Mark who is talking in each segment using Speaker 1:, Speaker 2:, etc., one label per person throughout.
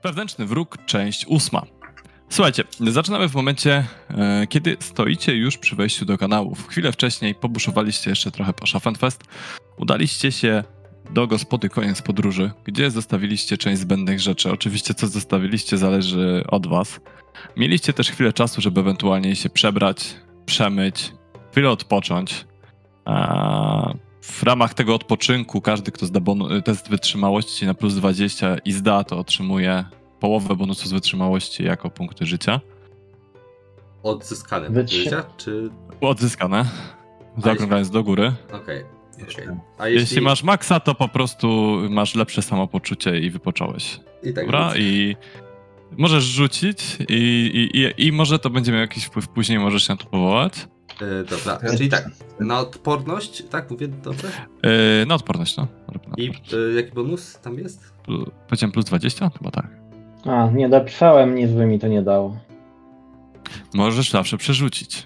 Speaker 1: Wewnętrzny wróg, część 8. Słuchajcie, zaczynamy w momencie, kiedy stoicie już przy wejściu do kanałów. Chwilę wcześniej pobuszowaliście jeszcze trochę po Schaffenfest. Udaliście się do gospody koniec podróży, gdzie zostawiliście część zbędnych rzeczy. Oczywiście co zostawiliście zależy od was. Mieliście też chwilę czasu, żeby ewentualnie się przebrać, przemyć, chwilę odpocząć. W ramach tego odpoczynku każdy, kto zda test wytrzymałości na plus 20 i zda, to otrzymuje połowę bonusu z wytrzymałości jako punkty życia.
Speaker 2: Odzyskane punkty życia, czy...
Speaker 1: Odzyskane. Zaokrąglając do góry.
Speaker 2: Okej.
Speaker 1: A jeśli masz maksa, to po prostu masz lepsze samopoczucie i wypocząłeś.
Speaker 2: I tak.
Speaker 1: Dobra? I możesz rzucić i może to będzie miał jakiś wpływ później, możesz się na to powołać.
Speaker 2: Dobra, czyli tak, na odporność, tak mówię dobrze?
Speaker 1: Na odporność, no.
Speaker 2: I jaki bonus tam jest?
Speaker 1: Powiedziałem plus 20? Chyba tak.
Speaker 3: A, nie dopisałem, nic by mi to nie dało.
Speaker 1: Możesz zawsze przerzucić.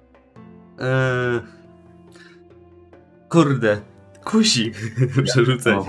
Speaker 2: Kurde, kusi. Przerzucę.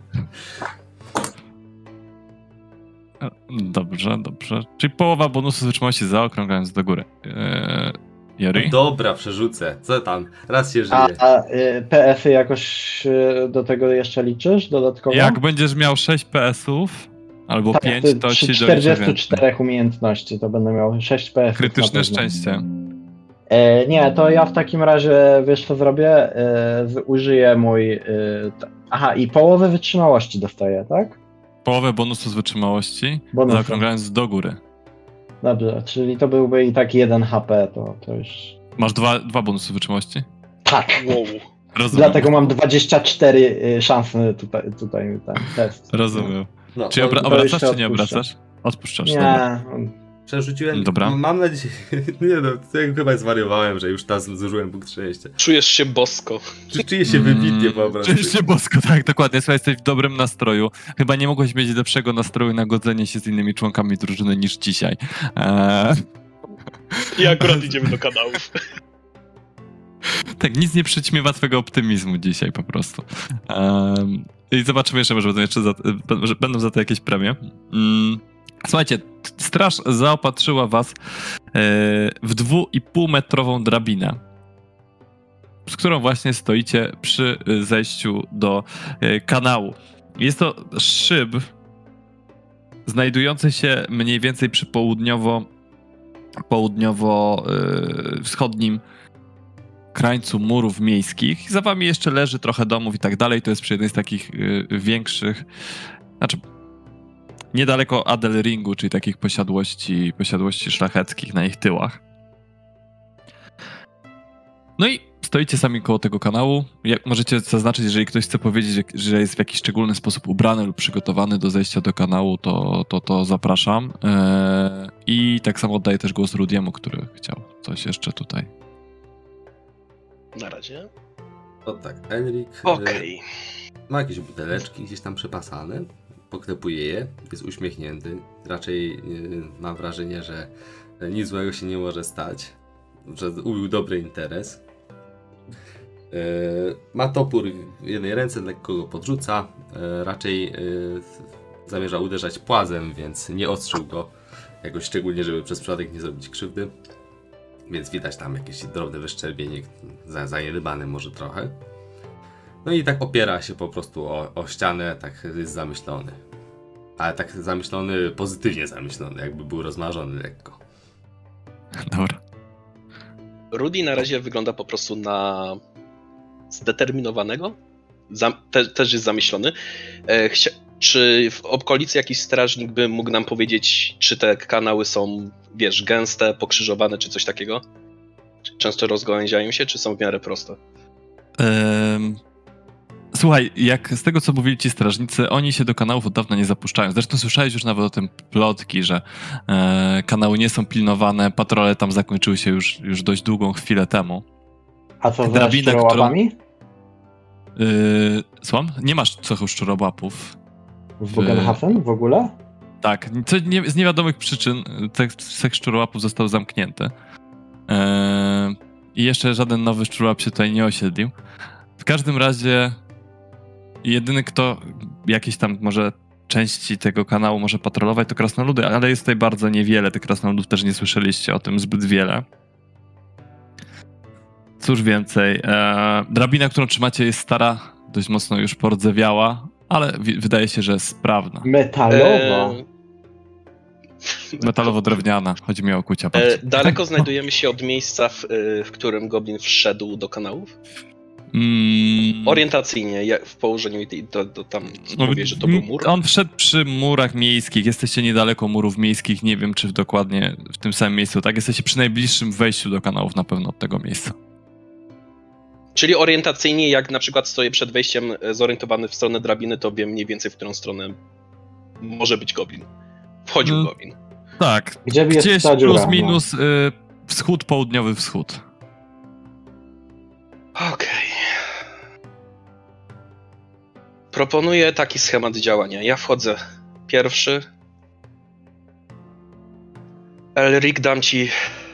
Speaker 1: Dobrze. Czyli połowa bonusu z wytrzymałości zaokrąglając do góry. Jerry?
Speaker 2: Dobra, przerzucę. Co tam? Raz się żyje.
Speaker 3: A PS-y jakoś do tego jeszcze liczysz dodatkowo?
Speaker 1: Jak będziesz miał 6 PS-ów albo
Speaker 3: tak,
Speaker 1: 5, to
Speaker 3: przy
Speaker 1: ci
Speaker 3: 44 umiejętności to będę miał 6 PS-ów.
Speaker 1: Krytyczne szczęście.
Speaker 3: Nie, to ja w takim razie, wiesz co zrobię? Użyję mój... Aha, i połowę wytrzymałości dostaję, tak?
Speaker 1: Połowę bonusu z wytrzymałości, zaokrąglając do góry.
Speaker 3: Dobrze, czyli to byłby i tak 1 HP, to już...
Speaker 1: Masz dwa bonusy wytrzymałości?
Speaker 3: Tak.
Speaker 4: Wow.
Speaker 1: Rozumiem.
Speaker 3: Dlatego mam 24 szanse tutaj ten test.
Speaker 1: Rozumiem. No, czy obracasz, czy nie obracasz? Odpuszczasz.
Speaker 3: Nie.
Speaker 1: Dobra.
Speaker 2: Przerzuciłem.
Speaker 1: Dobra.
Speaker 2: Mam nadzieję. Nie no, ja chyba zwariowałem, że już teraz zużyłem punkt szczęścia.
Speaker 4: Czujesz się bosko.
Speaker 2: Czuję się wybitnie po obrazie.
Speaker 1: Czujesz się bosko, tak, dokładnie. Słuchaj, jesteś w dobrym nastroju. Chyba nie mogłeś mieć lepszego nastroju na godzenie się z innymi członkami drużyny niż dzisiaj.
Speaker 4: I akurat idziemy do kanałów.
Speaker 1: Tak, nic nie przyćmiewa twojego optymizmu dzisiaj po prostu. I zobaczymy jeszcze, może będą za to jakieś premie. Słuchajcie, straż zaopatrzyła was w 2,5-metrową drabinę, z którą właśnie stoicie przy zejściu do kanału. Jest to szyb znajdujący się mniej więcej przy południowo-wschodnim krańcu murów miejskich. Za wami jeszcze leży trochę domów i tak dalej. To jest przy jednej z takich większych, znaczy niedaleko Adelringu, czyli takich posiadłości szlacheckich na ich tyłach. No i stoicie sami koło tego kanału. Możecie zaznaczyć, jeżeli ktoś chce powiedzieć, że jest w jakiś szczególny sposób ubrany lub przygotowany do zejścia do kanału, to zapraszam. I tak samo oddaję też głos Rudiemu, który chciał coś jeszcze tutaj.
Speaker 4: Na razie.
Speaker 2: O tak, Enrik ma jakieś buteleczki gdzieś tam przepasane. Poklepuje je, jest uśmiechnięty. Raczej mam wrażenie, że nic złego się nie może stać. Że ubił dobry interes. Ma topór w jednej ręce, lekko go podrzuca. Raczej zamierza uderzać płazem, więc nie ostrzył go jakoś szczególnie, żeby przez przypadek nie zrobić krzywdy. Więc widać tam jakieś drobne wyszczerbienie, zaniedbane może trochę. No i tak opiera się po prostu o ścianę, tak jest zamyślony. Ale tak zamyślony, pozytywnie zamyślony, jakby był rozmarzony lekko.
Speaker 1: Dobra.
Speaker 4: Rudy na razie wygląda po prostu na zdeterminowanego. Też jest zamyślony. Czy w okolicy jakiś strażnik by mógł nam powiedzieć, czy te kanały są, wiesz, gęste, pokrzyżowane, czy coś takiego? Często rozgałęziają się, czy są w miarę proste?
Speaker 1: Słuchaj, jak z tego, co mówili ci strażnicy, oni się do kanałów od dawna nie zapuszczają. Zresztą słyszałeś już nawet o tym plotki, że kanały nie są pilnowane, patrole tam zakończyły się już dość długą chwilę temu.
Speaker 3: A co za szczurołapami?
Speaker 1: Słucham? Nie masz cechu szczurołapów.
Speaker 3: W Bogenhafen w ogóle?
Speaker 1: Tak, z niewiadomych przyczyn cech szczurołapów został zamknięty. I jeszcze żaden nowy szczurołap się tutaj nie osiedlił. W każdym razie jedyny kto jakieś tam może części tego kanału może patrolować, to krasnoludy, ale jest tutaj bardzo niewiele. Tych krasnoludów też nie słyszeliście o tym zbyt wiele. Cóż więcej, drabina, którą trzymacie, jest stara, dość mocno już pordzewiała, ale wydaje się, że jest sprawna.
Speaker 3: Metalowa.
Speaker 1: Metalowo-drewniana, chodzi mi o kucia bardziej.
Speaker 4: Daleko znajdujemy się od miejsca, w którym goblin wszedł do kanałów? Orientacyjnie, w położeniu do tam mówię, że to był mur?
Speaker 1: On wszedł przy murach miejskich, jesteście niedaleko murów miejskich, nie wiem czy dokładnie w tym samym miejscu, tak? Jesteście przy najbliższym wejściu do kanałów na pewno od tego miejsca.
Speaker 4: Czyli orientacyjnie, jak na przykład stoję przed wejściem zorientowany w stronę drabiny, to wiem mniej więcej, w którą stronę może być goblin. Wchodził goblin.
Speaker 1: Tak,
Speaker 3: Gdzie jest
Speaker 1: gdzieś
Speaker 3: ta dziura,
Speaker 1: plus minus wschód, południowy wschód.
Speaker 4: Okej. Proponuję taki schemat działania. Ja wchodzę pierwszy. Elric, dam ci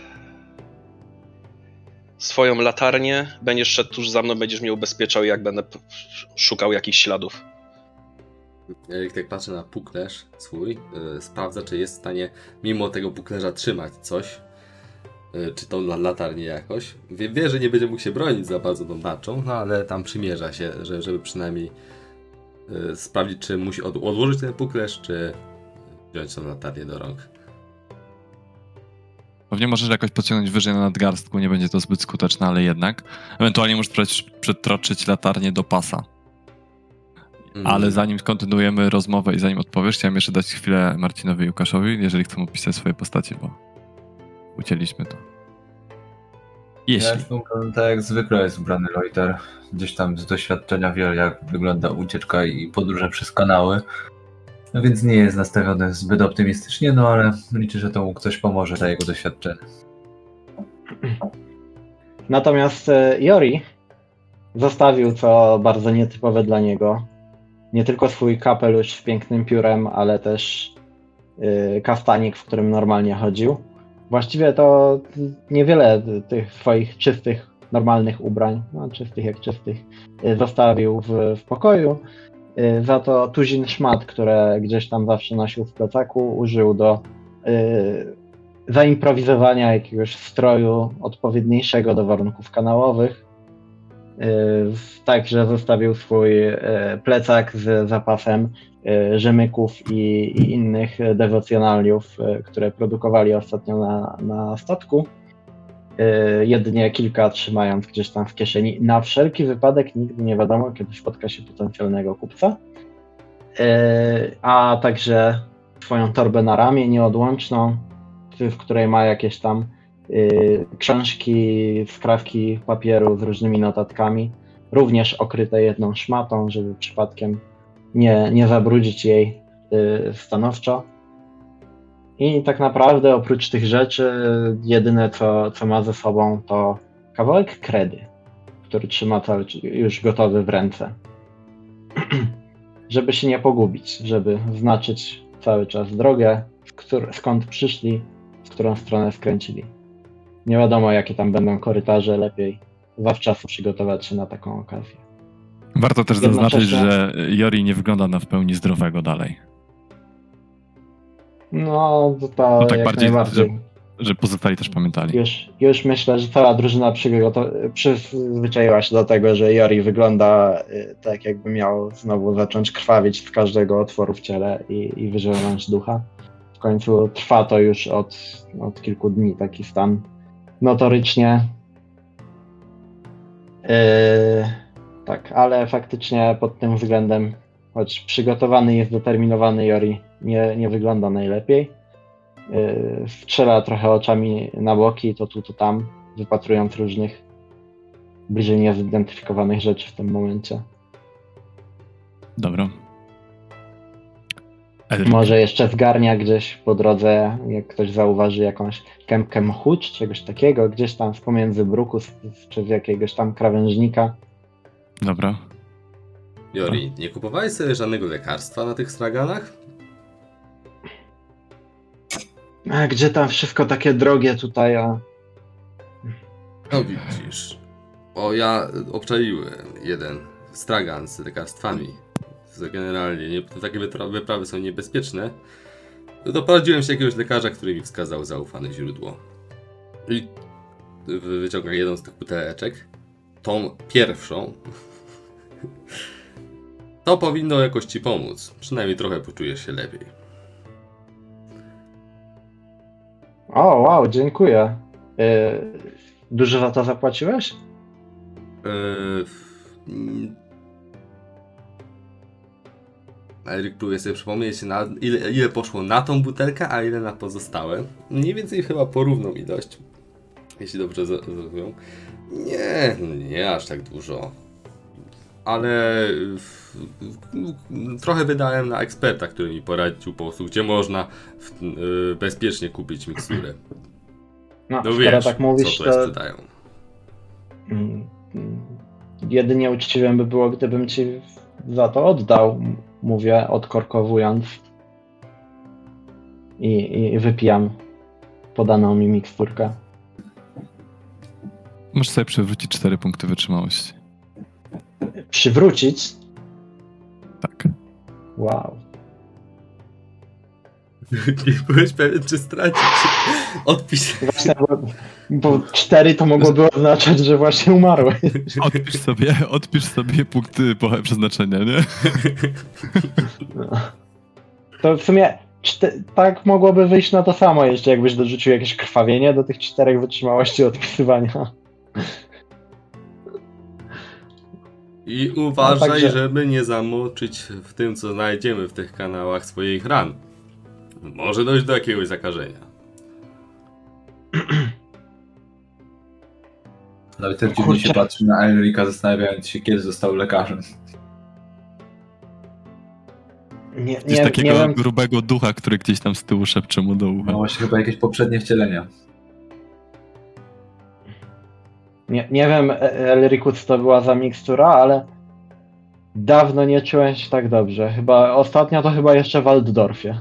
Speaker 4: swoją latarnię. Będziesz szedł tuż za mną, będziesz mnie ubezpieczał, jak będę szukał jakichś śladów.
Speaker 2: Erik tak patrzy na puklerz swój, sprawdza, czy jest w stanie mimo tego puklerza trzymać coś, czy tą latarnię jakoś. Wie, że nie będzie mógł się bronić za bardzo tą tarczą, no ale tam przymierza się, żeby przynajmniej sprawdzić, czy musi odłożyć ten puklerz, czy wziąć tą latarnię do rąk.
Speaker 1: Pewnie możesz jakoś podciągnąć wyżej na nadgarstku, nie będzie to zbyt skuteczne, ale jednak. Ewentualnie możesz przetroczyć latarnię do pasa. Ale zanim kontynuujemy rozmowę i zanim odpowiesz, chciałem jeszcze dać chwilę Marcinowi i Łukaszowi, jeżeli chcą opisać swoje postacie, bo ucięliśmy to. Jeśli.
Speaker 5: Ja jestem, tak jak zwykle jest ubrany Loiter. Gdzieś tam z doświadczenia wie, jak wygląda ucieczka i podróże przez kanały. No więc nie jest nastawiony zbyt optymistycznie, no ale liczę, że to mu ktoś pomoże za jego doświadczenie.
Speaker 3: Natomiast Jori zostawił, co bardzo nietypowe dla niego, nie tylko swój kapelusz z pięknym piórem, ale też kastanik, w którym normalnie chodził. Właściwie to niewiele tych swoich czystych, normalnych ubrań, no czystych jak czystych, zostawił w pokoju. Za to tuzin szmat, które gdzieś tam zawsze nosił w plecaku, użył do zaimprowizowania jakiegoś stroju odpowiedniejszego do warunków kanałowych. Także zostawił swój plecak z zapasem rzemyków i innych dewocjonaliów, które produkowali ostatnio na statku. Jedynie kilka trzymając gdzieś tam w kieszeni. Na wszelki wypadek nigdy nie wiadomo, kiedy spotka się potencjalnego kupca. A także swoją torbę na ramię nieodłączną, w której ma jakieś tam książki, skrawki papieru z różnymi notatkami, również okryte jedną szmatą, żeby przypadkiem nie zabrudzić jej stanowczo. I tak naprawdę oprócz tych rzeczy jedyne co ma ze sobą to kawałek kredy, który trzyma już gotowy w ręce. Żeby się nie pogubić, żeby znaczyć cały czas drogę, skąd przyszli, w którą stronę skręcili. Nie wiadomo, jakie tam będą korytarze, lepiej zawczasu przygotować się na taką okazję.
Speaker 1: Warto też zaznaczyć, że Jori nie wygląda na w pełni zdrowego dalej.
Speaker 3: No, to
Speaker 1: no tak
Speaker 3: jak
Speaker 1: bardziej,
Speaker 3: najbardziej.
Speaker 1: Że pozostali też pamiętali.
Speaker 3: Już myślę, że cała drużyna przyzwyczaiła się do tego, że Jori wygląda tak, jakby miał znowu zacząć krwawić z każdego otworu w ciele i wyżerać ducha. W końcu trwa to już od kilku dni taki stan. Notorycznie. Tak, ale faktycznie pod tym względem, choć przygotowany jest zdeterminowany, Jori nie wygląda najlepiej. Strzela trochę oczami na boki, to tu, to tam, wypatrując różnych bliżej niezidentyfikowanych rzeczy w tym momencie.
Speaker 1: Dobra.
Speaker 3: Może jeszcze zgarnia gdzieś po drodze, jak ktoś zauważy jakąś kępkę mchu czy czegoś takiego, gdzieś tam pomiędzy bruku czy z jakiegoś tam krawężnika.
Speaker 1: Dobra.
Speaker 2: Jori, nie kupowałeś sobie żadnego lekarstwa na tych straganach?
Speaker 3: A gdzie tam wszystko takie drogie tutaj, a...
Speaker 2: No widzisz. Ja obczaiłem jeden stragan z lekarstwami generalnie takie wyprawy są niebezpieczne, to doprowadziłem się jakiegoś lekarza, który mi wskazał zaufane źródło. I wyciąga jedną z tych buteleczek, tą pierwszą. To powinno jakoś ci pomóc. Przynajmniej trochę poczujesz się lepiej.
Speaker 3: O, wow, dziękuję. Dużo za to zapłaciłeś?
Speaker 2: Eryk próbuje sobie przypomnieć, ile poszło na tą butelkę, a ile na pozostałe. Mniej więcej chyba porówną ilość. Jeśli dobrze zrozumiał. Nie aż tak dużo. Ale trochę wydałem na eksperta, który mi poradził po prostu, gdzie można bezpiecznie kupić miksturę.
Speaker 3: No
Speaker 2: wiesz,
Speaker 3: tak mówisz,
Speaker 2: co to sprzedają.
Speaker 3: Jedynie uczciwym by było, gdybym ci za to oddał, mówię, odkorkowując i wypijam podaną mi miksturkę.
Speaker 1: Możesz sobie przywrócić 4 punkty wytrzymałości.
Speaker 3: Przywrócić?
Speaker 1: Tak.
Speaker 3: Wow.
Speaker 2: Nie byłeś pewien, czy stracić. Odpisz.
Speaker 3: Właśnie, bo 4 to mogłoby oznaczać, że właśnie umarłeś.
Speaker 1: Odpisz sobie punkty przeznaczenia, nie?
Speaker 3: No. To w sumie tak mogłoby wyjść na to samo jeszcze, jakbyś dorzucił jakieś krwawienie do tych 4 wytrzymałości odpisywania.
Speaker 2: I uważaj,
Speaker 3: także...
Speaker 2: żeby nie zamoczyć w tym, co znajdziemy w tych kanałach swoich ran. Może dojść do jakiegoś zakażenia.
Speaker 5: Nawet tak dziwnie się patrzy na Elrika, zastanawiając się, kiedy został lekarzem.
Speaker 1: Widzisz takiego grubego ducha, który gdzieś tam z tyłu szepcze mu do ucha.
Speaker 5: No właśnie, chyba jakieś poprzednie wcielenia.
Speaker 3: Nie wiem, Elriku, co to była za mikstura, ale dawno nie czułem się tak dobrze. Ostatnio to chyba jeszcze w Altdorfie.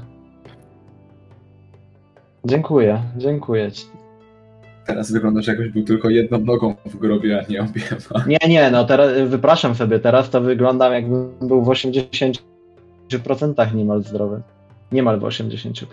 Speaker 3: Dziękuję ci.
Speaker 5: Teraz wyglądasz, jakbyś był tylko jedną nogą w grobie, a nie obiema.
Speaker 3: Nie, no teraz wypraszam sobie, teraz to wyglądam, jakbym był w 80% niemal zdrowy. Niemal w 80%.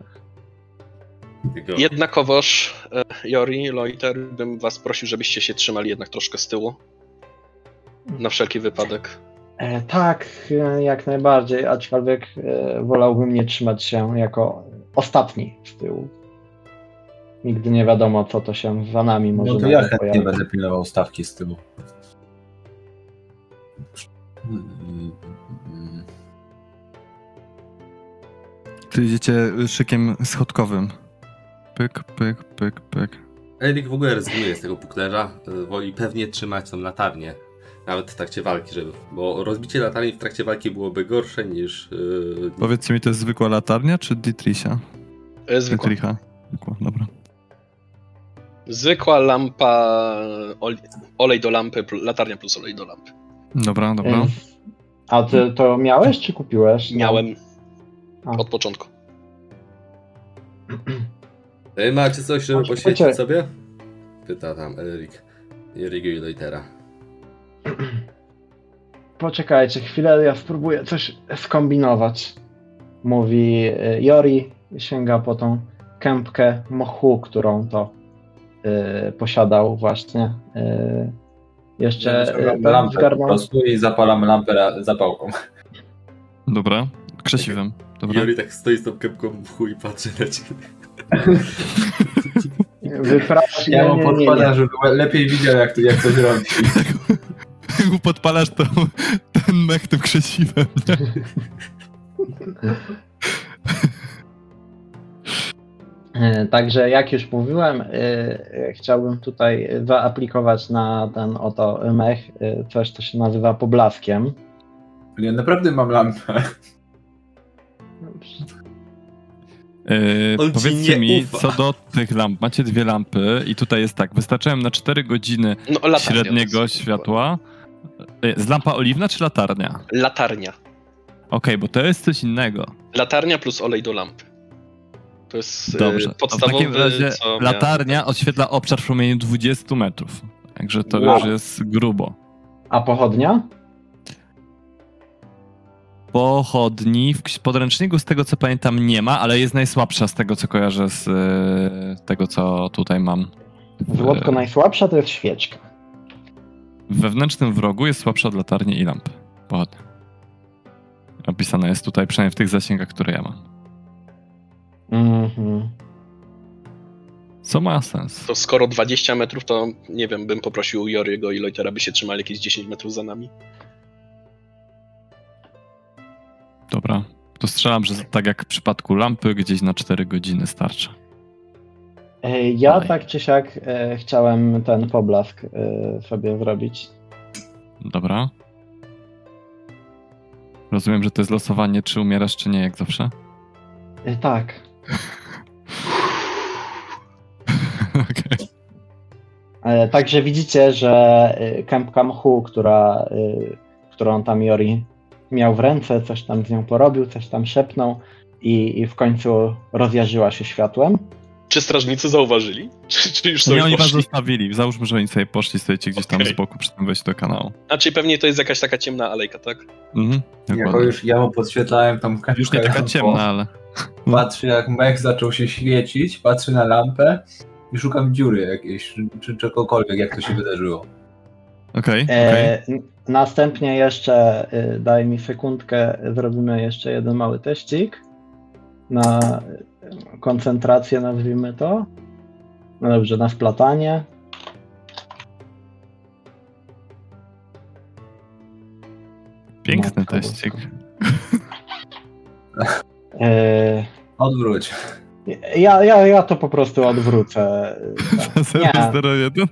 Speaker 4: Jednakowoż, Jori, Loiter, bym was prosił, żebyście się trzymali jednak troszkę z tyłu. Na wszelki wypadek.
Speaker 3: Tak, jak najbardziej, aczkolwiek wolałbym nie trzymać się jako ostatni z tyłu. Nigdy nie wiadomo, co to się za nami może
Speaker 5: No to ja
Speaker 3: pojawić.
Speaker 5: chętnie będę pilnował stawki z tyłu.
Speaker 1: Ty idziecie szykiem schodkowym. Pyk, pyk, pyk, pyk.
Speaker 2: Eryk w ogóle rezygnuje z tego puklerza. Woli pewnie trzymać tą latarnię. Nawet w trakcie walki, bo rozbicie latarni w trakcie walki byłoby gorsze niż...
Speaker 1: Powiedzcie mi, to jest zwykła latarnia, czy Dietricha?
Speaker 4: Zwykła.
Speaker 1: Dietricha. Zwykła, dobra.
Speaker 4: Zwykła lampa, olej do lampy, latarnia plus olej do lampy.
Speaker 1: Dobra.
Speaker 3: A ty to miałeś, czy kupiłeś?
Speaker 4: Miałem
Speaker 3: A.
Speaker 4: od początku.
Speaker 2: Macie coś, żeby
Speaker 3: Macie
Speaker 2: poświęcić
Speaker 3: pociąg.
Speaker 2: sobie? Pyta tam Eryk. Jeriego i Loitera.
Speaker 3: Poczekajcie chwilę, ja spróbuję coś skombinować. Mówi Jori, sięga po tą kępkę mchu, którą to posiadał właśnie. Jeszcze
Speaker 5: lampę po prostu i zapalam lampę zapałką.
Speaker 1: Dobra, krzesiwem. Dobra.
Speaker 2: Jori tak stoi z tą kępką w chuj i patrzy na ciebie.
Speaker 5: Ja mu podkładam, żeby lepiej widział, jak coś robi.
Speaker 1: Jak mu podpalasz ten mech tym krzesiwem, nie?
Speaker 3: Także jak już mówiłem, chciałbym tutaj wyaplikować na ten oto mech coś, co się nazywa poblaskiem.
Speaker 5: Ja naprawdę mam lampę.
Speaker 1: Powiedzcie mi, co do tych lamp. Macie 2 lampy i tutaj jest tak, wystarczają na 4 godziny średniego światła. Jest lampa oliwna czy latarnia?
Speaker 4: Latarnia.
Speaker 1: Okej, bo to jest coś innego.
Speaker 4: Latarnia plus olej do lampy. To jest
Speaker 1: Dobrze.
Speaker 4: podstawowy,
Speaker 1: w takim razie latarnia oświetla obszar w promieniu 20 metrów. Także to już jest grubo.
Speaker 3: A pochodnia?
Speaker 1: pochodni w podręczniku z tego co pamiętam nie ma, ale jest najsłabsza z tego co kojarzę z tego co tutaj mam.
Speaker 3: Złotko najsłabsza to jest świeczka.
Speaker 1: W wewnętrznym wrogu jest słabsza od latarni i lamp. Pochodnia. Opisane jest tutaj, przynajmniej w tych zasięgach, które ja mam.
Speaker 3: Mhm.
Speaker 1: Co ma sens.
Speaker 4: To skoro 20 metrów, to nie wiem, bym poprosił Joriego i Loitera, by się trzymali jakieś 10 metrów za nami.
Speaker 1: Dobra. To strzelam, że tak jak w przypadku lampy, gdzieś na 4 godziny starczy.
Speaker 3: Ja
Speaker 1: Dalej.
Speaker 3: tak czy siak chciałem ten poblask sobie zrobić.
Speaker 1: Dobra. Rozumiem, że to jest losowanie, czy umierasz, czy nie, jak zawsze?
Speaker 3: Tak.
Speaker 1: Okej.
Speaker 3: Także widzicie, że Kempkam Hu, którą tam Jori miał w ręce, coś tam z nią porobił, coś tam szepnął i w końcu rozjarzyła się światłem.
Speaker 4: Czy strażnicy zauważyli? Czy już sobie
Speaker 1: Nie, oni was
Speaker 4: poszli?
Speaker 1: zostawili. Załóżmy, że oni sobie poszli, stoicie gdzieś tam
Speaker 4: Okej.
Speaker 1: z boku przy tym wejściu do kanału.
Speaker 4: A czyli pewnie to jest jakaś taka ciemna alejka, tak?
Speaker 1: Mhm,
Speaker 5: Jako
Speaker 1: dokładnie.
Speaker 5: już ja mu podświetlałem tą kaczkę.
Speaker 1: Już nie taka ciemna, ale...
Speaker 5: Patrzę jak mech zaczął się świecić, patrzę na lampę i szukam dziury jakiejś, czy czegokolwiek, jak to się wydarzyło.
Speaker 1: Okej.
Speaker 3: Następnie jeszcze, daj mi sekundkę, zrobimy jeszcze jeden mały teścik na koncentrację, nazwijmy to. No dobrze, na splatanie.
Speaker 1: Piękny
Speaker 3: Matko
Speaker 1: teścik.
Speaker 3: E,
Speaker 5: Odwróć.
Speaker 3: Ja to po prostu odwrócę. Nie.
Speaker 1: 001.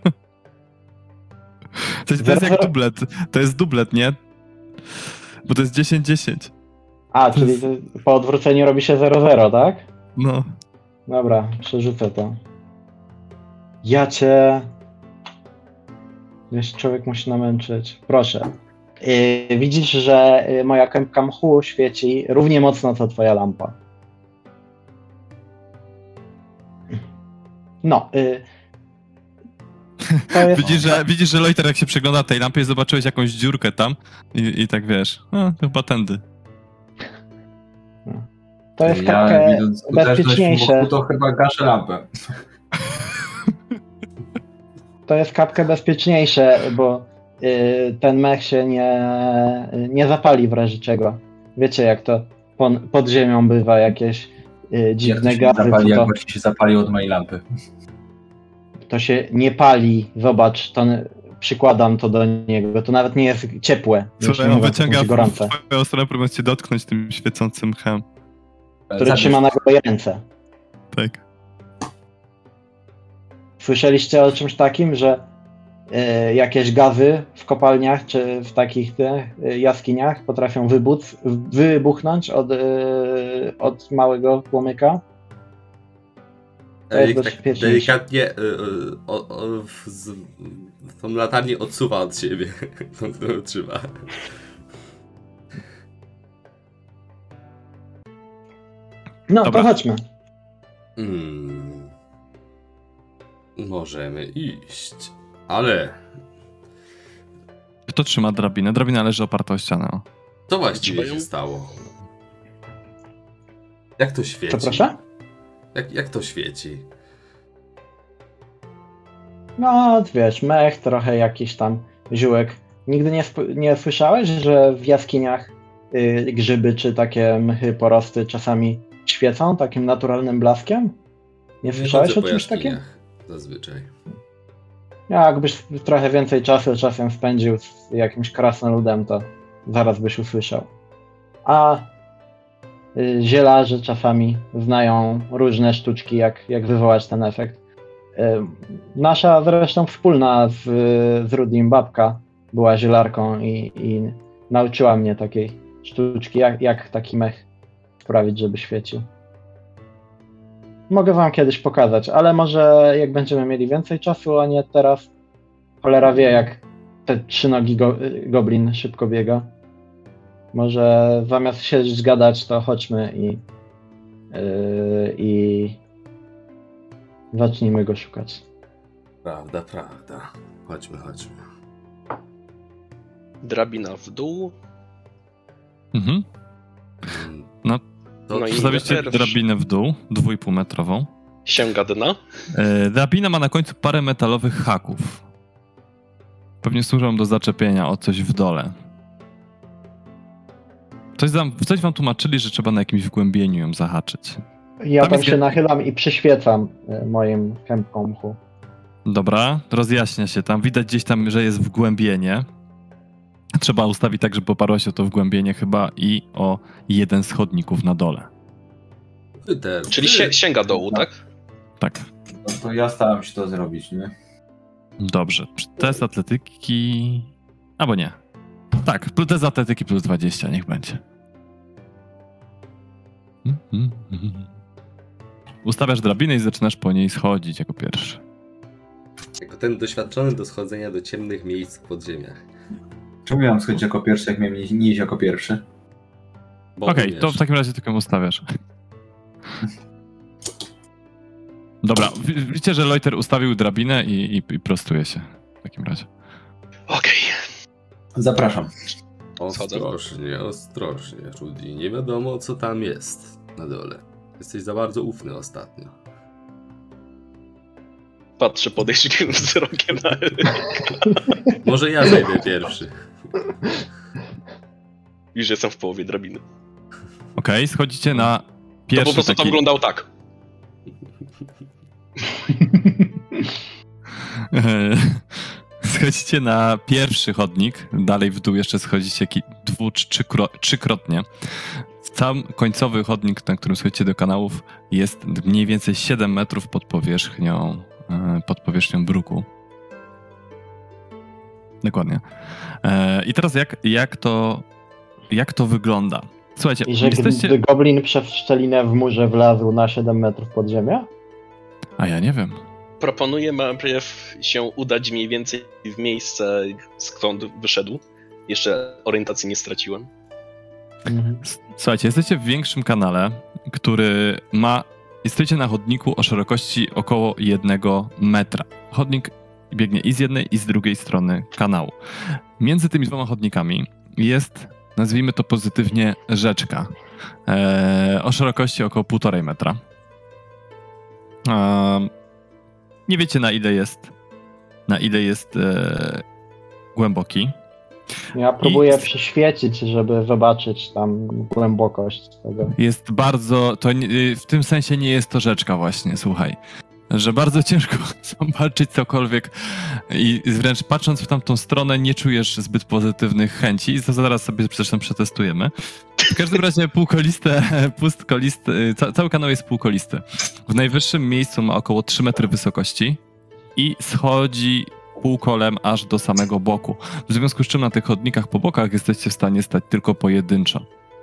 Speaker 1: To jest jak dublet. To jest dublet, nie? Bo to jest 10-10.
Speaker 3: A, czyli po odwróceniu robi się 0-0, tak?
Speaker 1: No.
Speaker 3: Dobra, przerzucę to. Ja cię... Wiesz, człowiek musi namęczyć. Proszę. Widzisz, że moja Kempkam Hu świeci równie mocno, co twoja lampa. No. To jest...
Speaker 1: Widzisz, że Loiter jak się przegląda tej lampie, zobaczyłeś jakąś dziurkę tam i tak wiesz, to chyba tędy.
Speaker 3: To jest
Speaker 5: Ja
Speaker 3: kapkę
Speaker 5: widząc skuteczność
Speaker 3: bezpieczniejsze.
Speaker 5: mochu, to chyba gaszę lampę.
Speaker 3: To jest kapkę bezpieczniejsze, bo ten mech się nie zapali w razie czego. Wiecie, jak to pod ziemią bywa jakieś dziwne
Speaker 5: Jak
Speaker 3: gazy.
Speaker 5: zapali, jak
Speaker 3: To,
Speaker 5: właśnie się zapalił od mojej lampy.
Speaker 3: to się nie pali. Zobacz, przykładam to do niego. To nawet nie jest ciepłe.
Speaker 1: Słuchaj,
Speaker 3: Już nie
Speaker 1: on
Speaker 3: mówiąc,
Speaker 1: wyciąga
Speaker 3: będzie gorące.
Speaker 1: w twoją stronę, próbując cię dotknąć tym świecącym mchem.
Speaker 3: Który
Speaker 5: Zabierz.
Speaker 3: trzyma na gołej ręce.
Speaker 1: Tak.
Speaker 3: Słyszeliście o czymś takim, że jakieś gazy w kopalniach czy w takich jaskiniach potrafią wybuchnąć od małego płomyka? To jest
Speaker 2: Tak
Speaker 3: bezpieczniejsze.
Speaker 2: delikatnie tą latarnię odsuwa od siebie, tą, którą trzyma.
Speaker 3: No
Speaker 1: Dobra.
Speaker 3: to chodźmy.
Speaker 2: Możemy iść, ale
Speaker 1: Kto trzyma drabinę? Drabina leży oparta o ścianę. O.
Speaker 2: co właściwie
Speaker 4: Trzeba ją-
Speaker 2: się stało? Jak to świeci?
Speaker 3: Co proszę?
Speaker 2: Jak to świeci?
Speaker 3: No wiesz, mech, trochę jakiś tam ziółek. Nigdy nie słyszałeś, że w jaskiniach grzyby czy takie mchy, porosty czasami świecą takim naturalnym blaskiem? Nie słyszałeś
Speaker 2: chodzę
Speaker 3: o
Speaker 2: po
Speaker 3: czymś takim?
Speaker 2: jaskiniach Zazwyczaj.
Speaker 3: Jakbyś trochę więcej czasu czasem spędził z jakimś krasnoludem, to zaraz byś usłyszał. A zielarze czasami znają różne sztuczki, jak wywołać ten efekt. Nasza zresztą wspólna z Rudim babka była zielarką i nauczyła mnie takiej sztuczki, jak taki mech sprawić, żeby świecił. Mogę wam kiedyś pokazać, ale może jak będziemy mieli więcej czasu, a nie teraz. Cholera wie, jak te 3 nogi goblin szybko biega. Może zamiast siedzieć gadać, to chodźmy i zacznijmy go szukać.
Speaker 2: Prawda. Chodźmy.
Speaker 4: Drabina w dół.
Speaker 1: Mhm. No,
Speaker 2: To
Speaker 4: i
Speaker 1: Przedstawiliście
Speaker 4: pierwszy.
Speaker 1: drabinę w dół, 2,5-metrową.
Speaker 4: Sięga dna.
Speaker 1: Drabina ma na końcu parę metalowych haków. Pewnie służą do zaczepienia o coś w dole. Coś wam tłumaczyli, że trzeba na jakimś wgłębieniu ją zahaczyć.
Speaker 3: Ja
Speaker 1: Tam
Speaker 3: tam
Speaker 1: jest
Speaker 3: się nachylam i przyświecam moim kępką mchu.
Speaker 1: Dobra, rozjaśnia się tam. Widać gdzieś tam, że jest wgłębienie. Trzeba ustawić tak, żeby oparło się o to wgłębienie chyba i o jeden z chodników na dole.
Speaker 4: Czyli sięga dołu, tak?
Speaker 1: Tak.
Speaker 5: No to ja staram się to zrobić, nie?
Speaker 1: Dobrze. Test atletyki... Albo nie. Tak, test atletyki plus 20, niech będzie. Ustawiasz drabinę i zaczynasz po niej schodzić jako pierwszy.
Speaker 2: Jako ten doświadczony do schodzenia do ciemnych miejsc w podziemiach.
Speaker 5: Czemu miałem schodzić jako pierwszy, jak miałem nie iść jako pierwszy?
Speaker 2: Bo
Speaker 1: Okej,
Speaker 2: wiesz,
Speaker 1: to w takim razie tylko ją ustawiasz. Dobra, widzicie, że Loiter ustawił drabinę i prostuje się w takim razie.
Speaker 4: Okej.
Speaker 5: Zapraszam.
Speaker 4: Schodzę.
Speaker 2: Ostrożnie, ostrożnie, Rudy. Nie wiadomo, co tam jest na dole. Jesteś za bardzo ufny ostatnio.
Speaker 4: Patrzę podejrzliwym wzrokiem na Eryka.
Speaker 2: Może ja zejdę pierwszy.
Speaker 4: Już jestem w połowie drabiny.
Speaker 1: Okej, schodzicie na
Speaker 4: To po
Speaker 1: pierwszy
Speaker 4: prostu to
Speaker 1: taki...
Speaker 4: wyglądał tak.
Speaker 1: Schodzicie na pierwszy chodnik, dalej w dół jeszcze schodzicie trzykrotnie. Sam końcowy chodnik, na którym schodzicie do kanałów, jest mniej więcej 7 metrów pod powierzchnią bruku. Dokładnie. I teraz jak to wygląda? Słuchajcie,
Speaker 3: I że
Speaker 1: jesteście...
Speaker 3: gdy goblin przez szczelinę w murze wlazł na 7 metrów pod ziemię?
Speaker 1: A ja nie wiem.
Speaker 4: Proponuję najpierw się udać mniej więcej w miejsce, skąd wyszedł. Jeszcze orientacji nie straciłem.
Speaker 1: Słuchajcie, jesteście w większym kanale, który ma... Jesteście na chodniku o szerokości około 1 metra. Chodnik biegnie i z jednej, i z drugiej strony kanału. Między tymi dwoma chodnikami jest, nazwijmy to pozytywnie, rzeczka o szerokości około 1,5 metra. Nie wiecie, na ile jest głęboki.
Speaker 3: Ja próbuję przyświecić, żeby zobaczyć tam głębokość tego.
Speaker 1: Jest bardzo, w tym sensie nie jest to rzeczka właśnie, słuchaj, że bardzo ciężko zobaczyć cokolwiek i wręcz patrząc w tamtą stronę nie czujesz zbyt pozytywnych chęci i to zaraz sobie zresztą przetestujemy. W każdym razie cały kanał jest półkolisty. W najwyższym miejscu ma około 3 metry wysokości i schodzi półkolem aż do samego boku. W związku z czym na tych chodnikach po bokach jesteście w stanie stać tylko pojedynczo.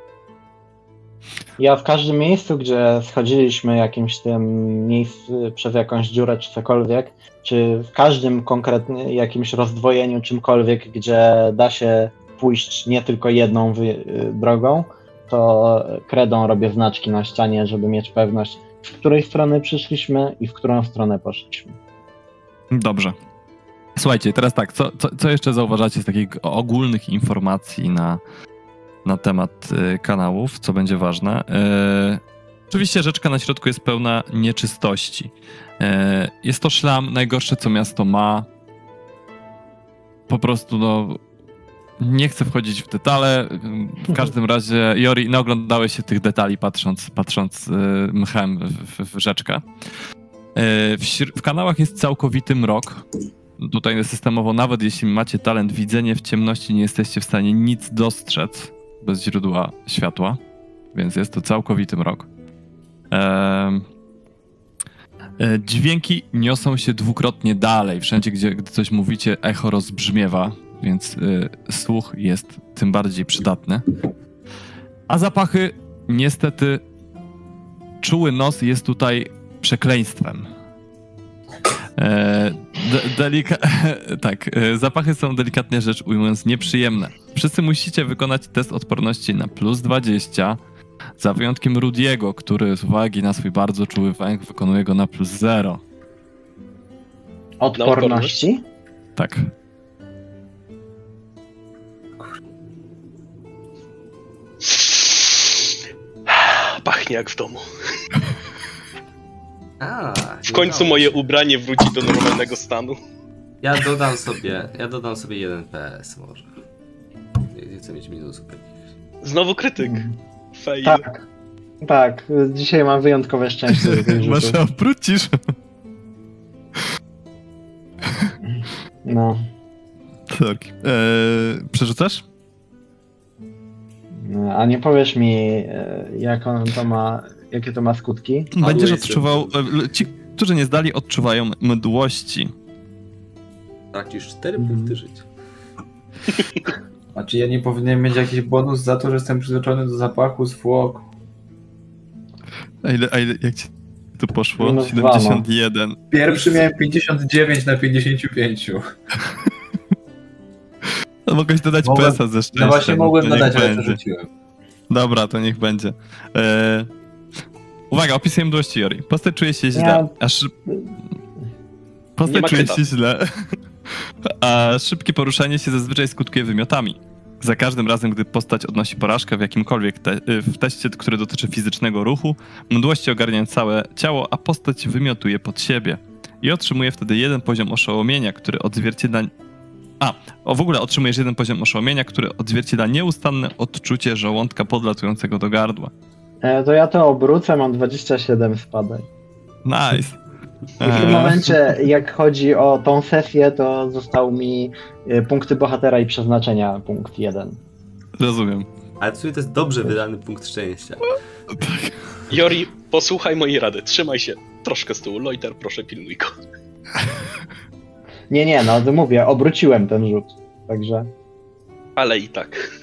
Speaker 3: Ja w każdym miejscu, gdzie schodziliśmy jakimś tym miejscu przez jakąś dziurę czy cokolwiek, czy w każdym konkretnym jakimś rozdwojeniu czymkolwiek, gdzie da się pójść nie tylko jedną drogą, to kredą robię znaczki na ścianie, żeby mieć pewność, z której strony przyszliśmy i w którą stronę poszliśmy.
Speaker 1: Dobrze. Słuchajcie, teraz tak, co jeszcze zauważacie z takich ogólnych informacji na temat kanałów, co będzie ważne? Oczywiście rzeczka na środku jest pełna nieczystości. Jest to szlam, najgorsze co miasto ma. Po prostu nie chcę wchodzić w detale. W każdym razie, Jori, naoglądałeś się tych detali patrząc mchem w rzeczkę. W kanałach jest całkowity mrok. Tutaj systemowo, nawet jeśli macie talent widzenia w ciemności, nie jesteście w stanie nic dostrzec bez źródła światła, więc jest to całkowity mrok. Dźwięki niosą się dwukrotnie dalej. Wszędzie, gdy coś mówicie, echo rozbrzmiewa, więc słuch jest tym bardziej przydatny. A zapachy, niestety, czuły nos jest tutaj przekleństwem. Zapachy są delikatnie rzecz ujmując nieprzyjemne. Wszyscy musicie wykonać test odporności na plus 20, za wyjątkiem Rudiego, który z uwagi na swój bardzo czuły węch wykonuje go na plus 0.
Speaker 3: Odporności?
Speaker 1: Tak.
Speaker 4: pachnie jak w domu.
Speaker 2: W
Speaker 4: końcu moje ubranie wróci do normalnego stanu.
Speaker 2: Ja dodam sobie 1 PS może. Nie chcę mieć minusów jakichś.
Speaker 4: Znowu krytyk. Fail.
Speaker 3: Tak. Dzisiaj mam wyjątkowe szczęście do tych
Speaker 1: Masz
Speaker 3: rzutów.
Speaker 1: obrócisz.
Speaker 3: No.
Speaker 1: Tak. Przerzucasz?
Speaker 3: A nie powiesz mi, jakie to ma skutki?
Speaker 1: Będziesz
Speaker 2: jest
Speaker 1: odczuwał... Ci, którzy nie zdali, odczuwają mdłości.
Speaker 2: Tracisz 4 punkty życia.
Speaker 5: A czy ja nie powinienem mieć jakiś bonus za to, że jestem przyzwyczajony do zapachu, zwłok?
Speaker 1: A ile jak ci to poszło?
Speaker 3: Minus
Speaker 1: 71.
Speaker 5: Pierwszy miałem 59 na 55.
Speaker 1: No, mogłeś dodać PS-a ze szczęścia.
Speaker 5: No właśnie mogłem
Speaker 1: to
Speaker 5: dodać,
Speaker 1: niech
Speaker 5: ale to
Speaker 1: będzie.
Speaker 5: rzuciłem.
Speaker 1: Dobra, to niech będzie. Uwaga, opisuję mdłości Jori. Postać czuje się źle.
Speaker 3: Ja-
Speaker 4: Nie
Speaker 1: Postać
Speaker 4: ma
Speaker 1: czuje
Speaker 4: kryta.
Speaker 1: się źle. A szybkie poruszanie się zazwyczaj skutkuje wymiotami. Za każdym razem, gdy postać odnosi porażkę w jakimkolwiek w teście, który dotyczy fizycznego ruchu, mdłości ogarniają całe ciało, a postać wymiotuje pod siebie. I otrzymuje wtedy 1 poziom oszołomienia, który odzwierciedla... w ogóle otrzymujesz 1 poziom oszołomienia, który odzwierciedla nieustanne odczucie żołądka podlatującego do gardła.
Speaker 3: To ja to obrócę, mam 27 spadaj.
Speaker 1: Nice.
Speaker 3: I w tym momencie, jak chodzi o tą sesję, to został mi punkty bohatera i przeznaczenia punkt 1.
Speaker 1: Rozumiem.
Speaker 2: Ale w sumie to jest dobrze wydany punkt szczęścia.
Speaker 1: Tak.
Speaker 4: Jori, posłuchaj mojej rady. Trzymaj się troszkę z tyłu. Loiter, proszę, pilnuj go.
Speaker 3: Nie, no to mówię, obróciłem ten rzut. Także...
Speaker 4: Ale i tak.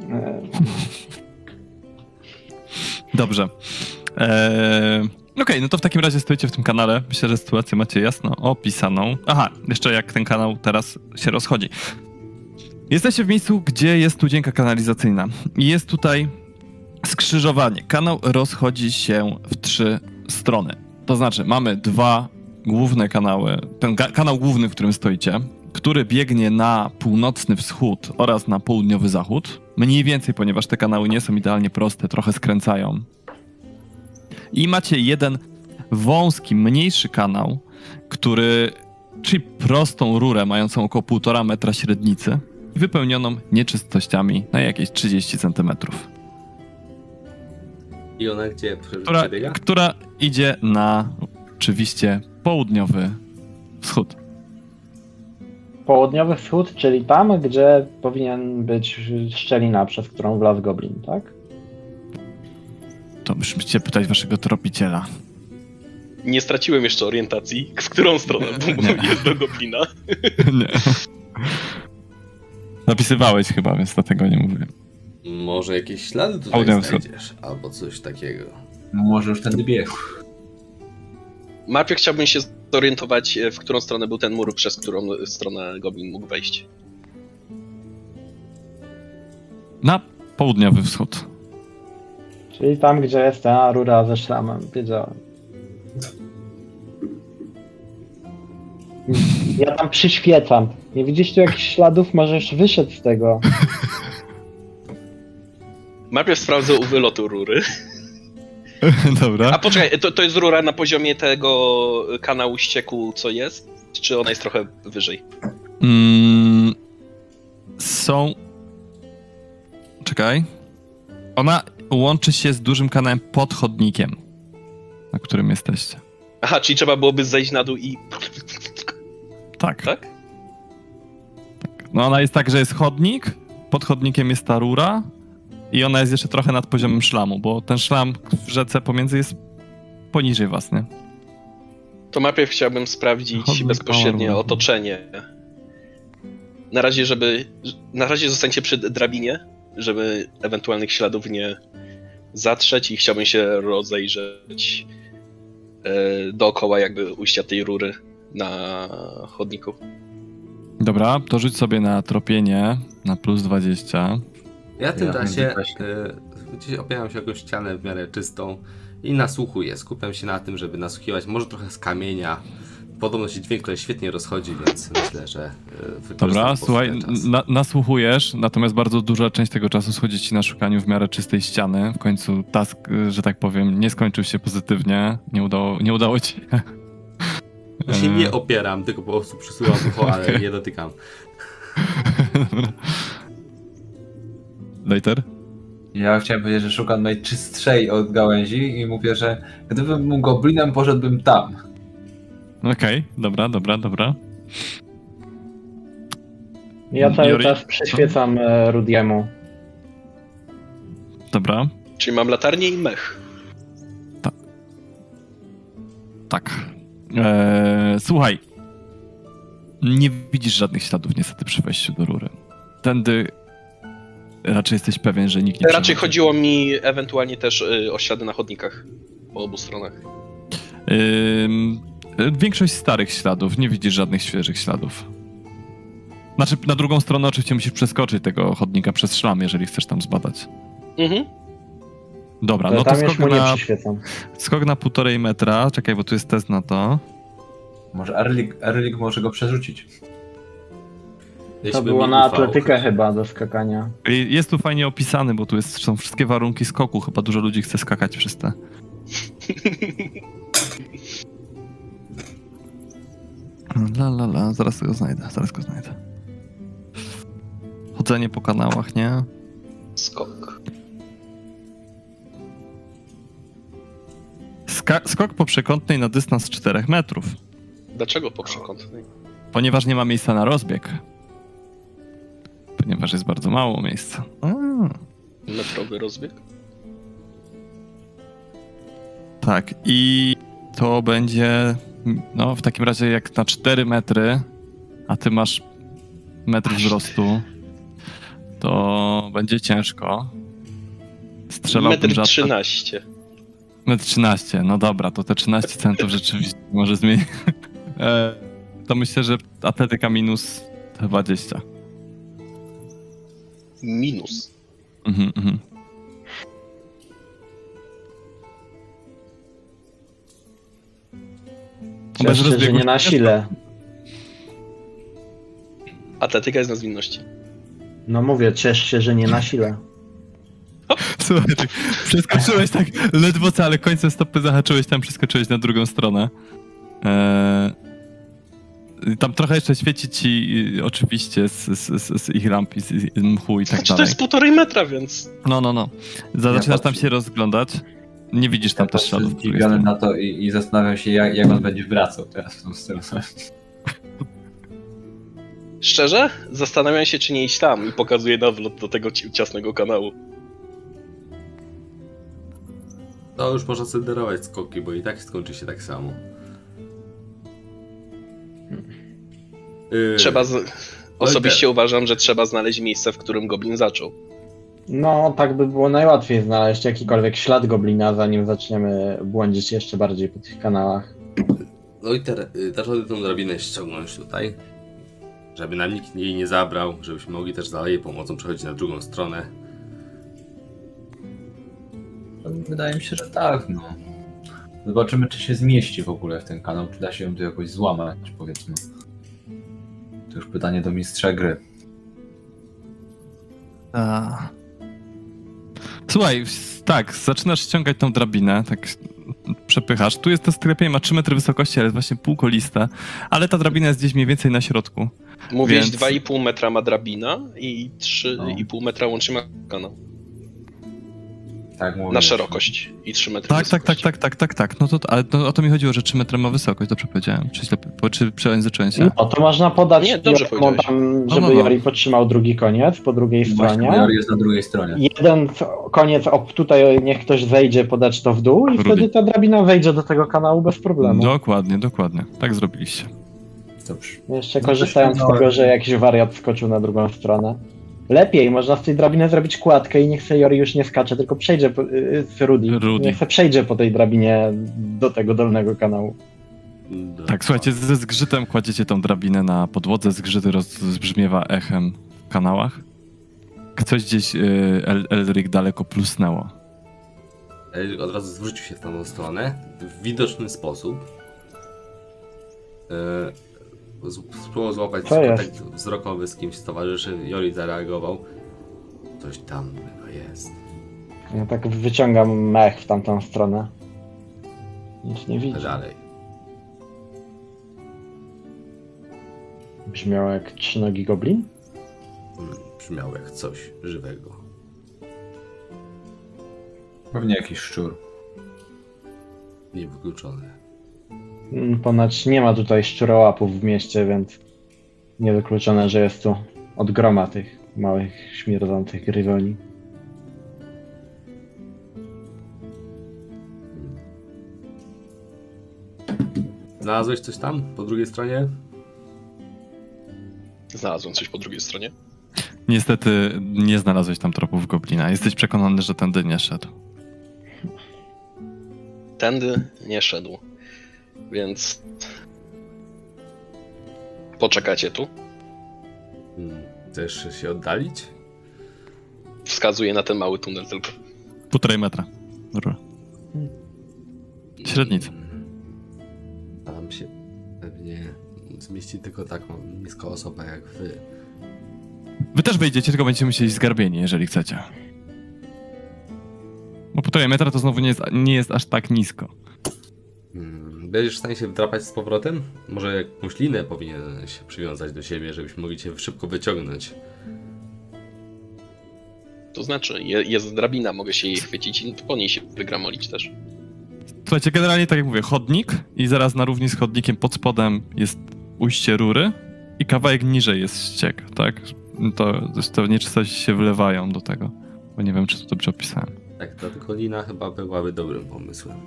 Speaker 1: Dobrze. Okej, no to w takim razie stoicie w tym kanale. Myślę, że sytuację macie jasno opisaną. Aha, jeszcze jak ten kanał teraz się rozchodzi. Jesteście w miejscu, gdzie jest studzienka kanalizacyjna. I jest tutaj skrzyżowanie. Kanał rozchodzi się w 3 strony. To znaczy, mamy 2 główne kanały. Ten kanał główny, w którym stoicie, który biegnie na północny wschód oraz na południowy zachód. Mniej więcej, ponieważ te kanały nie są idealnie proste, trochę skręcają. I macie jeden wąski, mniejszy kanał, czyli prostą rurę mającą około 1,5 metra średnicy, wypełnioną nieczystościami na jakieś 30 centymetrów.
Speaker 2: I ona gdzie przebiega?
Speaker 1: Która idzie na oczywiście południowy wschód.
Speaker 3: Południowy wschód, czyli tam, gdzie powinien być szczelina, przez którą wlazł goblin, tak?
Speaker 1: To musicie pytać waszego tropiciela.
Speaker 4: Nie straciłem jeszcze orientacji, w którą stronę jest do goblina.
Speaker 1: Nie. Zapisywałeś chyba, więc dlatego nie mówię.
Speaker 2: Może jakieś ślady tutaj
Speaker 1: Południowy wschód.
Speaker 2: znajdziesz, albo coś takiego.
Speaker 5: Może już tędy biegł.
Speaker 4: Najpierw chciałbym się zorientować, w którą stronę był ten mur, przez którą stronę goblin mógł wejść.
Speaker 1: Na południowy wschód.
Speaker 3: Czyli tam, gdzie jest ta rura ze szlamem, wiedziałem. Ja tam przyświecam. Nie widzisz tu jakichś śladów? Możesz wyszedł z tego.
Speaker 4: Najpierw sprawdzę u wylotu rury.
Speaker 1: Dobra.
Speaker 4: A poczekaj, to jest rura na poziomie tego kanału ścieku, co jest? Czy ona jest trochę wyżej?
Speaker 1: Czekaj. Ona łączy się z dużym kanałem pod chodnikiem, na którym jesteście.
Speaker 4: Aha, czyli trzeba byłoby zejść na dół i...
Speaker 1: Tak.
Speaker 4: Tak?
Speaker 1: No ona jest tak, że jest chodnik, pod chodnikiem jest ta rura i ona jest jeszcze trochę nad poziomem szlamu, bo ten szlam w rzece pomiędzy jest poniżej was, nie?
Speaker 4: To najpierw chciałbym sprawdzić
Speaker 1: Chodnik
Speaker 4: bezpośrednie
Speaker 1: power.
Speaker 4: otoczenie. Na razie zostańcie przy drabinie, żeby ewentualnych śladów nie zatrzeć i chciałbym się rozejrzeć dookoła jakby ujścia tej rury na chodniku.
Speaker 1: Dobra, to rzuć sobie na tropienie na plus 20.
Speaker 2: Ja w tym
Speaker 5: Ja
Speaker 2: czasie
Speaker 5: będę właśnie-
Speaker 2: gdzieś opieram się o jakąś ścianę w miarę czystą i nasłuchuję. Skupiam się na tym, żeby nasłuchiwać może trochę z kamienia, podobno się dźwięk tutaj świetnie rozchodzi, więc myślę, że wykorzystam
Speaker 1: Dobra,
Speaker 2: po
Speaker 1: słuchaj,
Speaker 2: ten czas.
Speaker 1: nasłuchujesz, natomiast bardzo duża część tego czasu schodzi ci na szukaniu w miarę czystej ściany. W końcu task, że tak powiem, nie skończył się pozytywnie, nie udało ci się.
Speaker 2: Ja się nie opieram, tylko po prostu przysuwam ucho, ale nie dotykam.
Speaker 1: Dobra. Later?
Speaker 5: Ja chciałem powiedzieć, że szukam najczystszej od gałęzi i mówię, że gdybym był goblinem, poszedłbym tam.
Speaker 1: Okej, dobra.
Speaker 3: Ja cały
Speaker 1: Yori?
Speaker 3: czas przyświecam Rudiemu.
Speaker 1: Dobra,
Speaker 4: Czyli mam latarnię i mech.
Speaker 1: tak. Słuchaj, nie widzisz żadnych śladów niestety przy wejściu do rury. Tędy raczej jesteś pewien, że nikt nie
Speaker 4: Raczej
Speaker 1: przechodzi.
Speaker 4: chodziło mi ewentualnie też o ślady na chodnikach po obu stronach.
Speaker 1: Większość starych śladów, nie widzisz żadnych świeżych śladów. Znaczy, na drugą stronę oczywiście musisz przeskoczyć tego chodnika przez szlam, jeżeli chcesz tam zbadać.
Speaker 4: Mhm.
Speaker 1: Dobra,
Speaker 3: Ale
Speaker 1: no to
Speaker 3: tam już
Speaker 1: skok
Speaker 3: mu nie
Speaker 1: na,
Speaker 3: przyświecam.
Speaker 1: skok na 1,5 metra. Czekaj, bo tu jest test na to.
Speaker 5: Może Erlik może go przerzucić.
Speaker 3: To
Speaker 2: Jeśli
Speaker 3: było
Speaker 2: bym
Speaker 3: na
Speaker 2: ufał.
Speaker 3: atletykę chyba do skakania.
Speaker 1: I jest tu fajnie opisany, bo tu są wszystkie warunki skoku. Chyba dużo ludzi chce skakać przez te. Zaraz go znajdę. Chodzenie po kanałach, nie?
Speaker 4: Skok.
Speaker 1: Skok po przekątnej na dystans 4 metrów,
Speaker 4: Dlaczego po przekątnej?
Speaker 1: ponieważ nie ma miejsca na rozbieg. Ponieważ jest bardzo mało miejsca.
Speaker 4: Metrowy rozbieg?
Speaker 1: Tak, i to będzie, no w takim razie jak na 4 metry, a ty masz metr wzrostu, to będzie ciężko. Strzelałbym
Speaker 4: Metr
Speaker 1: rzadko.
Speaker 4: 13.
Speaker 1: Metr 13, no dobra, to te 13 centów rzeczywiście może zmienić. To myślę, że atletyka minus 20.
Speaker 4: Minus.
Speaker 1: Mhm. Bez
Speaker 3: Cieszcie, że
Speaker 1: rozbiegu
Speaker 3: nie na sile.
Speaker 4: Atletyka jest na zwinności.
Speaker 3: No mówię, ciesz się, że nie na sile.
Speaker 1: Słuchaj, tak przeskoczyłeś tak ledwo co, ale końcem stopy zahaczyłeś, tam przeskoczyłeś na drugą stronę. Tam trochę jeszcze świeci ci oczywiście z ich ramp i z mchu i tak
Speaker 4: Znaczy to
Speaker 1: dalej.
Speaker 4: jest 1,5 metra, więc...
Speaker 1: No. Zaczynasz tam się rozglądać. Nie widzisz tam też
Speaker 5: Patrzę
Speaker 1: śladów. z drugiej
Speaker 5: zdziwiony
Speaker 1: strony.
Speaker 5: na to i zastanawiam się, jak on będzie wracał teraz w tą stronę.
Speaker 4: Szczerze? Zastanawiam się, czy nie iść tam i pokazuję nawlot do tego ciasnego kanału.
Speaker 2: No już można senderować skoki, bo i tak skończy się tak samo.
Speaker 4: Osobiście uważam, że trzeba znaleźć miejsce, w którym goblin zaczął.
Speaker 3: No, tak by było najłatwiej znaleźć jakikolwiek ślad goblina, zanim zaczniemy błądzić jeszcze bardziej po tych kanałach.
Speaker 2: No i dasz radę tą drabinę ściągnąć tutaj, żeby nam nikt jej nie zabrał, żebyśmy mogli też za jej pomocą przechodzić na drugą stronę.
Speaker 5: Wydaje mi się, że tak, no. Zobaczymy, czy się zmieści w ogóle w ten kanał, czy da się ją tu jakoś złamać, powiedzmy. To już pytanie do mistrza gry.
Speaker 1: Słuchaj, tak, zaczynasz ściągać tą drabinę, tak przepychasz. Tu jest to sklepienie, ma 3 metry wysokości, ale jest właśnie półkoliste, ale ta drabina jest gdzieś mniej więcej na środku.
Speaker 4: Mówiłeś,
Speaker 1: Więc-
Speaker 4: 2,5 metra ma drabina i 3,5 metra łącznie ma kanał.
Speaker 5: Tak mówię.
Speaker 4: Na szerokość i 3 metry
Speaker 1: Tak.
Speaker 4: wysokości.
Speaker 1: No to, ale to, o to mi chodziło, że 3 metry ma wysokość, dobrze powiedziałem. Czy przejęzyczyłem się?
Speaker 3: No, to można podać
Speaker 4: Nie, dobrze
Speaker 3: Joriemu
Speaker 4: powiedziałeś.
Speaker 3: tam, żeby
Speaker 1: No.
Speaker 3: Jori podtrzymał drugi koniec po drugiej
Speaker 5: Właśnie,
Speaker 3: stronie.
Speaker 5: Jori jest na drugiej stronie.
Speaker 3: Jeden koniec, tutaj niech ktoś zejdzie, podać to w dół i
Speaker 1: Rudy.
Speaker 3: wtedy ta drabina wejdzie do tego kanału bez problemu.
Speaker 1: Dokładnie. Tak zrobiliście.
Speaker 5: Dobrze.
Speaker 3: Jeszcze
Speaker 5: No
Speaker 3: korzystając z
Speaker 5: to
Speaker 3: tego, że jakiś wariat skoczył na drugą stronę. Lepiej, można z tej drabiny zrobić kładkę i niech se Jori już nie skacze, tylko przejdzie, Rudy.
Speaker 1: Rudy.
Speaker 3: Niech se przejdzie po tej drabinie do tego dolnego kanału.
Speaker 1: Tak, słuchajcie, ze zgrzytem kładziecie tą drabinę na podłodze, zgrzyt rozbrzmiewa echem w kanałach. Coś gdzieś Elric daleko plusnęło.
Speaker 2: Od razu zwrócił się w tamtą stronę w widoczny sposób. Spróbował złapać
Speaker 3: Co
Speaker 2: kontakt wzrokowy z kimś z towarzyszy. Jori zareagował. Coś tam chyba jest.
Speaker 3: Ja tak wyciągam mech w tamtą stronę. Nic nie widzę.
Speaker 2: Dalej.
Speaker 3: Brzmiał jak trzynogi goblin?
Speaker 2: Brzmiał jak coś żywego.
Speaker 5: Pewnie jakiś szczur.
Speaker 2: Niewykluczone.
Speaker 3: Ponoć nie ma tutaj szczurołapów w mieście, więc niewykluczone, że jest tu od groma tych małych, śmierdzących grywoni.
Speaker 2: Znalazłeś coś tam po drugiej stronie?
Speaker 4: Znalazłem coś po drugiej stronie.
Speaker 1: Niestety nie znalazłeś tam tropów goblina. Jesteś przekonany, że tędy nie szedł.
Speaker 4: Tędy nie szedł. Więc poczekacie tu.
Speaker 2: Chcesz się oddalić?
Speaker 4: Wskazuję na ten mały tunel tylko.
Speaker 1: 1,5 metra. Rura. Średnica.
Speaker 2: Tam się pewnie zmieści tylko taką niską osobę jak wy.
Speaker 1: Wy też wejdziecie, tylko będziecie musieli zgarbieni, jeżeli chcecie. Bo 1,5 metra to znowu nie jest aż tak nisko.
Speaker 2: Będziesz w stanie się wdrapać z powrotem? Może jakąś linę powinien się przywiązać do siebie, żebyśmy mogli cię szybko wyciągnąć.
Speaker 4: To znaczy, jest drabina, mogę się jej chwycić i po niej się wygramolić też.
Speaker 1: Słuchajcie, generalnie tak jak mówię, chodnik i zaraz na równi z chodnikiem pod spodem jest ujście rury i kawałek niżej jest ściek, tak? To nieczystości się wlewają do tego, bo nie wiem, czy to dobrze opisałem.
Speaker 2: Tak, dlatego lina chyba byłaby dobrym pomysłem.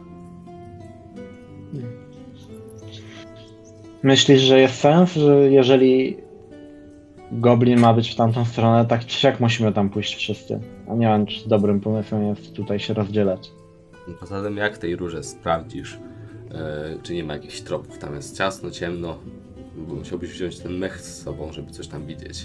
Speaker 3: Myślisz, że jest sens, że jeżeli goblin ma być w tamtą stronę, tak czy siak musimy tam pójść wszyscy? A nie wiem, czy dobrym pomysłem jest tutaj się rozdzielać.
Speaker 2: Poza tym jak w tej rurze sprawdzisz, czy nie ma jakichś tropów. Tam jest ciasno, ciemno, bo musiałbyś wziąć ten mech z sobą, żeby coś tam widzieć.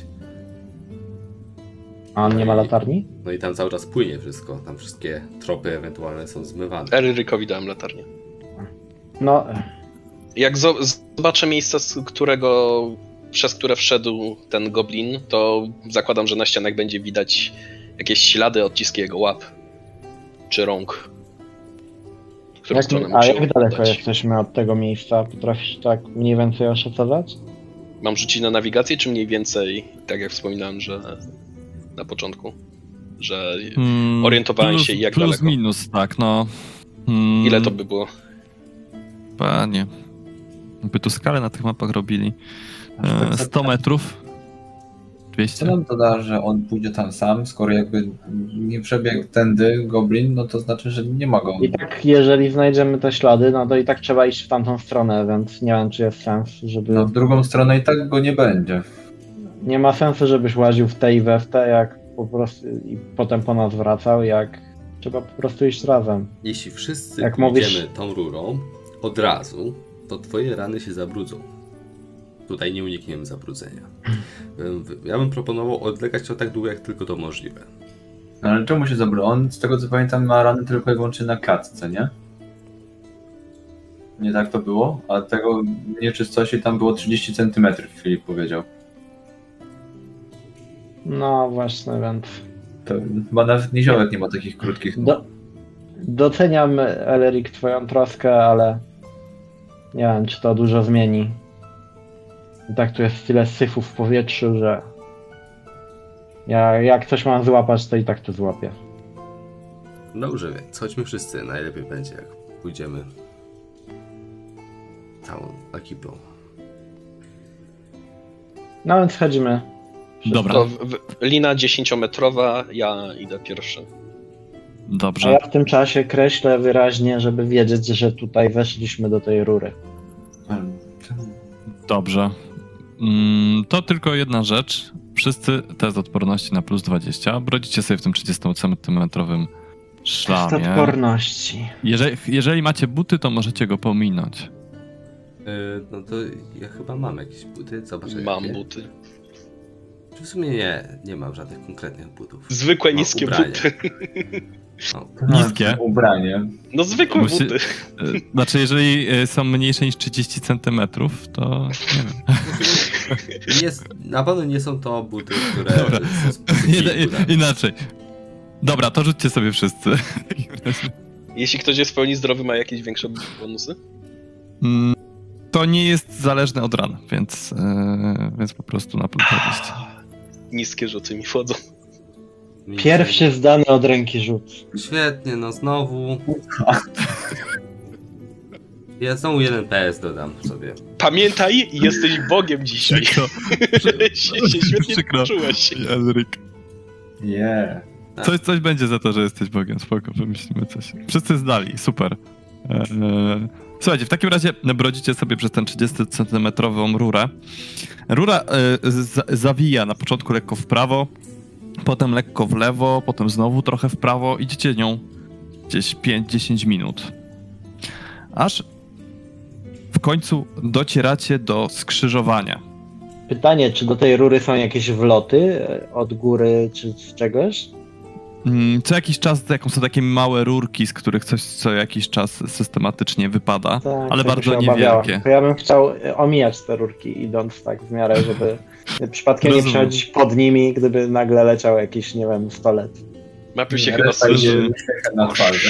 Speaker 3: A on nie ma latarni?
Speaker 2: No i tam cały czas płynie wszystko, tam wszystkie tropy ewentualne są zmywane.
Speaker 4: Eryrykowi dałem latarnię.
Speaker 3: No,
Speaker 4: Jak zobaczę miejsce, przez które wszedł ten goblin, to zakładam, że na ścianach będzie widać jakieś ślady, odciski jego łap czy rąk. W którą stronę
Speaker 3: a
Speaker 4: musiał
Speaker 3: jak daleko
Speaker 4: udać.
Speaker 3: jesteśmy od tego miejsca? Potrafisz tak mniej więcej oszacować?
Speaker 4: Mam rzucić na nawigację, czy mniej więcej, tak jak wspominałem, że na początku, że orientowałem się jak
Speaker 1: plus
Speaker 4: daleko.
Speaker 1: minus, tak, no.
Speaker 4: Ile to by było?
Speaker 1: Panie. Jakby tu skalę na tych mapach robili.
Speaker 5: tak
Speaker 1: 100 metrów.
Speaker 5: Co
Speaker 1: 200.
Speaker 5: nam to da, że on pójdzie tam sam, skoro jakby nie przebiegł tędy goblin, no to znaczy, że nie ma go.
Speaker 3: I tak, jeżeli znajdziemy te ślady, no to i tak trzeba iść w tamtą stronę, więc nie wiem, czy jest sens, żeby...
Speaker 5: No w drugą stronę i tak go nie będzie.
Speaker 3: Nie ma sensu, żebyś łaził w te i we w te, jak po prostu i potem po nas wracał, jak trzeba po prostu iść razem.
Speaker 2: Jeśli wszyscy
Speaker 3: Jak
Speaker 2: pójdziemy
Speaker 3: mówisz-
Speaker 2: tą rurą od razu, to twoje rany się zabrudzą. Tutaj nie unikniemy zabrudzenia. Ja bym proponował odlegać to tak długo, jak tylko to możliwe.
Speaker 5: No, ale czemu się zabrał? On, z tego co pamiętam, ma rany tylko i wyłącznie na klatce, nie? Nie tak to było? A tego nieczystości tam było 30 cm, Filip powiedział.
Speaker 3: No właśnie, więc...
Speaker 5: To chyba nawet niziołek nie ma takich krótkich nóg.
Speaker 3: Doceniam, Elric, twoją troskę, ale nie wiem, czy to dużo zmieni. I tak tu jest tyle syfów w powietrzu, że jak coś mam złapać, to i tak to złapię.
Speaker 2: Dobrze, więc chodźmy wszyscy. Najlepiej będzie, jak pójdziemy całą ekipą.
Speaker 3: No więc chodzimy.
Speaker 1: Dobra,
Speaker 4: To lina 10-metrowa, ja idę pierwszy.
Speaker 3: A
Speaker 1: dobrze.
Speaker 3: ja w tym czasie kreślę wyraźnie, żeby wiedzieć, że tutaj weszliśmy do tej rury.
Speaker 1: Dobrze. To tylko jedna rzecz. Wszyscy test odporności na plus 20. Brodzicie sobie w tym 30-centymetrowym
Speaker 3: Test
Speaker 1: szlamie.
Speaker 3: odporności.
Speaker 1: Jeżeli macie buty, to możecie go pominąć.
Speaker 2: No to ja chyba mam jakieś buty. Zobaczę.
Speaker 4: Mam
Speaker 2: jakie.
Speaker 4: buty.
Speaker 2: W sumie nie mam żadnych konkretnych butów.
Speaker 4: Zwykłe
Speaker 2: Mam
Speaker 4: niskie
Speaker 2: ubrania.
Speaker 4: buty.
Speaker 1: Niskie.
Speaker 5: Ubranie.
Speaker 4: No zwykłe
Speaker 1: Musi-
Speaker 4: buty.
Speaker 1: Znaczy, jeżeli są mniejsze niż 30 cm, to nie wiem.
Speaker 2: Na pewno nie są to buty, które
Speaker 1: Dobra.
Speaker 2: są specyficznymi butami.
Speaker 1: Inaczej. Dobra, to rzućcie sobie wszyscy.
Speaker 4: Jeśli ktoś jest w pełni zdrowy, ma jakieś większe bonusy?
Speaker 1: To nie jest zależne od ran, więc po prostu na plus 20.
Speaker 4: Niskie rzuty mi wchodzą.
Speaker 3: Pierwszy zdany od ręki rzut.
Speaker 2: Świetnie, no znowu. Ja znowu 1 PS dodam sobie.
Speaker 4: Pamiętaj, jesteś Bogiem dzisiaj.
Speaker 1: Przykro.
Speaker 4: się świetnie
Speaker 1: Przykro.
Speaker 4: poczułeś.
Speaker 1: Elryk.
Speaker 5: Nie.
Speaker 1: Coś będzie za to, że jesteś Bogiem, spoko, wymyślimy coś. Wszyscy zdali, super. Słuchajcie, w takim razie brodzicie sobie przez ten 30-centymetrową rurę. Rura zawija na początku lekko w prawo, potem lekko w lewo, potem znowu trochę w prawo. Idziecie nią gdzieś 5-10 minut. Aż w końcu docieracie do skrzyżowania.
Speaker 3: Pytanie, czy do tej rury są jakieś wloty od góry, czy z czegoś?
Speaker 1: Co jakiś czas są takie małe rurki, z których coś co jakiś czas systematycznie wypada,
Speaker 3: Tak,
Speaker 1: ale
Speaker 3: tak
Speaker 1: bardzo
Speaker 3: się obawiałem.
Speaker 1: niewielkie.
Speaker 3: To ja bym chciał omijać te rurki, idąc tak w miarę, żeby przypadkiem nie
Speaker 1: Rozumiem.
Speaker 3: przechodzić pod nimi, gdyby nagle leciał jakiś, nie wiem, stolet.
Speaker 4: Mapił się
Speaker 5: Nie,
Speaker 4: chyba
Speaker 5: reszta
Speaker 4: słyszy.
Speaker 5: idzie uśmiechem na twarzy.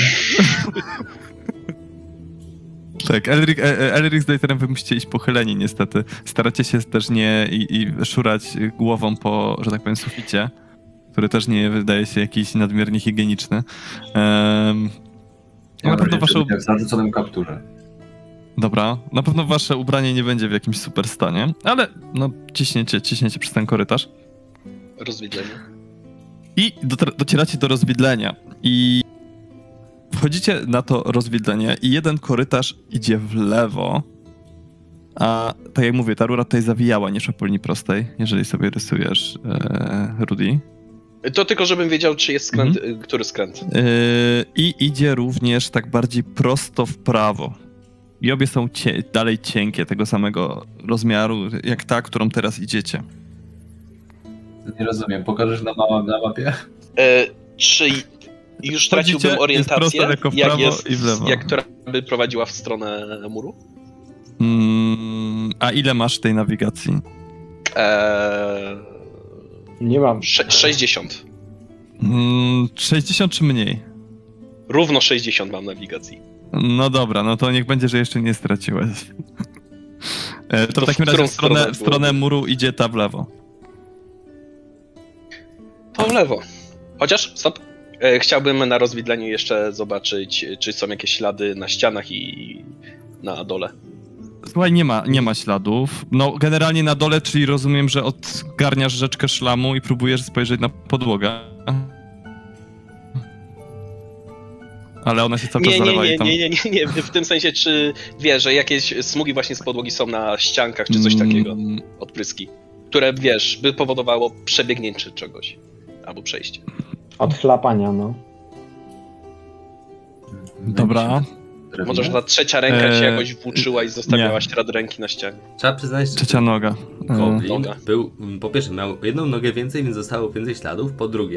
Speaker 1: Tak, Elric z Dejterem wy musicie iść pochyleni niestety. Staracie się też nie i szurać głową po, że tak powiem, suficie, który też nie wydaje się jakiś nadmiernie higieniczny. Na pewno wasze...
Speaker 5: W zarzuconym kapturze.
Speaker 1: Dobra, na pewno wasze ubranie nie będzie w jakimś super stanie, ale no ciśniecie przez ten korytarz
Speaker 4: Rozwidlenie.
Speaker 1: i docieracie do rozwidlenia i wchodzicie na to rozwidlenie i jeden korytarz idzie w lewo, a tak jak mówię, ta rura tutaj zawijała, nie szła po linii prostej, jeżeli sobie rysujesz, Rudy.
Speaker 4: To tylko, żebym wiedział, czy jest skręt, który skręt.
Speaker 1: I idzie również tak bardziej prosto w prawo. I obie są dalej cienkie, tego samego rozmiaru, jak ta, którą teraz idziecie.
Speaker 5: Nie rozumiem, pokażesz na mapie?
Speaker 4: Czy już
Speaker 1: Wchodzicie,
Speaker 4: traciłbym
Speaker 1: jest
Speaker 4: orientację,
Speaker 1: prosto, lekko w
Speaker 4: jak
Speaker 1: prawo
Speaker 4: jest,
Speaker 1: i w lewo.
Speaker 4: jak która by prowadziła w stronę muru?
Speaker 1: A ile masz tej nawigacji?
Speaker 3: Nie mam.
Speaker 4: 60.
Speaker 1: 60 czy mniej?
Speaker 4: Równo 60 mam nawigacji.
Speaker 1: No dobra, no to niech będzie, że jeszcze nie straciłeś. To w
Speaker 4: w
Speaker 1: takim razie
Speaker 4: którą
Speaker 1: w stronę
Speaker 4: stronę
Speaker 1: muru idzie ta w lewo.
Speaker 4: To w lewo. Chociaż, stop. Chciałbym na rozwidleniu jeszcze zobaczyć, czy są jakieś ślady na ścianach i na dole.
Speaker 1: Słuchaj, nie ma śladów. No generalnie na dole, czyli rozumiem, że odgarniasz rzeczkę szlamu i próbujesz spojrzeć na podłogę. Ale ona się cały czas zalewa i tam...
Speaker 4: Nie. W tym sensie, czy wiesz, że jakieś smugi właśnie z podłogi są na ściankach, czy coś takiego, odpryski, które, wiesz, by powodowało przebiegnięcie czegoś, albo przejście.
Speaker 3: Od chlapania, no.
Speaker 1: Dobra.
Speaker 4: Może ta trzecia ręka się jakoś włóczyła i zostawiała ślad ręki na ścianie.
Speaker 2: Trzeba przyznać, że
Speaker 1: Trzecia noga.
Speaker 2: Goblin
Speaker 4: Noga.
Speaker 2: był, po pierwsze miał jedną nogę więcej, więc zostało więcej śladów,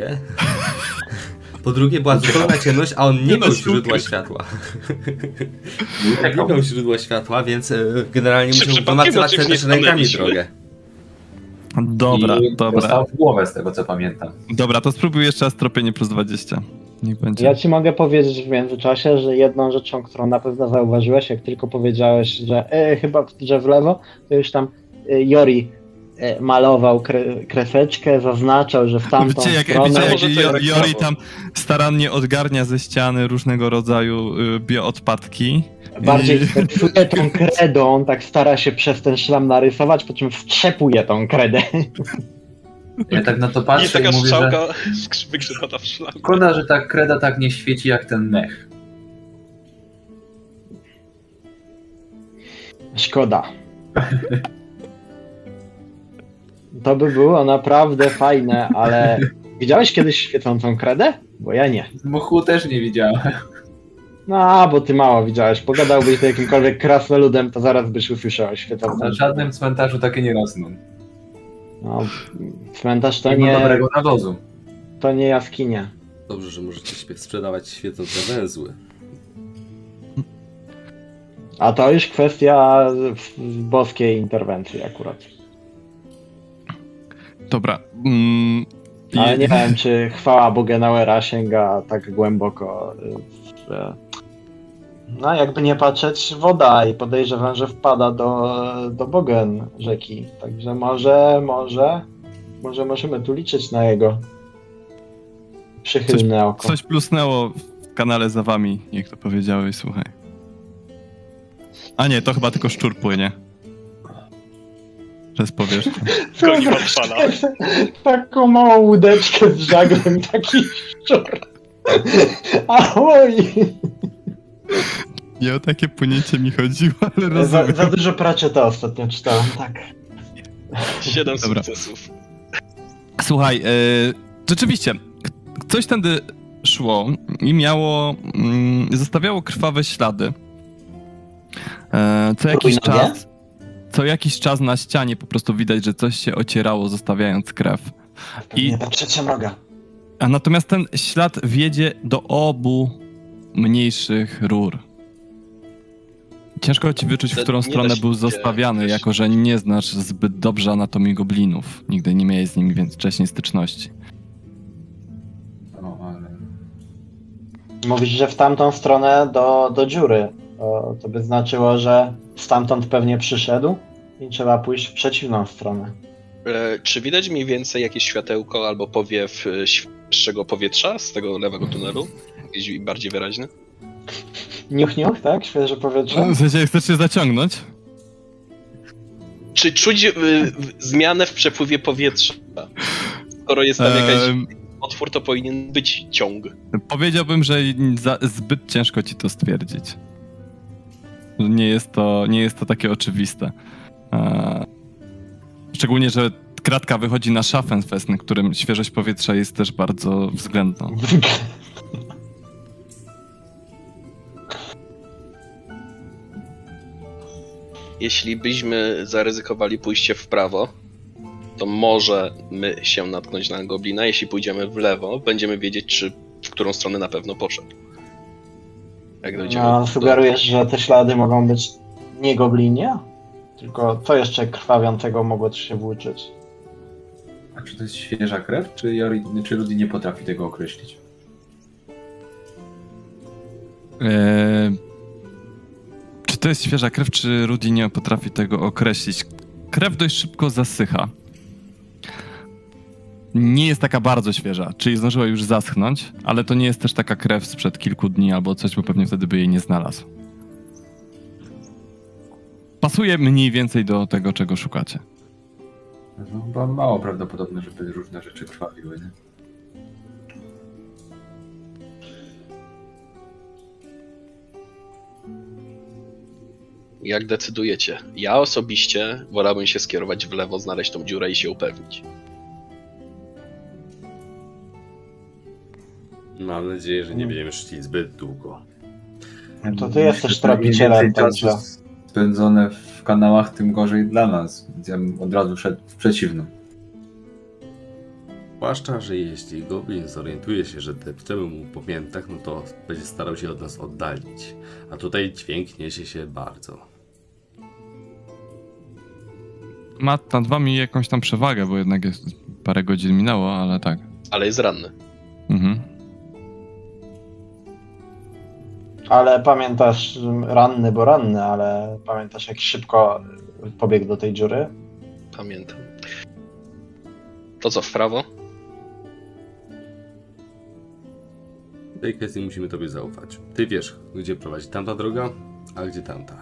Speaker 2: po drugie była zupełna ciemność, a on nie miał źródła światła. Nie miał źródła światła, więc generalnie
Speaker 4: Czy
Speaker 2: musiał
Speaker 4: przypadkiem
Speaker 2: wymacywać
Speaker 4: na czymś
Speaker 2: też
Speaker 4: nie
Speaker 2: rękami
Speaker 4: stanęliśmy?
Speaker 2: drogę.
Speaker 1: Dobra,
Speaker 5: I
Speaker 1: dobra.
Speaker 5: dostał w głowę z tego, co pamiętam.
Speaker 1: Dobra, to spróbuj jeszcze raz tropienie plus 20. Niech będzie.
Speaker 3: Ja ci mogę powiedzieć w międzyczasie, że jedną rzeczą, którą na pewno zauważyłeś, jak tylko powiedziałeś, że chyba że w lewo, to już tam Jori malował kreseczkę, zaznaczał, że w tamtą
Speaker 1: Widzicie,
Speaker 3: stronę.
Speaker 4: Może to jest
Speaker 1: Jori
Speaker 4: prawo.
Speaker 1: tam starannie odgarnia ze ściany różnego rodzaju bioodpadki.
Speaker 3: Bardziej psuje tą kredą, tak stara się przez ten szlam narysować, po czym wstrzepuje tą kredę.
Speaker 5: Ja tak na to
Speaker 4: I
Speaker 5: patrzę
Speaker 4: taka
Speaker 5: i mówię, że
Speaker 4: strzałka wygrzebana w szlaku.
Speaker 5: szkoda, że ta kreda tak nie świeci jak ten mech.
Speaker 3: Szkoda. To by było naprawdę fajne, ale widziałeś kiedyś świecącą kredę? Bo ja nie.
Speaker 5: Z mchu też nie widziałem.
Speaker 3: No, bo ty mało widziałeś. Pogadałbyś z jakimkolwiek krasnoludem, to zaraz byś usłyszał świecącą.
Speaker 5: Na żadnym cmentarzu takie nie rosną.
Speaker 3: No, cmentarz to
Speaker 5: Nie ma
Speaker 3: nie,
Speaker 5: dobrego nawozu.
Speaker 3: to nie jaskinia.
Speaker 2: Dobrze, że możecie sprzedawać świecące węzły.
Speaker 3: A to już kwestia boskiej interwencji akurat.
Speaker 1: Dobra.
Speaker 3: Ale nie wiem, czy chwała Bogenauera sięga tak głęboko, że... No, jakby nie patrzeć, woda i podejrzewam, że wpada do Bogen rzeki. Także może możemy tu liczyć na jego przychylne oko.
Speaker 1: Coś plusnęło w kanale za wami, jak to powiedziałeś, słuchaj. A nie, to chyba tylko szczur płynie. Przez powierzchnię.
Speaker 4: Goni odpala.
Speaker 3: Taką małą łódeczkę z żaglem, taki szczur. Ahoj!
Speaker 1: Nie o takie płynięcie mi chodziło, ale rozumiem.
Speaker 3: Za dużo Pratchetta ostatnio czytałem, tak.
Speaker 4: 7
Speaker 1: Dobra.
Speaker 4: sukcesów.
Speaker 1: Słuchaj, rzeczywiście, coś tędy szło i miało, zostawiało krwawe ślady. Co jakiś czas na ścianie po prostu widać, że coś się ocierało, zostawiając krew.
Speaker 3: Nie patrzcie mroga.
Speaker 1: A natomiast ten ślad wiedzie do obu mniejszych rur. Ciężko ci wyczuć, w którą stronę był zostawiany, jako że nie znasz zbyt dobrze anatomii goblinów. Nigdy nie miałeś z nimi więc wcześniej styczności.
Speaker 5: No, ale...
Speaker 3: Mówisz, że w tamtą stronę do dziury. To by znaczyło, że stamtąd pewnie przyszedł i trzeba pójść w przeciwną stronę.
Speaker 4: Czy widać mniej więcej jakieś światełko albo powiew świeżego powietrza z tego lewego tunelu? Jakieś bardziej wyraźne?
Speaker 3: Niuch, tak? Świeże powietrze?
Speaker 1: W sensie, chcesz się zaciągnąć?
Speaker 4: Czy czuć zmianę w przepływie powietrza? Skoro jest tam jakaś otwór, to powinien być ciąg.
Speaker 1: Powiedziałbym, że zbyt ciężko ci to stwierdzić. Nie jest to takie oczywiste. Szczególnie, że kratka wychodzi na Schaffenfest, na którym świeżość powietrza jest też bardzo względna.
Speaker 4: Jeśli byśmy zaryzykowali pójście w prawo, to możemy się natknąć na goblina. Jeśli pójdziemy w lewo, będziemy wiedzieć, w którą stronę na pewno poszedł. Jak dojdziemy
Speaker 3: sugerujesz, że te ślady mogą być nie goblinie? Tylko co jeszcze krwawiącego mogło tu się włóczyć?
Speaker 5: A czy to jest świeża krew, czy Rudy nie potrafi tego określić?
Speaker 1: Czy to jest świeża krew, czy Rudy nie potrafi tego określić? Krew dość szybko zasycha. Nie jest taka bardzo świeża, czyli zdążyła już zaschnąć, ale to nie jest też taka krew sprzed kilku dni albo coś, bo pewnie wtedy by jej nie znalazł. Pasuje mniej więcej do tego, czego szukacie.
Speaker 5: No, chyba mało prawdopodobne, żeby różne rzeczy krwawiły, nie?
Speaker 4: Jak decydujecie? Ja osobiście wolałbym się skierować w lewo, znaleźć tą dziurę i się upewnić.
Speaker 2: Mam nadzieję, że nie będziemy szli zbyt długo.
Speaker 3: To ty jesteś tropicielem, także...
Speaker 5: Spędzone w kanałach, tym gorzej dla nas, więc ja bym od razu szedł w przeciwną.
Speaker 2: Zwłaszcza, że jeśli goblin zorientuje się, że depczemy mu po piętach, no to będzie starał się od nas oddalić. A tutaj dźwięk niesie się bardzo.
Speaker 1: Ma nad wami jakąś tam przewagę, bo jednak jest parę godzin minęło, ale tak.
Speaker 4: Ale jest ranny.
Speaker 1: Mhm.
Speaker 3: Ale pamiętasz, ranny, ale pamiętasz, jak szybko pobiegł do tej dziury?
Speaker 4: Pamiętam. To co, w prawo?
Speaker 2: W tej kwestii musimy tobie zaufać. Ty wiesz, gdzie prowadzi tamta droga, a gdzie tamta.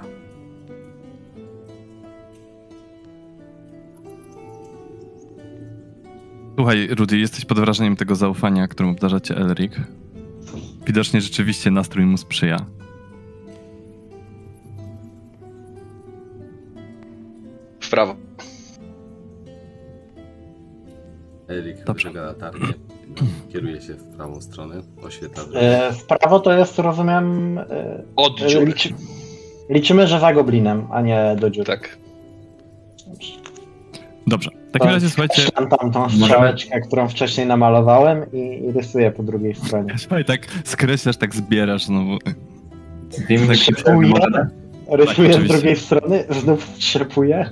Speaker 1: Słuchaj, Rudy, jesteś pod wrażeniem tego zaufania, którym obdarzacie Elric. Widocznie rzeczywiście nastrój mu sprzyja.
Speaker 4: W prawo.
Speaker 2: Erik wyciąga latarnię, kieruje się w prawą stronę, oświetla drogę.
Speaker 3: W prawo to jest, rozumiem...
Speaker 4: Od dziury.
Speaker 3: Liczymy, że za goblinem, a nie do dziury.
Speaker 4: Tak.
Speaker 1: Dobrze. takim razie, słuchajcie,
Speaker 3: Mam tam tą strzałeczkę, którą wcześniej namalowałem i rysuję po drugiej stronie.
Speaker 1: słuchaj, tak skreślasz, tak zbierasz znowu.
Speaker 5: Wiem,
Speaker 1: Tak
Speaker 5: że
Speaker 1: się
Speaker 5: się może.
Speaker 3: Rysuję z
Speaker 1: oczywiście.
Speaker 3: drugiej strony, znów strzepuję.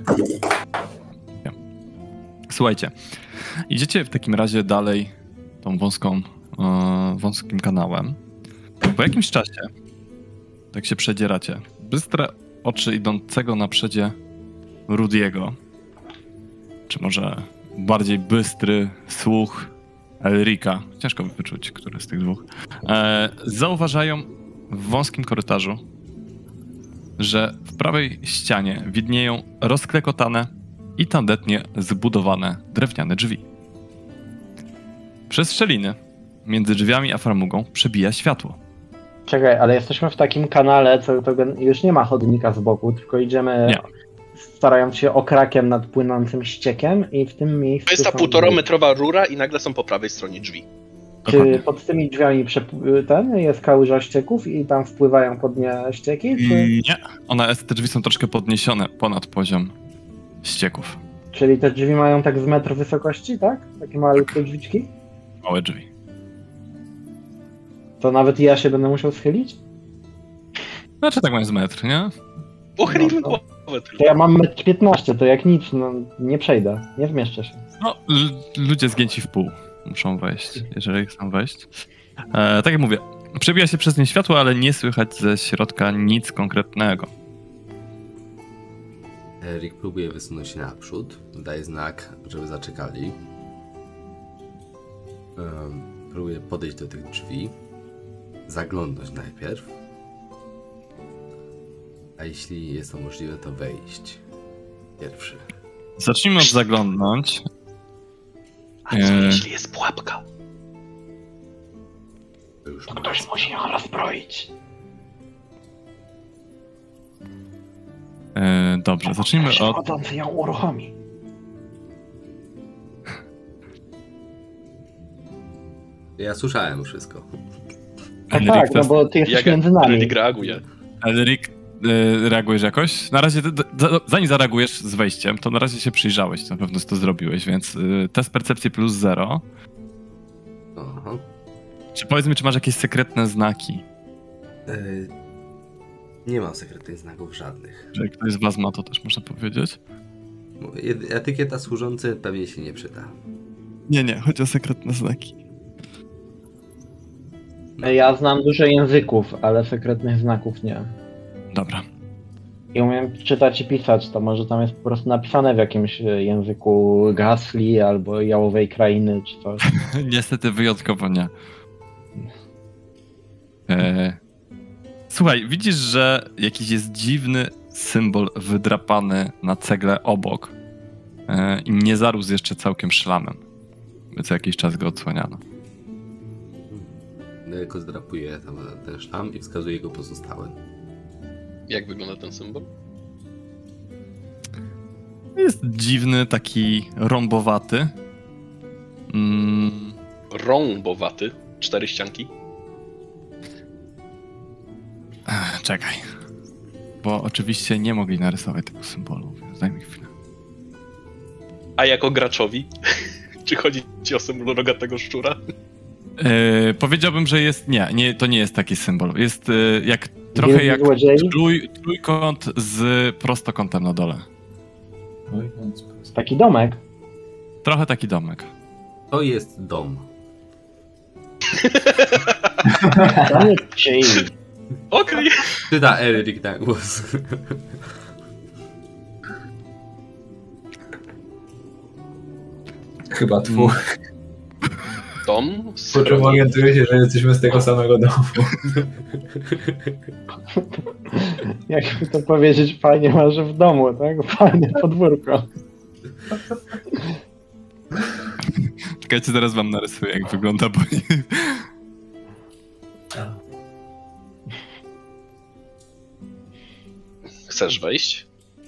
Speaker 1: Słuchajcie, idziecie w takim razie dalej tą wąskim kanałem. Po jakimś czasie, tak się przedzieracie, bystre oczy idącego na przedzie Rudiego, czy może bardziej bystry słuch Elrika, ciężko wyczuć, który z tych dwóch, zauważają w wąskim korytarzu, że w prawej ścianie widnieją rozklekotane i tandetnie zbudowane drewniane drzwi. Przez szczeliny między drzwiami a framugą przebija światło.
Speaker 3: Czekaj, ale jesteśmy w takim kanale, co już nie ma chodnika z boku, tylko idziemy
Speaker 1: Nie.
Speaker 3: starając się okrakiem nad płynącym ściekiem i w tym miejscu...
Speaker 4: To jest ta
Speaker 3: są
Speaker 4: 1,5-metrowa rura i nagle są po prawej stronie drzwi.
Speaker 1: Dokładnie.
Speaker 3: Czy pod tymi drzwiami jest kałuża ścieków i tam wpływają pod nie ścieki? Czy...
Speaker 1: Nie, te drzwi są troszkę podniesione ponad poziom ścieków.
Speaker 3: Czyli te drzwi mają tak z metr wysokości, tak? Takie malutkie drzwiczki?
Speaker 1: Małe drzwi.
Speaker 3: To nawet ja się będę musiał schylić?
Speaker 1: Znaczy tak mają z metr, nie?
Speaker 4: Pochyliłem
Speaker 3: No,
Speaker 4: głowę tylko.
Speaker 3: To ja mam 1,15 m, to jak nic, no nie przejdę, nie zmieszczę się.
Speaker 1: No, ludzie zgięci w pół muszą wejść, jeżeli chcą wejść. Tak jak mówię, przebija się przez nie światło, ale nie słychać ze środka nic konkretnego.
Speaker 2: Rick próbuje wysunąć się naprzód, daje znak, żeby zaczekali. Próbuje podejść do tych drzwi, zaglądnąć najpierw, a jeśli jest to możliwe, to wejść pierwszy.
Speaker 1: Zacznijmy od zaglądnąć.
Speaker 4: A co jeśli jest pułapka?
Speaker 2: To już
Speaker 3: To ktoś musi ją rozbroić.
Speaker 1: Dobrze, zacznijmy od...
Speaker 3: Chodzący ją uruchomi.
Speaker 2: Ja słyszałem już wszystko.
Speaker 3: Tak, no bo ty jesteś
Speaker 4: Jak
Speaker 3: między nami.
Speaker 4: Rick reaguje?
Speaker 1: Elric, reagujesz jakoś? Na razie, zanim zareagujesz z wejściem, to na razie się przyjrzałeś, na pewno to zrobiłeś, więc test percepcji plus 0.
Speaker 2: Aha.
Speaker 1: Czy powiedz mi, czy masz jakieś sekretne znaki?
Speaker 2: Nie mam sekretnych znaków żadnych.
Speaker 1: Że jak ktoś z was ma, to też można powiedzieć?
Speaker 2: Etykieta służący pewnie się nie przyda.
Speaker 1: Nie, chodzi o sekretne znaki.
Speaker 3: Ja znam dużo języków, ale sekretnych znaków nie.
Speaker 1: Dobra.
Speaker 3: I umiem czytać i pisać, to może tam jest po prostu napisane w jakimś języku Gasli albo Jałowej Krainy czy coś.
Speaker 1: Niestety wyjątkowo nie. Słuchaj, widzisz, że jakiś jest dziwny symbol wydrapany na cegle obok i nie zarósł jeszcze całkiem szlamem. By co jakiś czas go odsłaniano.
Speaker 2: Tylko zdrapuje tam ten szlam i wskazuje go pozostałe.
Speaker 4: Jak wygląda ten symbol?
Speaker 1: Jest dziwny, taki rąbowaty.
Speaker 4: Rąbowaty. 4 ścianki.
Speaker 1: Czekaj. Bo oczywiście nie mogli narysować tego symbolu, więc daj mi chwilę.
Speaker 4: A jako graczowi? Czy chodzi ci o symbol rogatego szczura?
Speaker 1: Powiedziałbym, że jest... Nie, to nie jest taki symbol. Jest trochę
Speaker 3: Wielki
Speaker 1: jak
Speaker 3: złodziei?
Speaker 1: trójkąt z prostokątem na dole.
Speaker 3: Taki domek.
Speaker 1: Trochę taki domek.
Speaker 2: To jest dom.
Speaker 3: To nie czyj.
Speaker 4: Okej.
Speaker 2: Czyta Elric na głos.
Speaker 5: Chyba twój.
Speaker 4: Dom?
Speaker 5: Po czym orientuję się, że jesteśmy z tego samego domu.
Speaker 3: Jakby to powiedzieć, fajnie masz w domu, tak? Fajne podwórko.
Speaker 1: Czekajcie, zaraz wam narysuję, jak wygląda, bo nie...
Speaker 4: Chcesz wejść?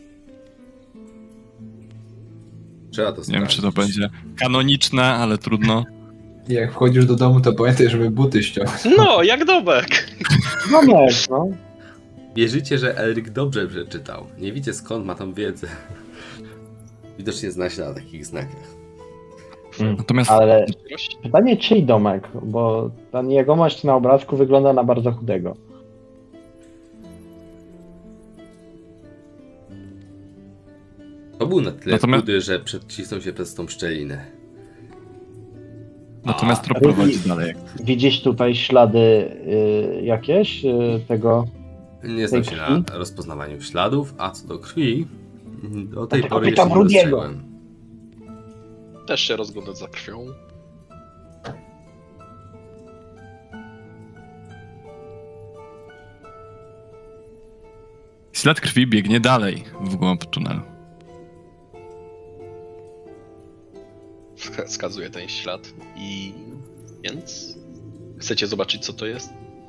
Speaker 2: Trzeba to
Speaker 1: Nie wiem, czy to
Speaker 2: sprawdzić.
Speaker 1: będzie kanoniczne, ale trudno.
Speaker 5: Jak wchodzisz do domu, to pamiętaj, żeby buty ściągnąć.
Speaker 4: No, jak domek.
Speaker 3: Domek, no.
Speaker 2: Wierzycie, że Elric dobrze przeczytał. Nie wiecie skąd ma tam wiedzę. Widocznie zna się na takich znakach.
Speaker 1: Natomiast
Speaker 3: Ale pytanie, czyj domek? Bo ten jegomość na obrazku wygląda na bardzo chudego.
Speaker 2: To był na tyle
Speaker 1: Natomiast-
Speaker 2: chudy, że przecisnął się przez tą szczelinę.
Speaker 1: trop prowadzi dalej.
Speaker 3: Widzisz tutaj ślady jakieś tego?
Speaker 2: Nie znam
Speaker 3: tej
Speaker 2: się
Speaker 3: krwi?
Speaker 2: na rozpoznawaniu śladów, a co do krwi, do tej
Speaker 3: tylko
Speaker 2: pory
Speaker 3: pytam
Speaker 2: jeszcze nie
Speaker 3: Rudiego.
Speaker 2: dostrzegłem.
Speaker 4: Też się rozglądać za krwią.
Speaker 1: Ślad krwi biegnie dalej w głąb tunelu.
Speaker 4: Wskazuje ten ślad i... Więc? Chcecie zobaczyć, co to jest?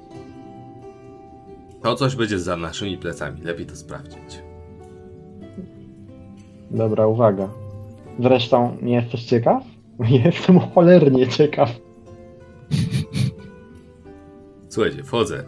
Speaker 2: To coś będzie za naszymi plecami, lepiej to sprawdzić.
Speaker 3: Dobra, uwaga. Zresztą, nie jesteś ciekaw? Jestem cholernie ciekaw.
Speaker 2: Słuchajcie, wchodzę.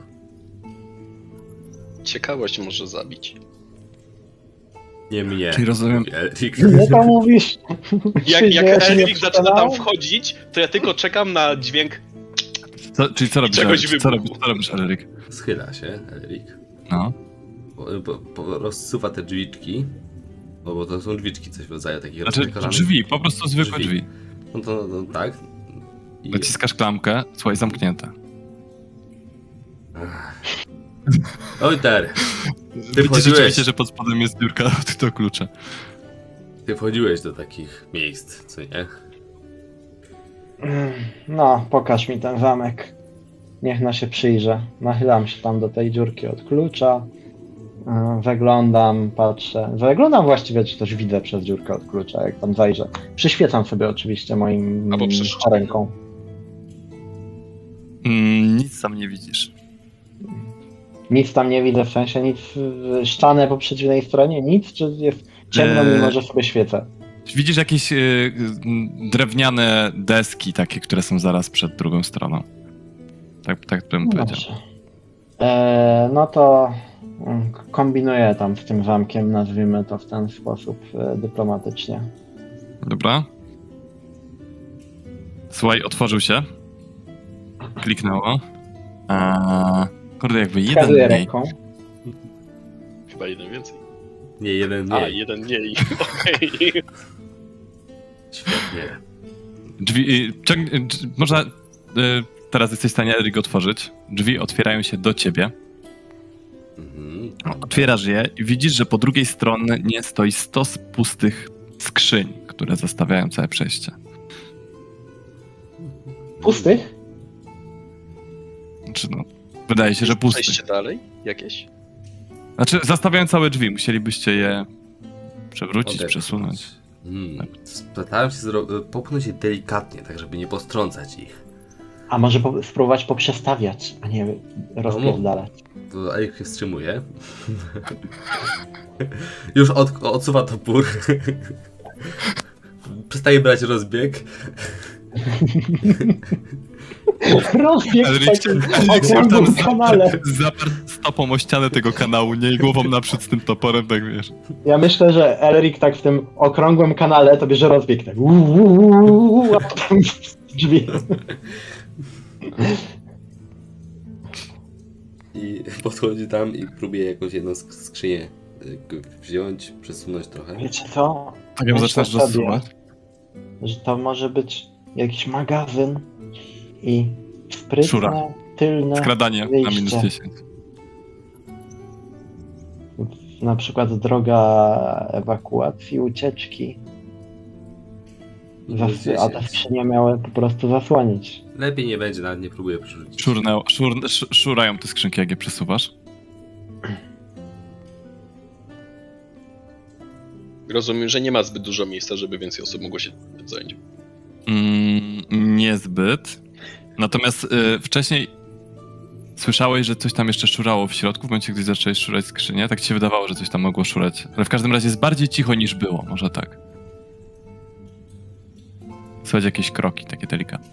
Speaker 4: Ciekawość może zabić.
Speaker 2: Nie mnie.
Speaker 1: Czyli rozumiem-
Speaker 2: mówi Elric.
Speaker 3: Nie to mówisz.
Speaker 4: Jak
Speaker 3: Przyjdziesz, nie
Speaker 4: Elric zaczyna tam
Speaker 3: przekonał?
Speaker 4: wchodzić, to ja tylko czekam na dźwięk.
Speaker 1: Czyli co robisz,
Speaker 4: czegoś
Speaker 1: Elric? Co
Speaker 4: wybuchło.
Speaker 1: robisz, Elric?
Speaker 2: Schyla się Elric.
Speaker 1: No.
Speaker 2: Rozsuwa te drzwiczki. Bo to są drzwiczki, coś w rodzaju takich
Speaker 1: Znaczy
Speaker 2: rozpiekarzanych.
Speaker 1: drzwi, po prostu zwykłe drzwi.
Speaker 2: No to tak. I...
Speaker 1: Dociskasz klamkę, słuchaj, zamknięte.
Speaker 2: Oj, Ter.
Speaker 1: Widzisz rzeczywiście, że pod spodem jest dziurka do klucza.
Speaker 2: Ty wchodziłeś do takich miejsc, co nie?
Speaker 3: No, pokaż mi ten zamek. Niech no się przyjrzę. Nachylam się tam do tej dziurki od klucza. Zaglądam, patrzę. Zaglądam właściwie, czy też widzę przez dziurkę od klucza, jak tam zajrzę. Przyświecam sobie oczywiście moim
Speaker 4: Albo przez ścianę.
Speaker 3: ręką.
Speaker 1: Nic tam nie widzisz.
Speaker 3: Nic tam nie widzę, w sensie nic, ścianę po przeciwnej stronie, nic, czy jest ciemno, mimo że sobie świecę.
Speaker 1: Widzisz jakieś drewniane deski takie, które są zaraz przed drugą stroną. Tak bym
Speaker 3: No
Speaker 1: powiedział.
Speaker 3: dobrze. No to kombinuję tam z tym zamkiem, nazwijmy to w ten sposób dyplomatycznie.
Speaker 1: Dobra. Słuchaj, otworzył się. Kliknęło. Kurde, jakby jeden
Speaker 3: Wskazuję
Speaker 1: mniej.
Speaker 3: ręką.
Speaker 4: Chyba jeden więcej.
Speaker 2: Nie, jeden
Speaker 4: A,
Speaker 2: nie.
Speaker 4: jeden mniej. Okej.
Speaker 2: Świetnie.
Speaker 1: Drzwi. Można. Teraz jesteś w stanie Elric otworzyć. Drzwi otwierają się do ciebie.
Speaker 2: Mhm.
Speaker 1: Otwierasz je i widzisz, że po drugiej stronie stoi stos pustych skrzyń, które zastawiają całe przejście.
Speaker 3: Pustych?
Speaker 1: Znaczy, no, wydaje się, że pustych.
Speaker 4: Przejście dalej? Jakieś?
Speaker 1: Znaczy, zastawiają całe drzwi. Musielibyście je przewrócić,
Speaker 2: Odepchnąć.
Speaker 1: przesunąć.
Speaker 2: Starałem się popchnąć je delikatnie, tak żeby nie postrącać ich.
Speaker 3: A może spróbować poprzestawiać, a nie rozpierdalać.
Speaker 2: To Elric się wstrzymuje. Już odsuwa topór. Przestaje brać rozbieg.
Speaker 3: Rozbieg w
Speaker 1: Elric
Speaker 3: takim
Speaker 1: chciał tam
Speaker 3: okrągłym kanale.
Speaker 1: zaparł stopą o ścianę tego kanału, nie? I głową naprzód z tym toporem, tak wiesz.
Speaker 3: Ja myślę, że Elric tak w tym okrągłym kanale to bierze rozbieg tak. A potem drzwi.
Speaker 2: I podchodzi tam i próbuje jakąś jedną skrzynię wziąć, przesunąć trochę.
Speaker 3: Wiecie co?
Speaker 1: Tak ją
Speaker 3: Myślę
Speaker 1: zaczynasz
Speaker 3: sobie,
Speaker 1: rozsuwać.
Speaker 3: że to może być jakiś magazyn i sprytne,
Speaker 1: Szura.
Speaker 3: tylne
Speaker 1: Skradanie na
Speaker 3: wyjście.
Speaker 1: minus 10.
Speaker 3: Na przykład droga ewakuacji, ucieczki. A te skrzynie miały po prostu zasłonić.
Speaker 2: Lepiej nie będzie, nawet nie próbuję przerzucić.
Speaker 1: Szurają te skrzynki, jak je przesuwasz.
Speaker 4: Rozumiem, że nie ma zbyt dużo miejsca, żeby więcej osób mogło się tym zająć.
Speaker 1: Niezbyt. Natomiast wcześniej słyszałeś, że coś tam jeszcze szurało w środku, w momencie, gdy zacząłeś szurać skrzynię. Tak ci się wydawało, że coś tam mogło szurać. Ale w każdym razie jest bardziej cicho niż było, może tak. Słychać jakieś kroki, takie delikatne.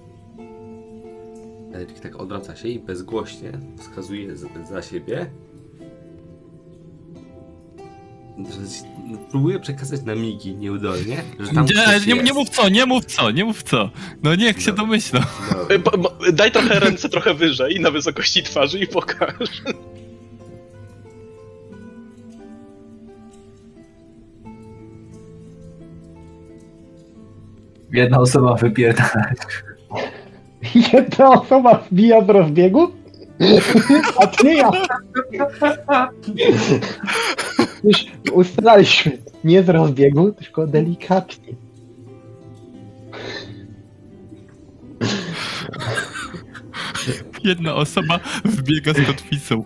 Speaker 2: Elric tak odwraca się i bezgłośnie wskazuje za siebie Próbuję przekazać na migi nieudolnie, że tam ktoś
Speaker 1: Nie
Speaker 2: jest.
Speaker 1: mów co. No niech się domyślą.
Speaker 2: Dobra.
Speaker 4: Daj trochę ręce trochę wyżej, na wysokości twarzy i pokaż.
Speaker 5: Jedna osoba wypierdala.
Speaker 3: Jedna osoba wbija z rozbiegu? A to nie ja. Już ustalaliśmy. Nie z rozbiegu, tylko delikatnie.
Speaker 1: Jedna osoba wbiega z kotwicą.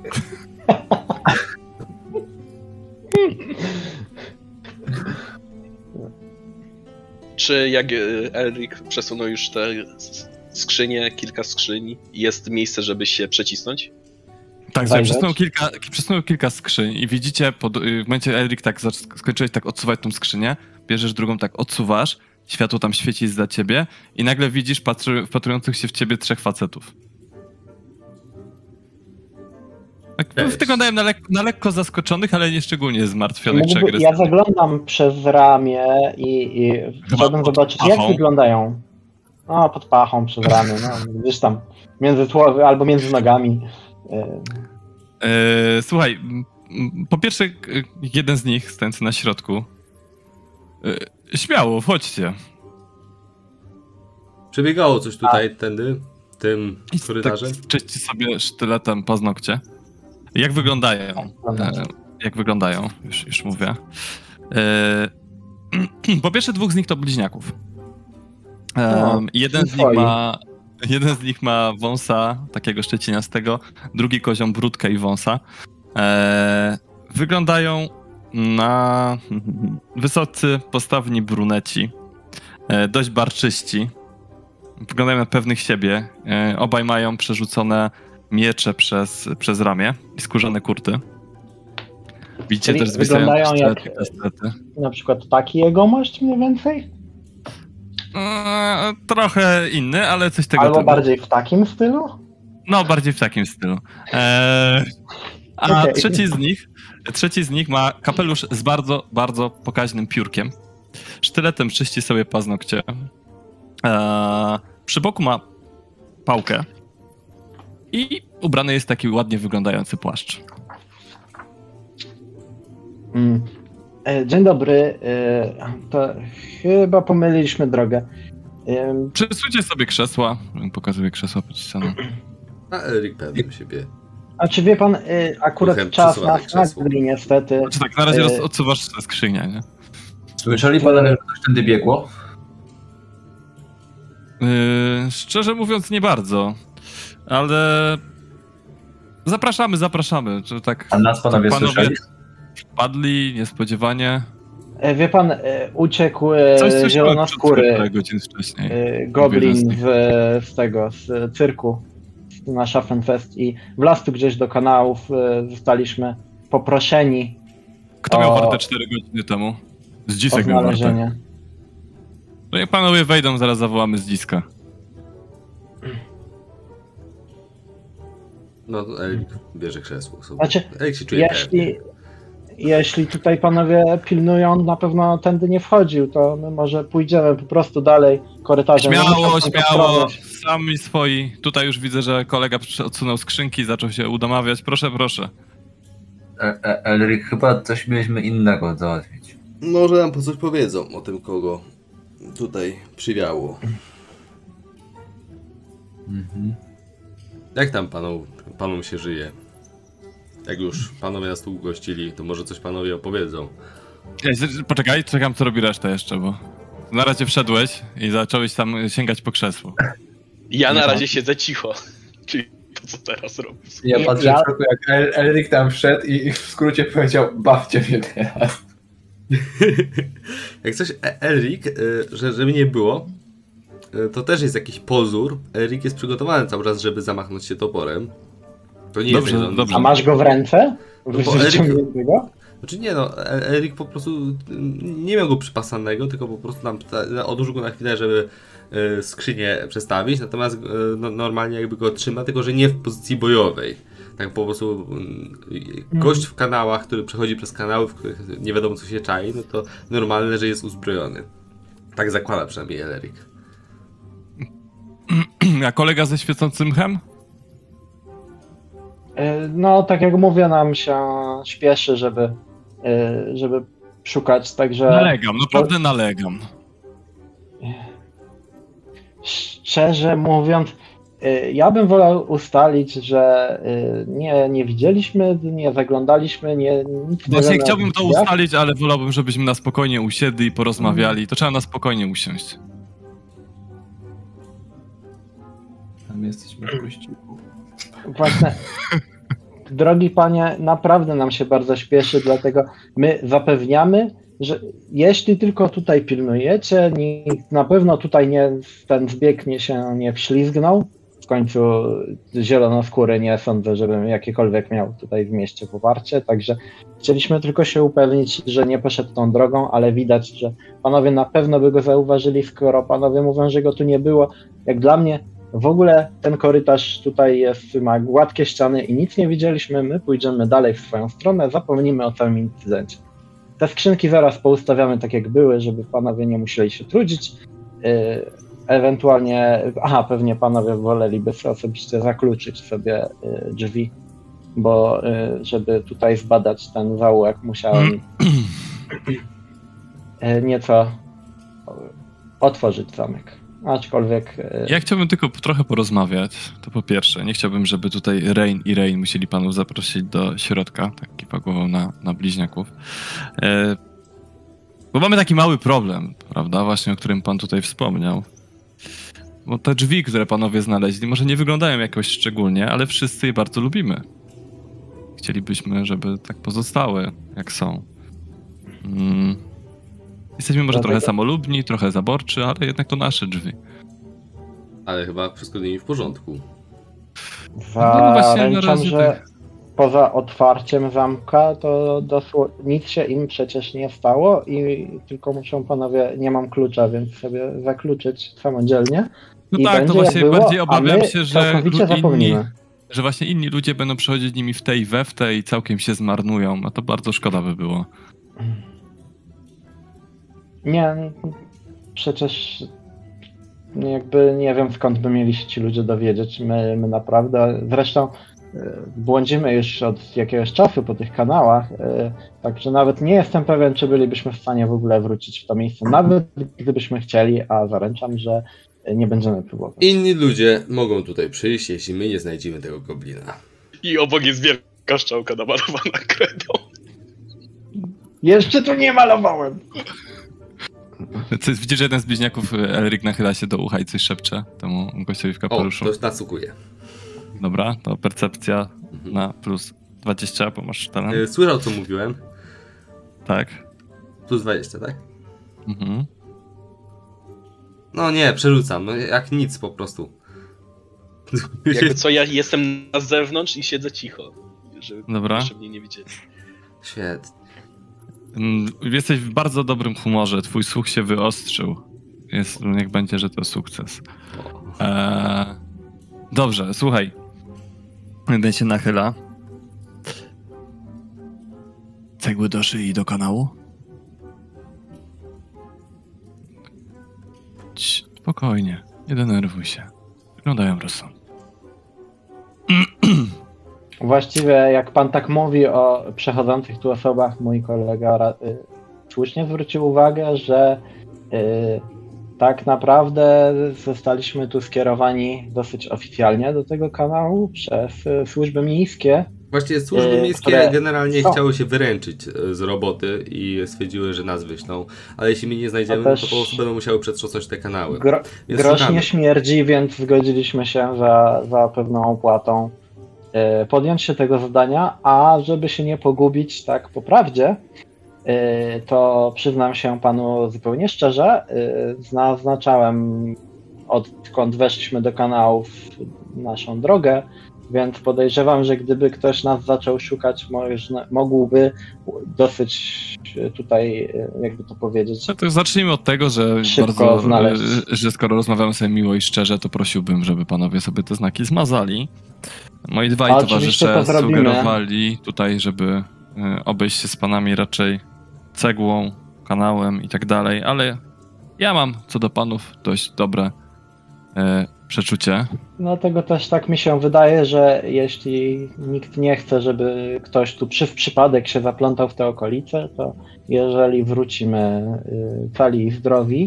Speaker 4: Czy jak Elric przesunął już te skrzynie, kilka skrzyni, jest miejsce, żeby się przecisnąć?
Speaker 1: Tak,
Speaker 3: Zajrzeć?
Speaker 1: przesunął kilka skrzyń i widzicie, w momencie Elric tak skończyłeś tak odsuwać tą skrzynię, bierzesz drugą, tak odsuwasz, światło tam świeci za ciebie i nagle widzisz wpatrujących się w ciebie 3 facetów. Tak,
Speaker 2: Cześć.
Speaker 1: wyglądają na lekko zaskoczonych, ale nie szczególnie zmartwionych czy
Speaker 3: Ja
Speaker 1: agresywnych.
Speaker 3: zaglądam przez ramię i chciałbym
Speaker 1: pod
Speaker 3: zobaczyć,
Speaker 1: pachą.
Speaker 3: jak wyglądają. O, pod pachą, przez ramię, no, gdzieś tam między tłowy albo między nogami.
Speaker 1: Słuchaj, po pierwsze, jeden z nich, stojący na środku, śmiało, wchodźcie.
Speaker 2: Przebiegało coś tutaj tędy, tym
Speaker 1: I
Speaker 2: korytarzem.
Speaker 1: tak czyści sobie sztyletem paznokcie. Jak wyglądają? Jak wyglądają? Już mówię. Po pierwsze, 2 z nich to bliźniaków. Jeden z nich ma wąsa, takiego szczeciniastego, drugi kozią brudkę i wąsa. Wyglądają na wysocy, postawni bruneci, dość barczyści. Wyglądają na pewnych siebie. Obaj mają przerzucone miecze przez ramię i skórzane kurty. Widzicie
Speaker 3: Czyli
Speaker 1: też zwisają
Speaker 3: wyglądają jak
Speaker 1: pistolety.
Speaker 3: na przykład taki jegomość mniej więcej?
Speaker 1: Trochę inny, ale coś tego
Speaker 3: Albo
Speaker 1: typu.
Speaker 3: bardziej w takim stylu?
Speaker 1: No, bardziej w takim stylu. A
Speaker 3: Okej.
Speaker 1: trzeci z nich ma kapelusz z bardzo, bardzo pokaźnym piórkiem. Sztyletem czyści sobie paznokcie. Przy boku ma pałkę. I ubrany jest taki ładnie wyglądający płaszcz.
Speaker 3: Dzień dobry. To chyba pomyliliśmy drogę.
Speaker 1: Przesuńcie sobie krzesła. Pokazuję krzesła pod ścianą.
Speaker 2: A Elric pewnie siebie.
Speaker 3: A czy wie pan, akurat
Speaker 2: Trochę
Speaker 3: czas
Speaker 2: przesuwamy
Speaker 3: na
Speaker 2: krzesło.
Speaker 3: handli niestety.
Speaker 1: Znaczy tak, na razie odsuwasz skrzynię, nie?
Speaker 5: Słyszeli panowie, że coś tędy biegło?
Speaker 1: Szczerze mówiąc nie bardzo. Ale zapraszamy. Czy tak,
Speaker 5: A nas panowie słyszeli?
Speaker 1: wpadli niespodziewanie.
Speaker 3: Wie pan, uciekł
Speaker 1: Coś słyszałem
Speaker 3: zielonoskóry
Speaker 1: parę godzin wcześniej.
Speaker 3: goblin
Speaker 1: Mówię
Speaker 3: z cyrku na Schaffenfest i wlazł tu gdzieś do kanałów. Zostaliśmy poproszeni
Speaker 1: Kto miał
Speaker 3: o-
Speaker 1: wartę 4 godziny temu?
Speaker 3: o
Speaker 1: Zdzisek miał wartę.
Speaker 3: znalezienie.
Speaker 1: No jak panowie wejdą, zaraz zawołamy Zdziska.
Speaker 2: No to Elric bierze krzesło sobie.
Speaker 3: Znaczy,
Speaker 2: Elric się czuje pewnie.
Speaker 3: Jeśli tutaj panowie pilnują, na pewno tędy nie wchodził, to my może pójdziemy po prostu dalej korytarzem. Nie
Speaker 1: Śmiało,
Speaker 3: muszę stąd
Speaker 1: śmiało.
Speaker 3: odprawiać.
Speaker 1: Sami swoi. Tutaj już widzę, że kolega odsunął skrzynki, zaczął się udomawiać. Proszę.
Speaker 5: Elric, chyba coś mieliśmy innego załatwić.
Speaker 2: Może nam po coś powiedzą o tym, kogo tutaj przywiało.
Speaker 5: Mhm.
Speaker 2: Jak tam panom się żyje? Jak już panowie nas tu ugościli, to może coś panowie opowiedzą.
Speaker 1: Poczekaj, czekam co robi reszta jeszcze, bo na razie wszedłeś i zacząłeś tam sięgać po krzesło.
Speaker 4: Ja na razie siedzę cicho. Czyli to, co teraz robię.
Speaker 5: Ja patrzę
Speaker 3: Ja-
Speaker 5: w szoku, jak Elric tam wszedł i w skrócie powiedział: bawcie mnie teraz.
Speaker 2: Jak coś Elric, żeby nie było, to też jest jakiś pozór. Elric jest przygotowany cały czas, żeby zamachnąć się toporem. To nie
Speaker 1: Dobrze,
Speaker 2: jest tak, że on...
Speaker 1: dobrze.
Speaker 3: A masz go w ręce?
Speaker 2: bo
Speaker 3: Wyciągniętego?
Speaker 2: Znaczy nie no, Elric po prostu nie miał go przypasanego, tylko po prostu tam odłożył go na chwilę, żeby skrzynię przestawić, natomiast normalnie jakby go trzyma, tylko że nie w pozycji bojowej. Tak po prostu gość w kanałach, który przechodzi przez kanały, w których nie wiadomo co się czai, no to normalne, że jest uzbrojony. Tak zakłada przynajmniej Elric.
Speaker 1: A kolega ze świecącym mchem?
Speaker 3: No, tak jak mówię, nam się śpieszy, żeby szukać, także...
Speaker 1: Nalegam, naprawdę nalegam.
Speaker 3: Szczerze mówiąc, ja bym wolał ustalić, że nie widzieliśmy, nie zaglądaliśmy, nic nie
Speaker 1: Właśnie
Speaker 3: wiemy
Speaker 1: chciałbym
Speaker 3: o
Speaker 1: to
Speaker 3: drzwiach.
Speaker 1: ustalić, ale wolałbym, żebyśmy na spokojnie usiedli i porozmawiali. To trzeba na spokojnie usiąść.
Speaker 5: A my jesteśmy w kościołu.
Speaker 3: Właśnie, drogi panie, naprawdę nam się bardzo śpieszy, dlatego my zapewniamy, że jeśli tylko tutaj pilnujecie, nikt na pewno tutaj ten zbieg się nie wślizgnął. W końcu zielonoskóry nie sądzę, żebym jakiekolwiek miał tutaj w mieście poparcie, także chcieliśmy tylko się upewnić, że nie poszedł tą drogą, ale widać, że panowie na pewno by go zauważyli, skoro panowie mówią, że go tu nie było. Jak dla mnie w ogóle ten korytarz tutaj ma gładkie ściany i nic nie widzieliśmy, my pójdziemy dalej w swoją stronę, zapomnimy o całym incydencie. Te skrzynki zaraz poustawiamy tak jak były, żeby panowie nie musieli się trudzić. Ewentualnie, pewnie panowie woleliby sobie osobiście zakluczyć sobie drzwi, bo żeby tutaj zbadać ten zaułek musiałem nieco otworzyć zamek. Aczkolwiek...
Speaker 1: Ja chciałbym tylko trochę porozmawiać. To po pierwsze, nie chciałbym, żeby tutaj Rain i Rain musieli panów zaprosić do środka, tak kiwa głową na bliźniaków. Bo mamy taki mały problem, prawda, właśnie o którym pan tutaj wspomniał. Bo te drzwi, które panowie znaleźli, może nie wyglądają jakoś szczególnie, ale wszyscy je bardzo lubimy. Chcielibyśmy, żeby tak pozostały, jak są. Jesteśmy może trochę samolubni, trochę zaborczy, ale jednak to nasze drzwi.
Speaker 2: Ale chyba wszystko z nimi w porządku.
Speaker 3: Zaręczam, że poza otwarciem zamka to nic się im przecież nie stało i tylko muszą panowie, nie mam klucza, więc sobie zakluczyć samodzielnie.
Speaker 1: No
Speaker 3: i
Speaker 1: tak, to właśnie
Speaker 3: było,
Speaker 1: bardziej obawiam się, że
Speaker 3: że
Speaker 1: właśnie inni ludzie będą przechodzić nimi w te i we w te i całkiem się zmarnują, a to bardzo szkoda by było.
Speaker 3: Nie, przecież jakby nie wiem skąd by mieli się ci ludzie dowiedzieć, my naprawdę, zresztą błądzimy już od jakiegoś czasu po tych kanałach, także nawet nie jestem pewien, czy bylibyśmy w stanie w ogóle wrócić w to miejsce, nawet gdybyśmy chcieli, a zaręczam, że nie będziemy próbować.
Speaker 2: Inni ludzie mogą tutaj przyjść, jeśli my nie znajdziemy tego goblina.
Speaker 4: I obok jest wielka strzałka namalowana kredą.
Speaker 3: Jeszcze tu nie malowałem!
Speaker 1: Widzisz, że jeden z bliźniaków, Elric, nachyla się do ucha i coś szepcze temu gościowi w kapeluszu.
Speaker 2: O, to nasłuchuje.
Speaker 1: Dobra, to percepcja na plus 20, bo masz talent.
Speaker 2: Słyszał, co mówiłem.
Speaker 1: Tak.
Speaker 2: Plus 20, tak?
Speaker 1: Mhm.
Speaker 2: No nie, przerzucam. No jak nic po prostu.
Speaker 4: Jakby co, ja jestem na zewnątrz i siedzę cicho. Żeby
Speaker 1: Dobra.
Speaker 4: jeszcze mnie nie widzieli.
Speaker 2: Świetnie.
Speaker 1: Jesteś w bardzo dobrym humorze, twój słuch się wyostrzył. Niech będzie, że to sukces. Dobrze, słuchaj. Jeden się nachyla. Cegły do szyi do kanału? Spokojnie, nie denerwuj się. Wyglądają rozsądnie.
Speaker 3: Właściwie jak pan tak mówi o przechodzących tu osobach, mój kolega słusznie zwrócił uwagę, że tak naprawdę zostaliśmy tu skierowani dosyć oficjalnie do tego kanału przez służby miejskie.
Speaker 2: Właściwie służby miejskie
Speaker 3: które
Speaker 2: generalnie chciały się wyręczyć z roboty i stwierdziły, że nas wyślą, ale jeśli my nie znajdziemy, to po prostu będą musiały przetrząsnąć te kanały.
Speaker 3: Grosz nie śmierdzi, więc zgodziliśmy się za pewną opłatą podjąć się tego zadania, a żeby się nie pogubić tak po prawdzie, to przyznam się panu zupełnie szczerze, naznaczałem odkąd weszliśmy do kanałów naszą drogę, więc podejrzewam, że gdyby ktoś nas zaczął szukać, mógłby dosyć tutaj, jakby to powiedzieć...
Speaker 1: No to zacznijmy od tego, że że skoro rozmawiamy sobie miło i szczerze, to prosiłbym, żeby panowie sobie te znaki zmazali. Moi dwaj
Speaker 3: A oczywiście
Speaker 1: towarzysze
Speaker 3: to zrobimy.
Speaker 1: sugerowali tutaj, żeby obejść się z panami raczej cegłą, kanałem i tak dalej, ale ja mam co do panów dość dobre przeczucie.
Speaker 3: Dlatego też tak mi się wydaje, że jeśli nikt nie chce, żeby ktoś tu w przypadek się zaplątał w te okolice, to jeżeli wrócimy cali i zdrowi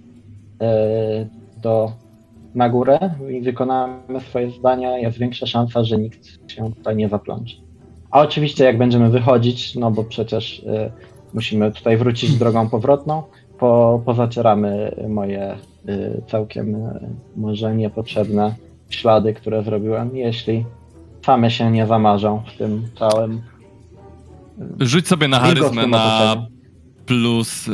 Speaker 3: na górę i wykonamy swoje zadania, jest większa szansa, że nikt się tutaj nie zaplącze. A oczywiście jak będziemy wychodzić, no bo przecież musimy tutaj wrócić drogą powrotną, pozacieramy moje całkiem może niepotrzebne ślady, które zrobiłem, jeśli same się nie zamarzą w tym całym
Speaker 1: Rzuć sobie na charyzmę
Speaker 3: wilgotnym
Speaker 1: na
Speaker 3: otoczeniu.
Speaker 1: plus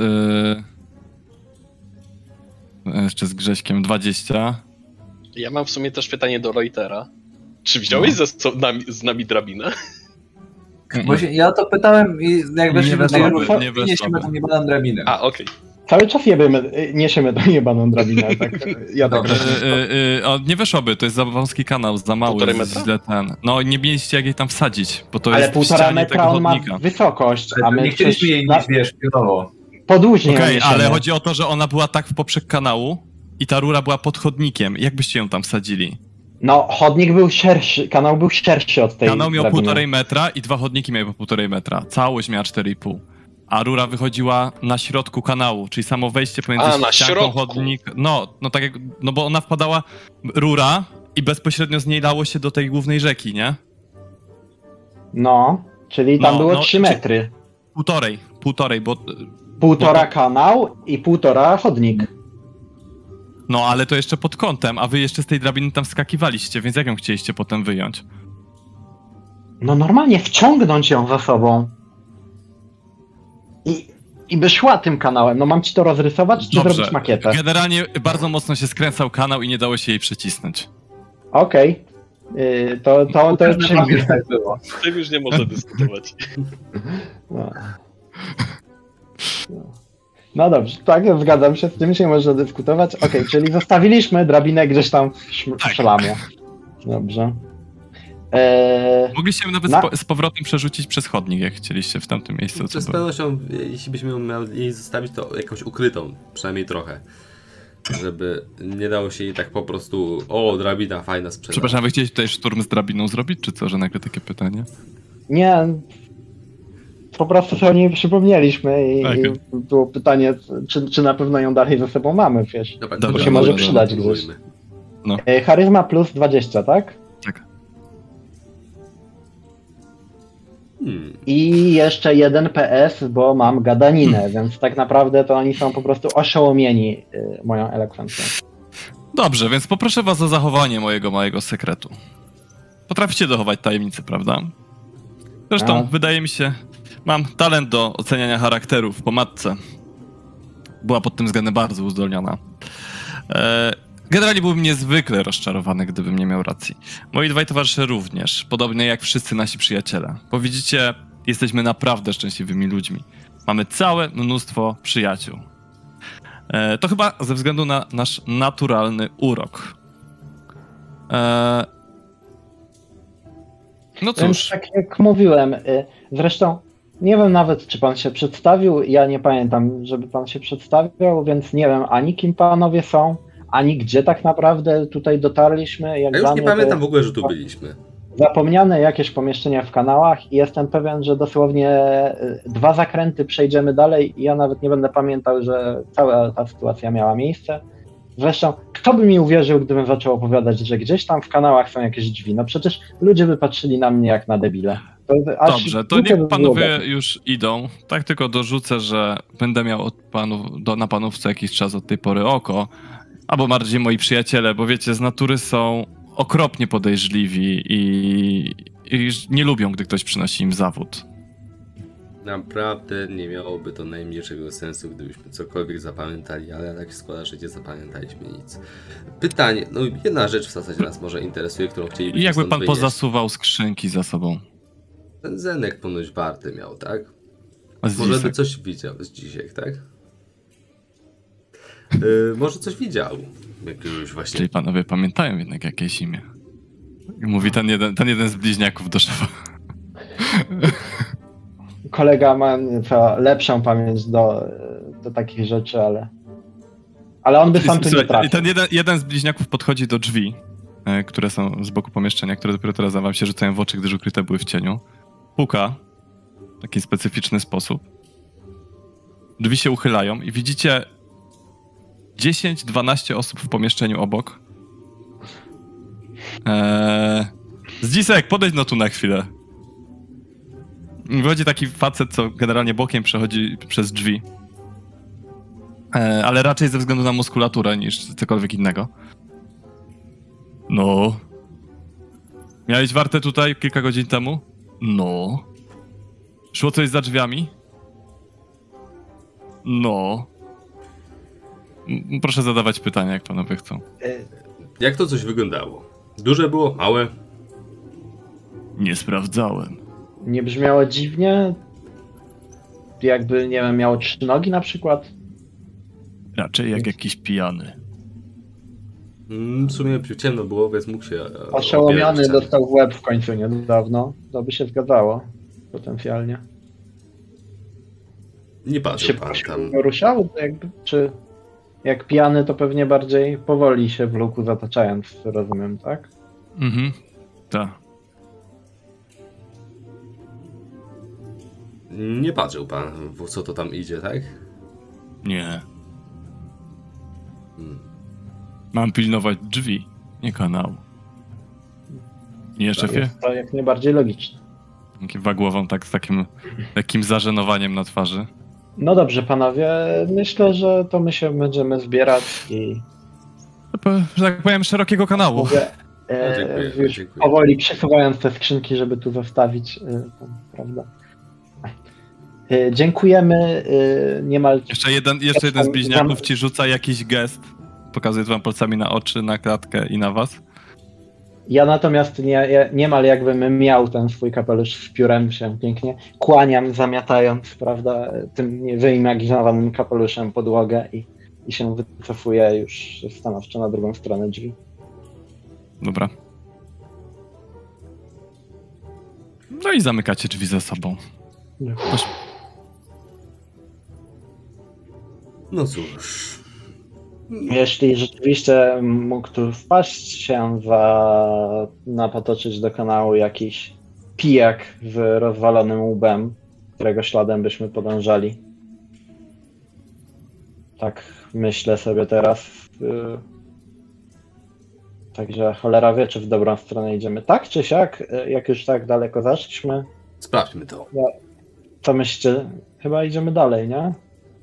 Speaker 1: jeszcze z Grześkiem 20.
Speaker 4: Ja mam w sumie też pytanie do Reutera. Czy wziąłeś z nami drabinę?
Speaker 5: Bo ja to pytałem i jak weszliśmy
Speaker 1: weszłaby,
Speaker 5: do grupy,
Speaker 1: nie
Speaker 5: niesiemy
Speaker 1: weszłaby.
Speaker 5: tam niebaną drabinę.
Speaker 4: A, okej.
Speaker 3: Cały czas niesiemy tą jebaną drabinę, tak? Ja tak
Speaker 5: Dobrze.
Speaker 1: Nie weszłoby, to jest za wąski kanał, za mały,
Speaker 4: Półtorej
Speaker 1: jest
Speaker 4: metra?
Speaker 1: źle ten. No nie mieliście jak jej tam wsadzić, bo to
Speaker 3: Ale
Speaker 1: jest w
Speaker 3: 1,5
Speaker 1: ścianie
Speaker 3: metra
Speaker 1: tego
Speaker 3: on ma
Speaker 1: chodnika.
Speaker 3: wysokość, a
Speaker 5: Ale
Speaker 3: my
Speaker 5: nie chcieliśmy jej
Speaker 3: na
Speaker 5: nic, wiesz, pionowo.
Speaker 3: podłużnie
Speaker 1: Okej,
Speaker 3: niesiemy.
Speaker 1: ale chodzi o to, że ona była tak w poprzek kanału i ta rura była pod chodnikiem. Jak byście ją tam wsadzili?
Speaker 3: No, chodnik był szerszy, kanał był szerszy od tej
Speaker 1: Kanał miał
Speaker 3: drabiny.
Speaker 1: 1,5 metra i 2 chodniki miały po 1,5 metra. Całość miała 4,5. A rura wychodziła na środku kanału, czyli samo wejście pomiędzy
Speaker 4: A, na
Speaker 1: ścianką,
Speaker 4: środku.
Speaker 1: chodnik. No tak jak, no bo ona wpadała, rura i bezpośrednio z niej lało się do tej głównej rzeki, nie?
Speaker 3: No, czyli tam
Speaker 1: No,
Speaker 3: było
Speaker 1: no,
Speaker 3: 3 metry.
Speaker 1: Półtorej, bo...
Speaker 3: Półtora
Speaker 1: bo to-
Speaker 3: kanał i 1,5 chodnik.
Speaker 1: No ale to jeszcze pod kątem, a wy jeszcze z tej drabiny tam skakiwaliście, więc jak ją chcieliście potem wyjąć?
Speaker 3: No normalnie wciągnąć ją za sobą. I by szła tym kanałem. No mam ci to rozrysować, czy
Speaker 1: Dobrze.
Speaker 3: zrobić makietę?
Speaker 1: Generalnie bardzo mocno się skręcał kanał i nie dało się jej przycisnąć.
Speaker 3: Okej. To przyjmuję.
Speaker 5: Tak było.
Speaker 4: Z tym już nie można dyskutować.
Speaker 3: No. No dobrze, tak, zgadzam się, z tym się można dyskutować. Okej, czyli zostawiliśmy drabinę gdzieś tam w
Speaker 1: Tak.
Speaker 3: szlamie. Dobrze.
Speaker 1: Mogliście ją nawet
Speaker 3: Na-
Speaker 1: z powrotem przerzucić przez chodnik, jak chcieliście w tamtym miejscu, co
Speaker 2: Z
Speaker 1: było.
Speaker 2: pewnością, jeśli byśmy ją mieli jej zostawić, to jakąś ukrytą, przynajmniej trochę. Żeby nie dało się jej tak po prostu, o, drabina fajna sprzedać.
Speaker 1: Przepraszam, wy chcieliście tutaj szturm z drabiną zrobić, czy co, że nagle takie pytanie?
Speaker 3: Nie, po prostu sobie o niej przypomnieliśmy i
Speaker 1: Okej.
Speaker 3: było pytanie, czy na pewno ją dalej ze sobą mamy, wiesz.
Speaker 2: Dobra,
Speaker 1: Dobra,
Speaker 3: To się może
Speaker 1: dobra,
Speaker 3: przydać
Speaker 2: spróbujmy.
Speaker 3: gdzieś. Charyzma plus 20, tak?
Speaker 1: Tak.
Speaker 3: I jeszcze 1 PS, bo mam gadaninę, więc tak naprawdę to oni są po prostu oszołomieni moją elokwencją.
Speaker 1: Dobrze, więc poproszę was o zachowanie mojego małego sekretu. Potraficie dochować tajemnicy, prawda? Zresztą,
Speaker 3: A.
Speaker 1: wydaje mi się, mam talent do oceniania charakterów po matce. Była pod tym względem bardzo uzdolniona. Generalnie byłbym niezwykle rozczarowany, gdybym nie miał racji. Moi dwaj towarzysze również, podobnie jak wszyscy nasi przyjaciele. Bo widzicie, jesteśmy naprawdę szczęśliwymi ludźmi. Mamy całe mnóstwo przyjaciół. To chyba ze względu na nasz naturalny urok. No
Speaker 3: Więc
Speaker 1: cóż,
Speaker 3: tak jak mówiłem, zresztą nie wiem nawet, czy pan się przedstawił, ja nie pamiętam, żeby pan się przedstawiał, więc nie wiem ani kim panowie są, ani gdzie tak naprawdę tutaj dotarliśmy. Jak
Speaker 2: Ja
Speaker 3: dla
Speaker 2: już nie
Speaker 3: mnie to
Speaker 2: pamiętam w
Speaker 3: jest
Speaker 2: ogóle, że tu byliśmy.
Speaker 3: zapomniane jakieś pomieszczenia w kanałach i jestem pewien, że dosłownie 2 zakręty przejdziemy dalej i ja nawet nie będę pamiętał, że cała ta sytuacja miała miejsce. Zresztą, kto by mi uwierzył, gdybym zaczął opowiadać, że gdzieś tam w kanałach są jakieś drzwi? No przecież ludzie by patrzyli na mnie jak na debile. To aż
Speaker 1: dobrze, to
Speaker 3: głupio
Speaker 1: niech
Speaker 3: by było
Speaker 1: panowie
Speaker 3: gadać.
Speaker 1: już idą. Tak tylko dorzucę, że będę miał od na panówce jakiś czas od tej pory oko, albo bardziej moi przyjaciele, bo wiecie, z natury są okropnie podejrzliwi i nie lubią, gdy ktoś przynosi im zawód.
Speaker 2: Naprawdę nie miałoby to najmniejszego sensu, gdybyśmy cokolwiek zapamiętali, ale tak się składa, że nie zapamiętaliśmy nic. Pytanie, no jedna rzecz w zasadzie nas może interesuje, którą
Speaker 1: I
Speaker 2: chcielibyśmy
Speaker 1: jakby
Speaker 2: stąd
Speaker 1: pan
Speaker 2: wynieść.
Speaker 1: pozasuwał skrzynki za sobą.
Speaker 2: Ten Zenek ponoć warty miał, tak?
Speaker 1: A z
Speaker 2: Może by
Speaker 1: Lisek.
Speaker 2: coś widział z dzisiaj, tak? Może coś widział. Jakiegoś właśnie...
Speaker 1: Czyli panowie pamiętają jednak jakieś imię. Mówi ten jeden z bliźniaków do szefa.
Speaker 3: Kolega ma nieco lepszą pamięć do takich rzeczy, ale on by sam tu nie
Speaker 1: Słuchaj,
Speaker 3: trafił.
Speaker 1: ten jeden z bliźniaków podchodzi do drzwi, które są z boku pomieszczenia, które dopiero teraz wam się rzucają w oczy, gdyż ukryte były w cieniu. Puka w taki specyficzny sposób. Drzwi się uchylają i widzicie 10-12 osób w pomieszczeniu obok. Zdzisek, podejdź no tu na chwilę. Wychodzi taki facet, co generalnie bokiem przechodzi przez drzwi. Ale raczej ze względu na muskulaturę niż cokolwiek innego. No. Miałeś wartę tutaj kilka godzin temu? No. Szło coś za drzwiami? No. Proszę zadawać pytania, jak panowie chcą.
Speaker 2: Jak to coś wyglądało? Duże było? Małe?
Speaker 1: Nie sprawdzałem.
Speaker 3: Nie brzmiało dziwnie? Jakby, nie wiem, miało 3 nogi na przykład?
Speaker 1: Raczej jak jakiś pijany.
Speaker 2: W sumie ciemno było, więc mógł się...
Speaker 3: Oszołomiony dostał w łeb w końcu niedawno. To by się zgadzało. Potencjalnie.
Speaker 2: Nie patrzył
Speaker 3: Się
Speaker 2: pan tam.
Speaker 3: ruszał? Jakby, czy jak pijany, to pewnie bardziej powoli się w luku zataczając, rozumiem, tak?
Speaker 1: Mhm. Tak.
Speaker 2: Nie patrzył pan, w co to tam idzie, tak?
Speaker 1: Nie. Mam pilnować drzwi, nie kanału. Nie, szefie?
Speaker 3: Jest to jak najbardziej logiczne.
Speaker 1: Kiwa głową tak z takim zażenowaniem na twarzy.
Speaker 3: No dobrze, panowie, myślę, że to my się będziemy zbierać i
Speaker 1: Że tak powiem, szerokiego kanału.
Speaker 3: mówię,
Speaker 2: Dziękuję,
Speaker 3: już
Speaker 2: dziękuję.
Speaker 3: powoli przesuwając te skrzynki, żeby tu zostawić, prawda? Dziękujemy niemal...
Speaker 1: Jeszcze jeden z bliźniaków ci rzuca jakiś gest. Pokazuje wam palcami na oczy, na klatkę i na was.
Speaker 3: Ja natomiast niemal jakbym miał ten swój kapelusz z piórem, się pięknie kłaniam, zamiatając, prawda, tym wyimaginowanym kapeluszem podłogę i się wycofuję już stanowczo na drugą stronę drzwi.
Speaker 1: Dobra. No i zamykacie drzwi za sobą.
Speaker 2: No cóż.
Speaker 3: Jeśli rzeczywiście mógł tu wpaść się napotoczyć do kanału jakiś pijak z rozwalonym łbem, którego śladem byśmy podążali. Tak myślę sobie teraz. Także cholera wie, czy w dobrą stronę idziemy. Tak czy siak, jak już tak daleko zaszliśmy,
Speaker 2: Sprawdźmy to.
Speaker 3: to myślcie, chyba idziemy dalej, nie?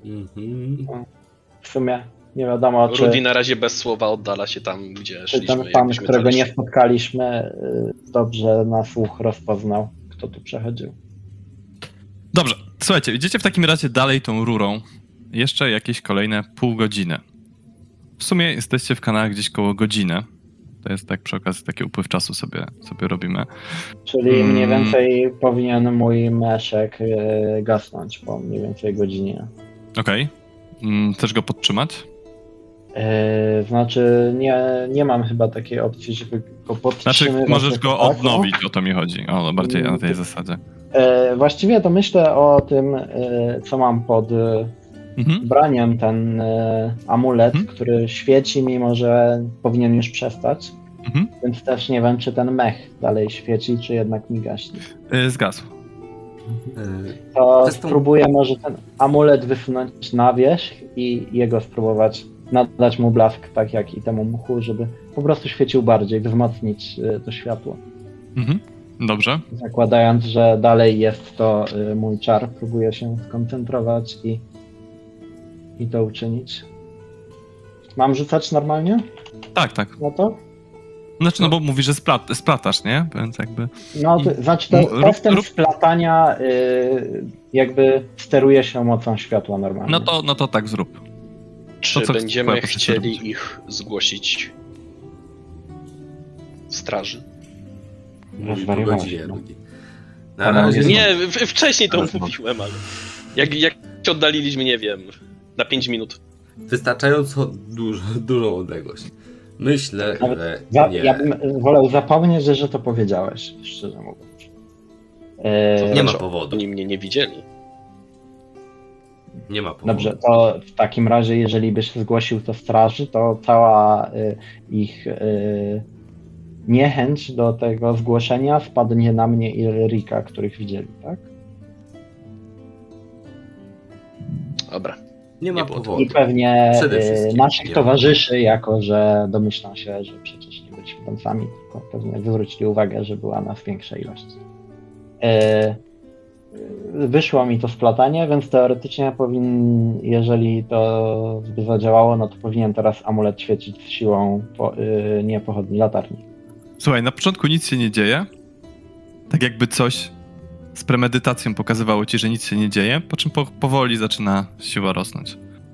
Speaker 3: W sumie nie wiadomo,
Speaker 4: Rudy
Speaker 3: czy
Speaker 4: na razie bez słowa oddala się tam, gdzie szliśmy.
Speaker 3: ten pan,
Speaker 4: jakbyśmy
Speaker 3: którego nie
Speaker 4: zeszli.
Speaker 3: spotkaliśmy, dobrze na słuch rozpoznał, kto tu przechodził.
Speaker 1: Dobrze, słuchajcie, idziecie w takim razie dalej tą rurą. Jeszcze jakieś kolejne pół godziny. W sumie jesteście w kanałach gdzieś koło godziny. To jest tak przy okazji taki upływ czasu sobie robimy.
Speaker 3: Czyli mniej więcej powinien mój meszek gasnąć po mniej więcej godzinie.
Speaker 1: Okej. Chcesz go podtrzymać?
Speaker 3: Znaczy nie mam chyba takiej opcji, żeby go podtrzymywać.
Speaker 1: Znaczy możesz go
Speaker 3: tak,
Speaker 1: odnowić, o to mi chodzi. O, bardziej na tej zasadzie.
Speaker 3: Właściwie to myślę o tym, co mam pod ubraniem, ten amulet, który świeci, mimo że powinien już przestać. Więc też nie wiem, czy ten mech dalej świeci, czy jednak mi gaśnie.
Speaker 1: Zgasł.
Speaker 3: To
Speaker 2: Zresztą-
Speaker 3: spróbuję może ten amulet wysunąć na wierzch i jego spróbować nadać mu blask, tak jak i temu mchu, żeby po prostu świecił bardziej, wzmocnić to światło.
Speaker 1: Dobrze.
Speaker 3: Zakładając, że dalej jest to mój czar, próbuję się skoncentrować i to uczynić. Mam rzucać normalnie
Speaker 1: Tak.
Speaker 3: na to?
Speaker 1: Znaczy, no bo mówisz, że splatasz, nie? Więc jakby...
Speaker 3: No, to znaczy testem splatania jakby steruje się mocą światła normalnie.
Speaker 1: No to tak zrób.
Speaker 4: Czy
Speaker 1: co
Speaker 4: będziemy
Speaker 1: twoja potrzeba robić?
Speaker 4: chcieli ich zgłosić straży?
Speaker 2: Mówi po
Speaker 3: Zwariowałeś,
Speaker 2: godzinie,
Speaker 3: no.
Speaker 2: Rudy. Na razie
Speaker 5: Nie,
Speaker 4: Nie, wcześniej to
Speaker 5: Ale
Speaker 4: mówiłem, ale jak się oddaliliśmy, nie wiem, na 5 minut.
Speaker 2: wystarczająco dużą odległość. Myślę,
Speaker 3: Nawet
Speaker 2: że nie.
Speaker 3: Ja bym wolał zapomnieć, że to powiedziałeś, szczerze mówiąc.
Speaker 2: Nie ma
Speaker 4: Znaczy,
Speaker 2: powodu.
Speaker 4: Oni mnie nie widzieli.
Speaker 2: Nie ma powodu.
Speaker 3: Dobrze, to w takim razie, jeżeli byś zgłosił to straży, to cała ich niechęć do tego zgłoszenia spadnie na mnie i Rika, których widzieli, tak?
Speaker 4: Dobra.
Speaker 2: Nie ma
Speaker 4: nie było
Speaker 2: powodu.
Speaker 3: I pewnie
Speaker 2: Przede wszystkim
Speaker 3: naszych
Speaker 2: nie ma.
Speaker 3: towarzyszy, jako że domyślam się, że przecież nie byliśmy tam sami, tylko pewnie zwrócili uwagę, że była nas większa ilość. Wyszło mi to splatanie, więc teoretycznie jeżeli to by zadziałało, no to powinien teraz amulet świecić z siłą nie pochodni latarni.
Speaker 1: Słuchaj, na początku nic się nie dzieje. Tak jakby coś z premedytacją pokazywało ci, że nic się nie dzieje, po czym powoli zaczyna siła rosnąć.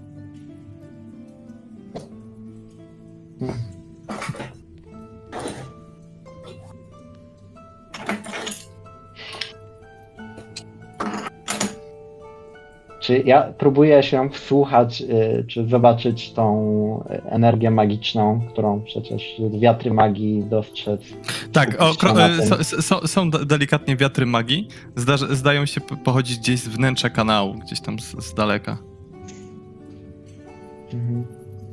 Speaker 3: Czy ja próbuję się wsłuchać, czy zobaczyć tą energię magiczną, którą przecież wiatry magii dostrzec.
Speaker 1: Tak,
Speaker 3: skupić się na tym.
Speaker 1: są delikatnie wiatry magii. Zdają się pochodzić gdzieś z wnętrza kanału, gdzieś tam z daleka.
Speaker 3: Mhm.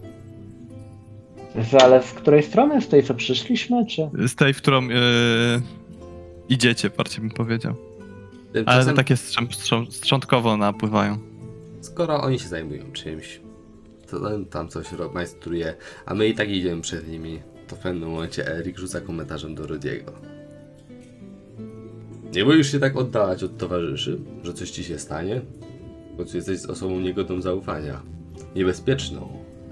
Speaker 3: Ale z której strony? Z tej, co przyszliśmy, czy?
Speaker 1: Z tej, w którą idziecie, bardziej bym powiedział. Ale to
Speaker 2: Tymczasem,
Speaker 1: takie strzątkowo napływają.
Speaker 2: skoro oni się zajmują czymś, to tam coś majstruje, a my i tak idziemy przed nimi, to w pewnym momencie Erik rzuca komentarzem do Rudiego. Nie boisz się tak oddalać od towarzyszy, że coś ci się stanie? W końcu jesteś osobą niegodną zaufania. Niebezpieczną.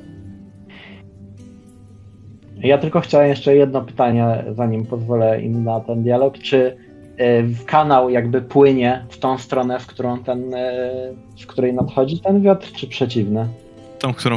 Speaker 3: Ja tylko chciałem jeszcze jedno pytanie, zanim pozwolę im na ten dialog. Czy kanał jakby płynie w tą stronę, w której nadchodzi ten wiatr, czy przeciwne?
Speaker 1: Tą, którą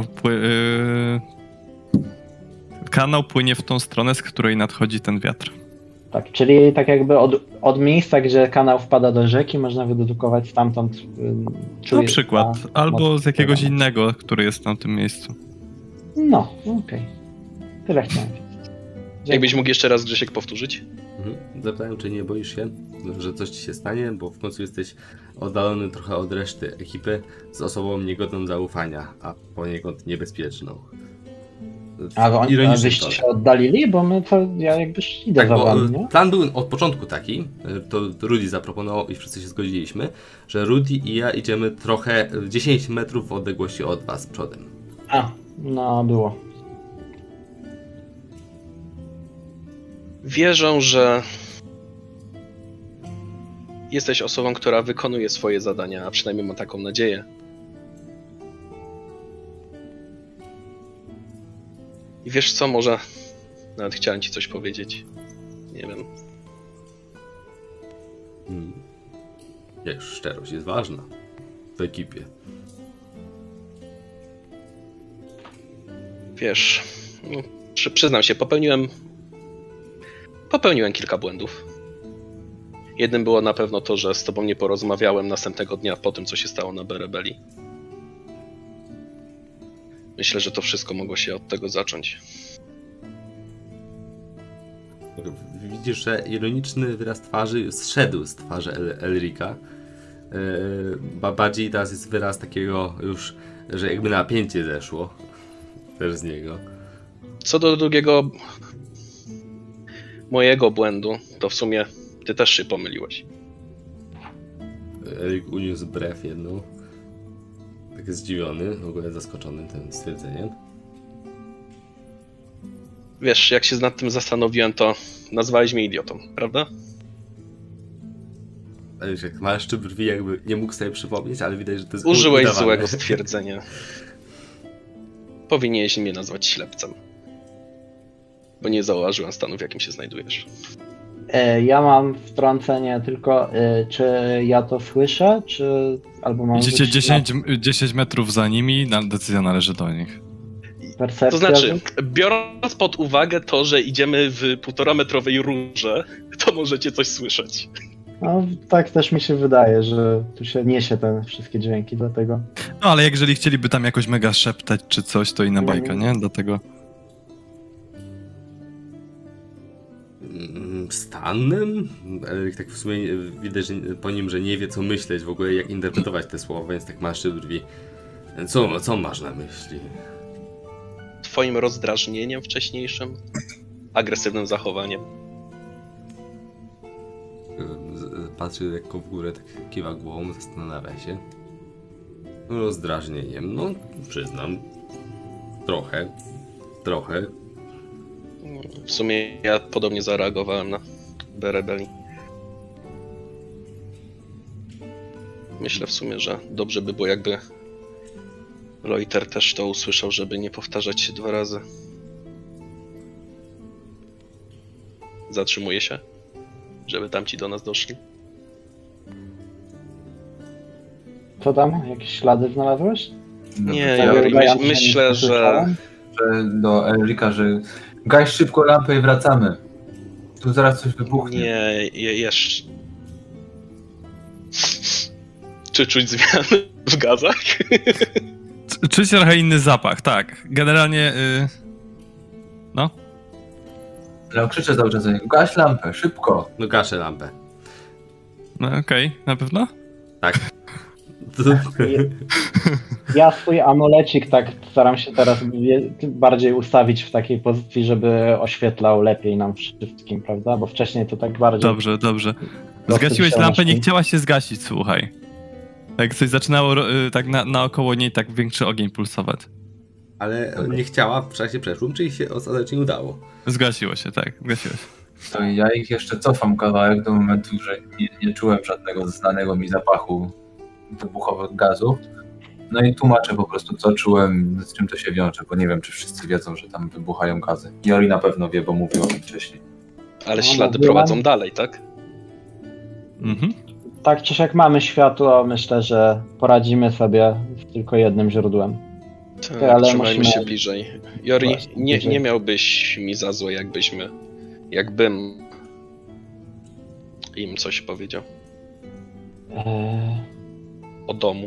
Speaker 1: kanał płynie w tą stronę, z której nadchodzi ten wiatr.
Speaker 3: Tak, czyli tak jakby od miejsca, gdzie kanał wpada do rzeki, można wydedukować stamtąd.
Speaker 1: Na przykład. Albo
Speaker 3: moc
Speaker 1: z jakiegoś
Speaker 3: kanału.
Speaker 1: innego, który jest na tym miejscu.
Speaker 3: No, okej. Tyle chciałem wiedzieć.
Speaker 4: Jakbyś mógł jeszcze raz, Grzesiek, powtórzyć?
Speaker 2: Zapytałem, czy nie boisz się, że coś ci się stanie, bo w końcu jesteś oddalony trochę od reszty ekipy z osobą niegodną zaufania, a poniekąd niebezpieczną.
Speaker 3: A
Speaker 2: Ironicznym
Speaker 3: wyście
Speaker 2: tonem.
Speaker 3: się oddalili, bo ja jakby idę
Speaker 2: Tak,
Speaker 3: za
Speaker 2: bo
Speaker 3: wami, nie?
Speaker 2: plan był od początku taki, to Rudy zaproponował i wszyscy się zgodziliśmy, że Rudy i ja idziemy trochę 10 metrów w odległości od was przodem.
Speaker 3: A, no było.
Speaker 4: Wierzę, że jesteś osobą, która wykonuje swoje zadania, a przynajmniej mam taką nadzieję. I wiesz co, może nawet chciałem ci coś powiedzieć. Nie wiem.
Speaker 2: Jak szczerość jest ważna w ekipie.
Speaker 4: Wiesz, no, przyznam się, popełniłem kilka błędów. Jednym było na pewno to, że z tobą nie porozmawiałem następnego dnia po tym, co się stało na Berebeli. Myślę, że to wszystko mogło się od tego zacząć.
Speaker 2: Widzisz, że ironiczny wyraz twarzy zszedł z twarzy Elrika. Bardziej teraz jest wyraz takiego już, że jakby napięcie zeszło też z niego.
Speaker 4: Co do drugiego mojego błędu, to w sumie ty też się pomyliłeś.
Speaker 2: Erik uniósł brew jedną. Tak zdziwiony, w ogóle zaskoczony tym stwierdzeniem.
Speaker 4: Wiesz, jak się nad tym zastanowiłem, to nazwałeś mnie idiotą, prawda?
Speaker 2: Ale jak marszczy brwi, jakby nie mógł sobie przypomnieć, ale widać, że to jest
Speaker 4: Użyłeś
Speaker 2: udawane.
Speaker 4: złego stwierdzenia. Powinieneś mnie nazwać ślepcem. Bo nie zauważyłem stanu, w jakim się znajdujesz.
Speaker 3: Ja mam wtrącenie tylko, czy ja to słyszę, czy albo mam
Speaker 1: Idziecie
Speaker 3: rzucić
Speaker 1: 10 metrów za nimi, decyzja należy do nich.
Speaker 3: na percepcję?
Speaker 4: To znaczy, biorąc pod uwagę to, że idziemy w 1,5-metrowej rurze, to możecie coś słyszeć.
Speaker 3: No, tak też mi się wydaje, że tu się niesie te wszystkie dźwięki, dlatego...
Speaker 1: No ale jeżeli chcieliby tam jakoś mega szeptać czy coś, to inna bajka, nie? Dlatego...
Speaker 2: Stanem? Tak w sumie widać po nim, że nie wie co myśleć w ogóle, jak interpretować te słowa, więc tak maszczy brwi. Co masz na myśli?
Speaker 4: Twoim rozdrażnieniem wcześniejszym? Agresywnym zachowaniem?
Speaker 2: Patrzy lekko w górę, tak kiwa głową, zastanawia się. Rozdrażnieniem, no przyznam. Trochę.
Speaker 4: W sumie ja podobnie zareagowałem na rebelii. Myślę w sumie, że dobrze by było, jakby Loiter też to usłyszał, żeby nie powtarzać się 2 razy. Zatrzymuje się, żeby tamci do nas doszli.
Speaker 3: Co tam? Jakieś ślady znalazłeś?
Speaker 4: Nie,
Speaker 3: ja
Speaker 4: myślę, że
Speaker 5: do Elrika, że gaś szybko lampę i wracamy. Tu zaraz coś wybuchnie.
Speaker 4: nie, jeszcze. Czy czuć zmiany w gazach?
Speaker 1: Czuć trochę inny zapach, tak. Generalnie, no.
Speaker 5: Ale krzyczę cały czas, gaś lampę, szybko.
Speaker 2: No gaszę lampę.
Speaker 1: No okej, na pewno?
Speaker 2: Tak.
Speaker 3: Ja swój amulecik tak staram się teraz bardziej ustawić w takiej pozycji, żeby oświetlał lepiej nam wszystkim, prawda? Bo wcześniej to tak bardziej...
Speaker 1: Dobrze.
Speaker 3: Dosyć
Speaker 1: Zgasiłeś
Speaker 3: ciężki.
Speaker 1: lampę, nie chciałaś się zgasić, słuchaj. Jak coś zaczynało tak naokoło niej tak większy ogień pulsować.
Speaker 2: Ale nie chciała w czasie przeszłym, czy się ostatecznie udało?
Speaker 1: Zgasiło się, tak, zgasiło się.
Speaker 5: To ja ich jeszcze cofam kawałek do momentu, że nie czułem żadnego znanego mi zapachu wybuchowych gazów. No i tłumaczę po prostu, co czułem, z czym to się wiąże, bo nie wiem, czy wszyscy wiedzą, że tam wybuchają gazy. Jori na pewno wie, bo mówił o tym wcześniej.
Speaker 4: Ale
Speaker 3: No,
Speaker 4: ślady
Speaker 3: mówiłem.
Speaker 4: prowadzą dalej, tak?
Speaker 1: Mhm.
Speaker 3: Tak czy siak mamy światło, myślę, że poradzimy sobie z tylko jednym źródłem.
Speaker 4: Tak,
Speaker 3: ale
Speaker 4: trzymajmy
Speaker 3: musimy-
Speaker 4: się bliżej. Jori,
Speaker 3: Właśnie,
Speaker 4: nie
Speaker 3: bliżej.
Speaker 4: miałbyś mi za złe, jakbym im coś powiedział o domu.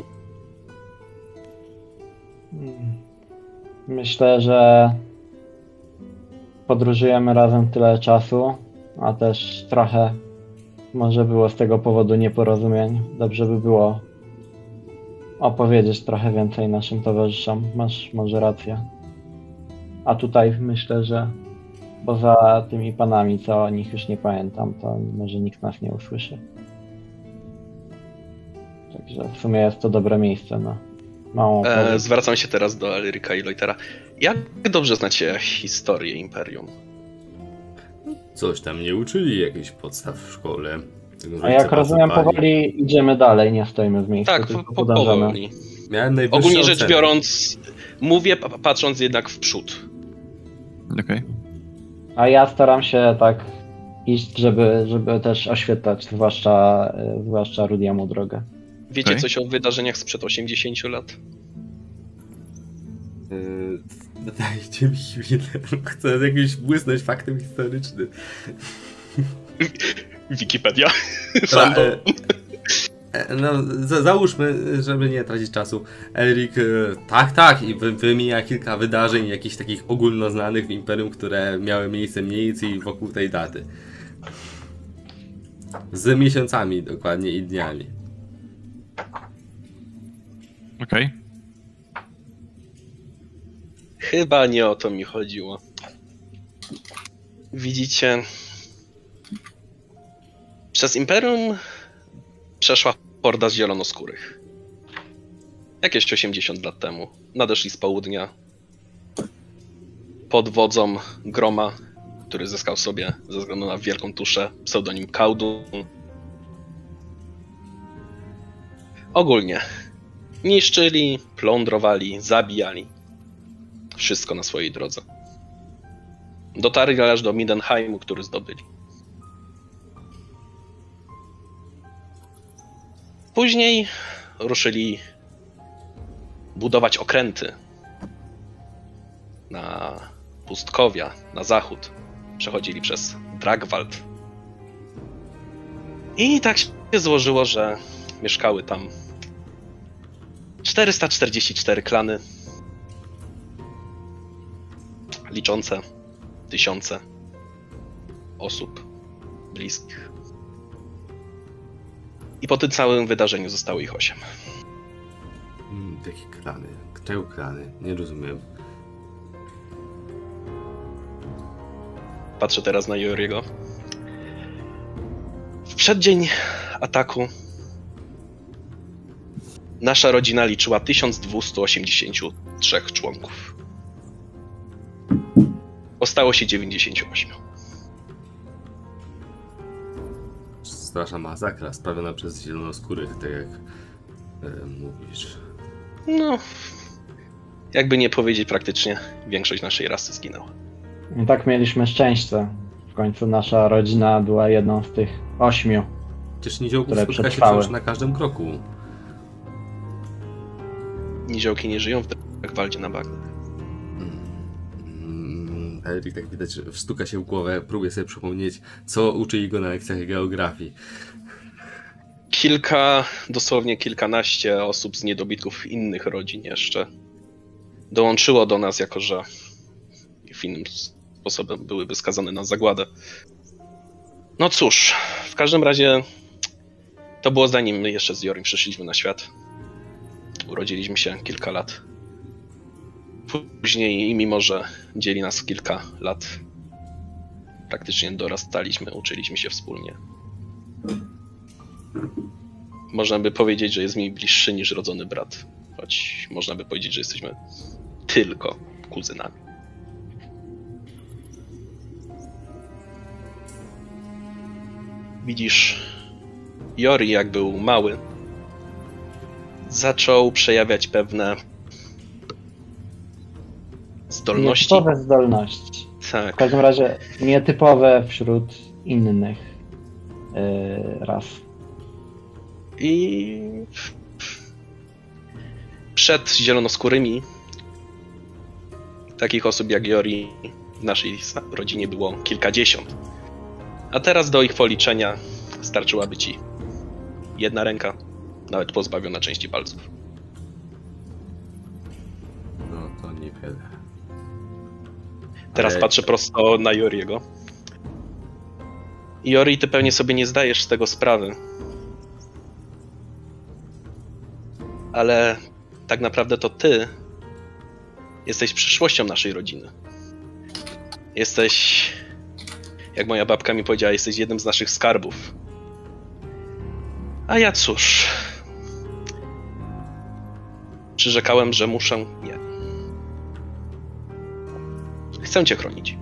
Speaker 3: Myślę, że podróżujemy razem tyle czasu, a też trochę może było z tego powodu nieporozumień. Dobrze by było opowiedzieć trochę więcej naszym towarzyszom. Masz może rację. A tutaj myślę, że poza tymi panami, co o nich już nie pamiętam, to może nikt nas nie usłyszy. Także w sumie jest to dobre miejsce na małą opowieść.
Speaker 4: Zwracam się teraz do Elryka i Loitera. Jak dobrze znacie historię Imperium?
Speaker 2: Coś tam nie uczyli, jakichś podstaw w szkole.
Speaker 3: A jak rozumiem, powoli idziemy dalej, nie stoimy w miejscu,
Speaker 4: Tak,
Speaker 3: tylko podążamy.
Speaker 4: powoli.
Speaker 2: Miałem najwyższą
Speaker 4: Ogólnie rzecz
Speaker 2: ocenę.
Speaker 4: biorąc, mówię patrząc jednak w przód.
Speaker 1: Okej.
Speaker 3: A ja staram się tak iść, żeby też oświetlać, zwłaszcza Rudiemu drogę.
Speaker 4: Wiecie
Speaker 1: Okej.
Speaker 4: coś o wydarzeniach sprzed 80 lat?
Speaker 2: Dajcie mi chwilę, chcę jakiś błysnąć faktem historycznym.
Speaker 4: Wikipedia.
Speaker 2: Dobra,
Speaker 4: Fandom.
Speaker 2: no, załóżmy, żeby nie tracić czasu. Elric, tak, i wymienia kilka wydarzeń, jakichś takich ogólnoznanych w Imperium, które miały miejsce mniej więcej wokół tej daty. Z miesiącami dokładnie i dniami.
Speaker 1: Okej.
Speaker 4: Chyba nie o to mi chodziło. Widzicie, przez Imperium przeszła horda zielonoskórych. Jakieś 80 lat temu. Nadeszli z południa. Pod wodzą Groma, który zyskał sobie ze względu na wielką tuszę pseudonim Kaudun. Ogólnie niszczyli, plądrowali, zabijali. Wszystko na swojej drodze. Dotarli aż do Midenheimu, który zdobyli. Później ruszyli budować okręty na pustkowia, na zachód. Przechodzili przez Dragwald. I tak się złożyło, że mieszkały tam 444 klany, liczące tysiące osób. bliskich. I po tym całym wydarzeniu zostało ich 8.
Speaker 2: Jakie klany? Czego klany? Nie rozumiem.
Speaker 4: Patrzę teraz na Yoriego. W przeddzień ataku nasza rodzina liczyła 1283 członków. Ostało się 98.
Speaker 2: Straszna masakra sprawiona przez zielonoskórych, tak jak mówisz.
Speaker 4: No, jakby nie powiedzieć, praktycznie większość naszej rasy zginęła.
Speaker 3: I tak mieliśmy szczęście. W końcu nasza rodzina była jedną z tych 8.
Speaker 2: Przecież niziołków
Speaker 3: które
Speaker 2: spotka się
Speaker 3: przetrwały.
Speaker 2: przecież na każdym kroku.
Speaker 4: Niziołki nie żyją w Drakwaldzie na bagnach.
Speaker 2: Erik, tak widać, że wstuka się w głowę, próbuje sobie przypomnieć, co uczyli go na lekcjach geografii.
Speaker 4: Dosłownie kilkanaście osób z niedobitków innych rodzin jeszcze dołączyło do nas, jako że w innym sposobem byłyby skazane na zagładę. No cóż, w każdym razie to było zanim my jeszcze z Jorim przyszliśmy na świat. Urodziliśmy się kilka lat później i mimo, że dzieli nas kilka lat, praktycznie dorastaliśmy, uczyliśmy się wspólnie. Można by powiedzieć, że jest mi bliższy niż rodzony brat, choć można by powiedzieć, że jesteśmy tylko kuzynami. Widzisz, Jori, jak był mały, zaczął przejawiać pewne zdolności.
Speaker 3: Nietypowe zdolności. W
Speaker 4: Tak.
Speaker 3: każdym razie nietypowe wśród innych ras.
Speaker 4: I przed zielonoskórymi takich osób jak Jori w naszej rodzinie było kilkadziesiąt. A teraz do ich policzenia starczyłaby ci jedna ręka, nawet pozbawiona części palców.
Speaker 2: No to niewiele.
Speaker 4: Teraz
Speaker 2: Ale-
Speaker 4: patrzę prosto na Joriego. Jori, ty pewnie sobie nie zdajesz z tego sprawy. Ale tak naprawdę to ty jesteś przyszłością naszej rodziny. Jesteś, jak moja babka mi powiedziała, jesteś jednym z naszych skarbów. A ja cóż... Przyrzekałem, że muszę... Nie. Chcę cię chronić.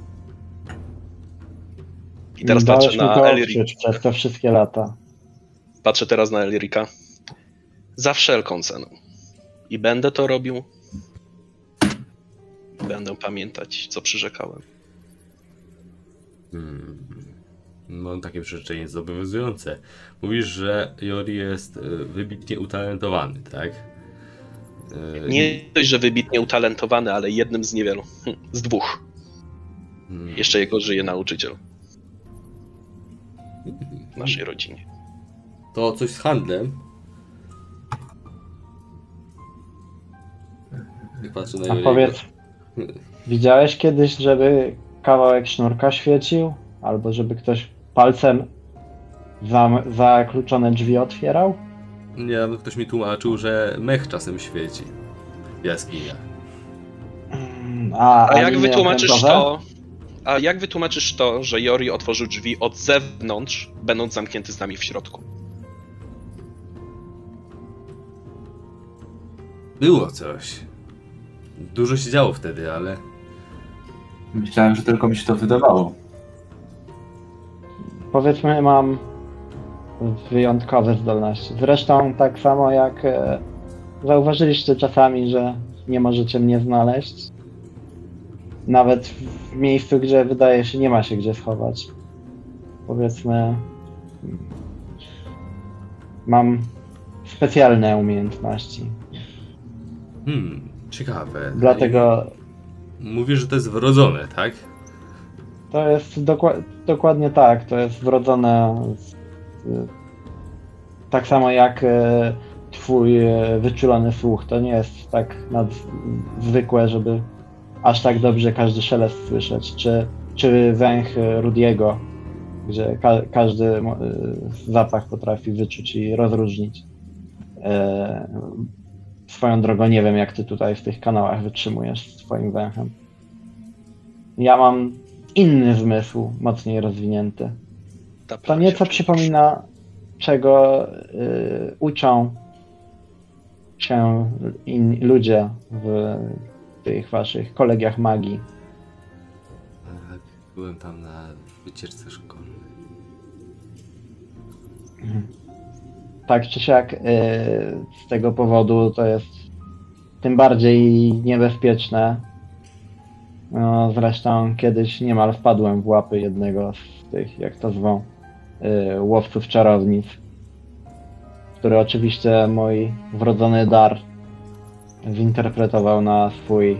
Speaker 4: I teraz
Speaker 3: Dałeś
Speaker 4: patrzę
Speaker 3: mi
Speaker 4: na
Speaker 3: to
Speaker 4: Elrika.
Speaker 3: odczuć przez te wszystkie lata.
Speaker 4: Patrzę teraz na Elrika. Za wszelką cenę. I będę to robił. Będę pamiętać, co przyrzekałem.
Speaker 2: Mam takie przyrzeczenie zobowiązujące. Mówisz, że Jori jest wybitnie utalentowany, tak?
Speaker 4: Nie dość, że wybitnie utalentowany, ale jednym z niewielu. Z dwóch. Jeszcze jego żyje nauczyciel. W naszej rodzinie.
Speaker 2: To coś z handlem. Jak patrzę na
Speaker 3: A
Speaker 2: Joriego.
Speaker 3: powiedz, widziałeś kiedyś, żeby kawałek sznurka świecił? Albo żeby ktoś palcem zakluczone drzwi otwierał?
Speaker 2: Nie, no ktoś mi tłumaczył, że mech czasem świeci w jaskiniach.
Speaker 3: A
Speaker 4: jak
Speaker 3: linie
Speaker 4: wytłumaczysz
Speaker 3: okrętowe?
Speaker 4: to? A jak wytłumaczysz to, że Jori otworzył drzwi od zewnątrz, będąc zamknięty z nami w środku?
Speaker 2: Było coś. Dużo się działo wtedy, ale...
Speaker 5: Myślałem, że tylko mi się to wydawało.
Speaker 3: Powiedzmy, mam wyjątkowe zdolności. Zresztą tak samo jak zauważyliście czasami, że nie możecie mnie znaleźć. Nawet w miejscu, gdzie wydaje się nie ma się gdzie schować. Powiedzmy, mam specjalne umiejętności.
Speaker 2: Ciekawe.
Speaker 3: Dlatego
Speaker 2: Mówisz, że to jest wrodzone, tak?
Speaker 3: to jest dokładnie tak. To jest wrodzone tak samo jak twój wyczulony słuch. To nie jest tak zwykłe, żeby aż tak dobrze każdy szelest słyszeć. Czy węch Rudiego. gdzie każdy zapach potrafi wyczuć i rozróżnić. Swoją drogą nie wiem, jak ty tutaj w tych kanałach wytrzymujesz swoim węchem. Ja mam inny zmysł, mocniej rozwinięty. To nieco przypomina, czego uczą się ludzie w tych waszych kolegiach magii.
Speaker 2: Tak, byłem tam na wycieczce szkolnej.
Speaker 3: Tak czy siak, z tego powodu to jest tym bardziej niebezpieczne. No, zresztą kiedyś niemal wpadłem w łapy jednego z tych, jak to zwą, łowców czarownic, który oczywiście mój wrodzony dar zinterpretował na swój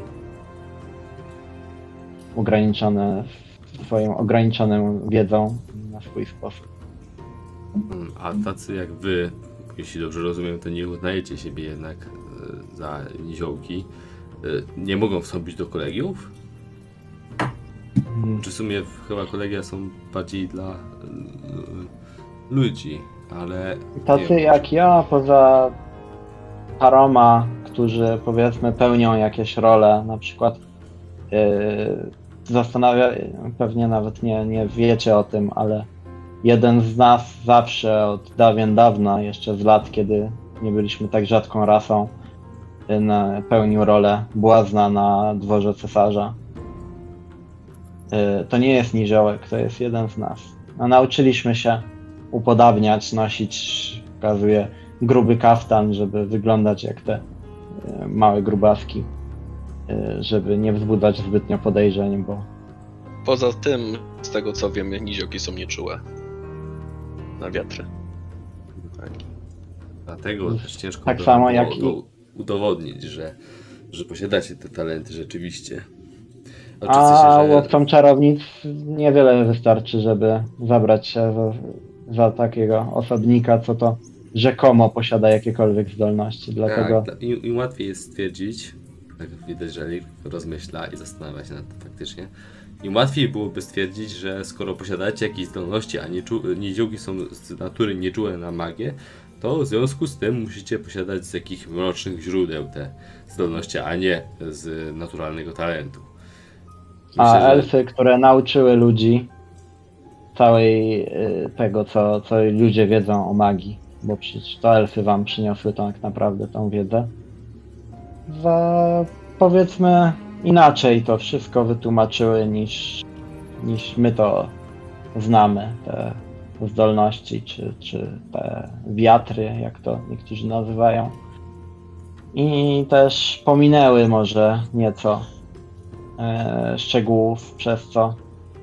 Speaker 3: swoją ograniczoną wiedzą, na swój sposób.
Speaker 2: A tacy jak wy, jeśli dobrze rozumiem, to nie uznajecie siebie jednak za niziołki, nie mogą wstąpić do kolegiów? Czy w sumie chyba kolegia są bardziej dla ludzi, ale...
Speaker 3: Tacy jak ja, poza paroma, którzy powiedzmy pełnią jakieś role, na przykład pewnie nawet nie wiecie o tym, ale jeden z nas zawsze od dawien dawna, jeszcze z lat, kiedy nie byliśmy tak rzadką rasą, pełnił rolę błazna na dworze cesarza. To nie jest niziołek, to jest jeden z nas. No, nauczyliśmy się upodabniać, nosić, pokazuję, gruby kaftan, żeby wyglądać jak te małe grubaski, żeby nie wzbudzać zbytnio podejrzeń, bo...
Speaker 4: Poza tym, z tego co wiem, niziołki są nieczułe na wiatry.
Speaker 2: Tak. Dlatego też ciężko
Speaker 3: tak
Speaker 2: było
Speaker 3: samo jak
Speaker 2: udowodnić, że posiadacie te talenty rzeczywiście.
Speaker 3: A łowcom czarownic niewiele wystarczy, żeby zabrać się za takiego osobnika, co to rzekomo posiada jakiekolwiek zdolności. Dlatego...
Speaker 2: Tak, im łatwiej jest stwierdzić, tak widać, że Elir rozmyśla i zastanawia się nad tym faktycznie, im łatwiej byłoby stwierdzić, że skoro posiadacie jakieś zdolności, a niziołki są z natury nieczułe na magię, to w związku z tym musicie posiadać z jakichś mrocznych źródeł te zdolności, a nie z naturalnego talentu.
Speaker 3: Myślę, a elfy, które nauczyły ludzi całej tego, co ludzie wiedzą o magii, bo przecież to elfy wam przyniosły tak naprawdę tą wiedzę, powiedzmy inaczej to wszystko wytłumaczyły niż my to znamy, te zdolności, czy te wiatry, jak to niektórzy nazywają. I też pominęły może nieco szczegółów, przez co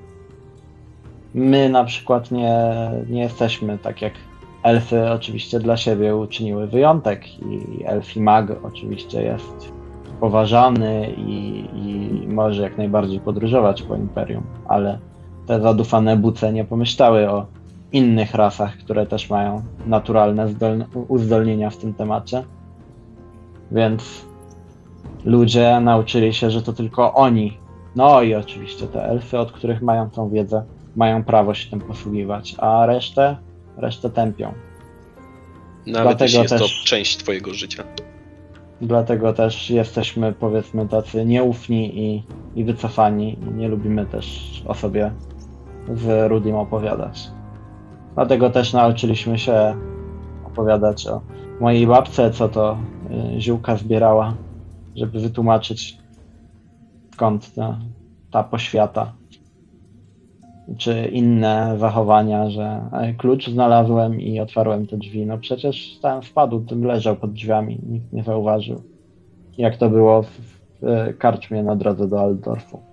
Speaker 3: my na przykład nie jesteśmy tak jak elfy oczywiście dla siebie uczyniły wyjątek i elfi mag oczywiście jest poważany i może jak najbardziej podróżować po imperium, ale te zadufane buce nie pomyślały o innych rasach, które też mają naturalne uzdolnienia w tym temacie, więc ludzie nauczyli się, że to tylko oni, no i oczywiście te elfy, od których mają tą wiedzę, mają prawo się tym posługiwać, a resztę tępią.
Speaker 4: Nawet dlatego jeśli jest to część twojego życia.
Speaker 3: Dlatego też jesteśmy, powiedzmy, tacy nieufni i wycofani i nie lubimy też o sobie z Rudim opowiadać. Dlatego też nauczyliśmy się opowiadać o mojej babce, co to ziółka zbierała, żeby wytłumaczyć, skąd ta poświata, czy inne zachowania, że klucz znalazłem i otwarłem te drzwi. No przecież tam wpadł, tym leżał pod drzwiami, nikt nie zauważył. Jak to było w karczmie na drodze do Altdorfu.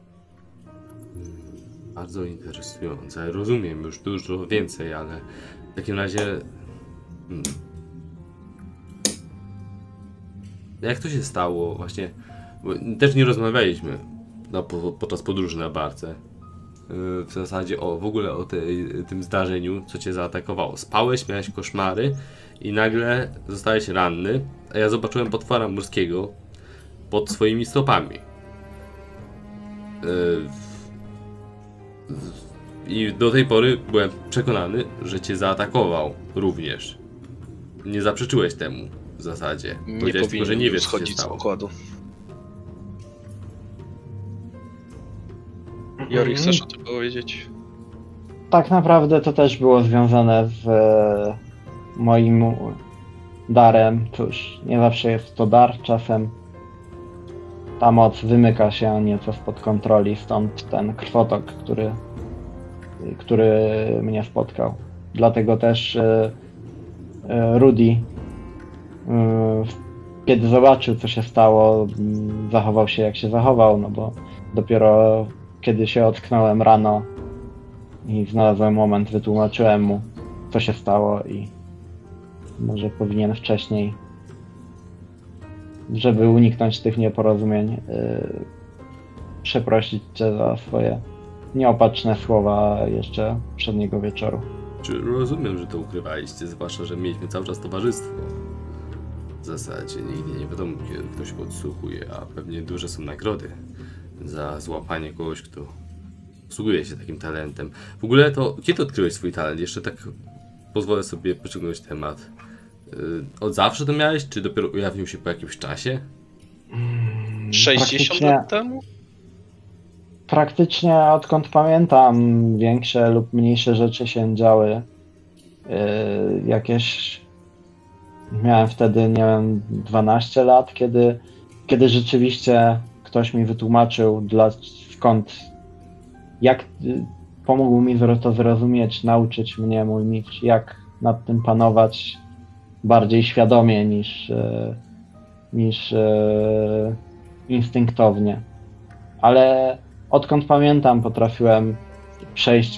Speaker 2: Bardzo interesujące. Rozumiem już dużo więcej, ale w takim razie... Jak to się stało? Właśnie też nie rozmawialiśmy podczas podróży na barce. W zasadzie w ogóle o tym zdarzeniu, co cię zaatakowało. Spałeś, miałeś koszmary i nagle zostałeś ranny, a ja zobaczyłem potwora morskiego pod swoimi stopami. I do tej pory byłem przekonany, że cię zaatakował również. Nie zaprzeczyłeś temu w zasadzie.
Speaker 4: Nie
Speaker 2: Powiedziałeś tylko, że
Speaker 4: powinien
Speaker 2: nie
Speaker 4: już
Speaker 2: wiesz, co się
Speaker 4: schodzić z
Speaker 2: stało.
Speaker 4: pokładu. Jori, chcesz o tym powiedzieć?
Speaker 3: Tak naprawdę to też było związane z moim darem. Cóż, nie zawsze jest to dar, czasem ta moc wymyka się nieco spod kontroli, stąd ten krwotok, który mnie spotkał. Dlatego też Rudy, kiedy zobaczył, co się stało, zachował się jak się zachował, no bo dopiero kiedy się ocknąłem rano i znalazłem moment, wytłumaczyłem mu, co się stało i może powinien wcześniej, żeby uniknąć tych nieporozumień, przeprosić cię za swoje nieopatrzne słowa jeszcze poprzedniego wieczoru.
Speaker 2: Czy rozumiem, że to ukrywaliście, zwłaszcza, że mieliśmy cały czas towarzystwo. W zasadzie nigdy nie wiadomo, kiedy ktoś podsłuchuje, a pewnie duże są nagrody za złapanie kogoś, kto posługuje się takim talentem. W ogóle to, kiedy odkryłeś swój talent? Jeszcze tak pozwolę sobie pociągnąć temat. Od zawsze to miałeś, czy dopiero ujawnił się po jakimś czasie?
Speaker 4: 60 lat temu?
Speaker 3: Praktycznie odkąd pamiętam, większe lub mniejsze rzeczy się działy. Jakieś... Miałem wtedy, nie wiem, 12 lat, kiedy rzeczywiście ktoś mi wytłumaczył, jak pomógł mi to zrozumieć, nauczyć mnie mój mistrz, jak nad tym panować bardziej świadomie niż instynktownie. Ale odkąd pamiętam, potrafiłem przejść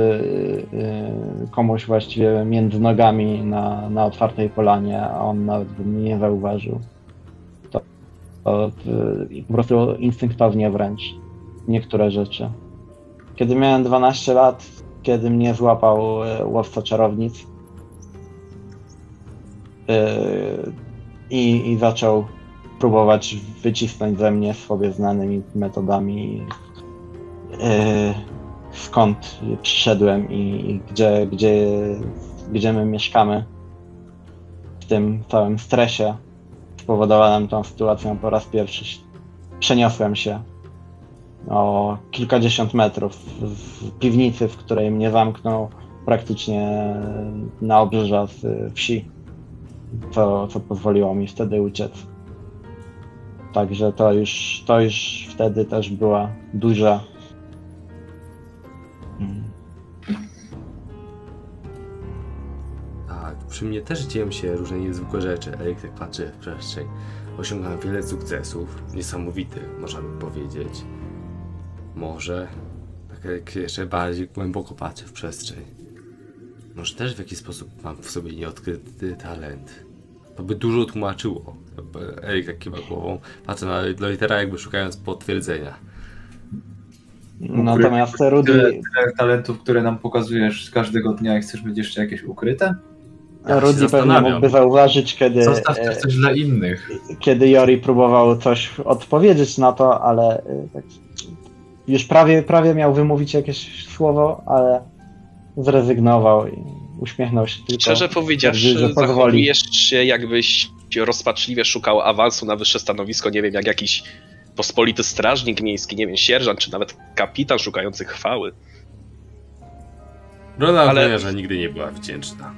Speaker 3: komuś właściwie między nogami na otwartej polanie, a on nawet by mnie nie zauważył. To po prostu instynktownie wręcz niektóre rzeczy. Kiedy miałem 12 lat, kiedy mnie złapał łowca czarownic i zaczął próbować wycisnąć ze mnie sobie znanymi metodami, skąd przyszedłem i gdzie my mieszkamy. W tym całym stresie spowodowanym tą sytuacją po raz pierwszy przeniosłem się o kilkadziesiąt metrów w piwnicy, w której mnie zamknął, praktycznie na obrzeża wsi, co pozwoliło mi wtedy uciec. Także to już wtedy też była duża.
Speaker 2: Tak, przy mnie też dzieją się różne niezwykłe rzeczy, ale jak tak patrzę w przestrzeń, osiągam wiele sukcesów, niesamowitych, można by powiedzieć. Może, tak jak jeszcze bardziej głęboko patrzę w przestrzeń, może też w jakiś sposób mam w sobie nieodkryty talent. To by dużo tłumaczyło. Erik tak kiwa głową, patrzę na Loitera jakby szukając potwierdzenia.
Speaker 3: Natomiast Rudy...
Speaker 5: Tyle talentów, które nam pokazujesz z każdego dnia i chcesz mieć jeszcze jakieś ukryte?
Speaker 3: Rudy pewnie mógłby zauważyć,
Speaker 5: Zostaw też coś dla innych.
Speaker 3: Kiedy Jori próbował coś odpowiedzieć na to, ale tak, już prawie miał wymówić jakieś słowo, ale zrezygnował i uśmiechnął się tylko.
Speaker 4: Szczerze powiedziawszy, zachowujesz się, jakbyś rozpaczliwie szukał awansu na wyższe stanowisko, nie wiem, jak jakiś pospolity strażnik miejski, nie wiem, sierżant, czy nawet kapitan szukający chwały.
Speaker 2: Rola ochroniarza nigdy nie była wdzięczna.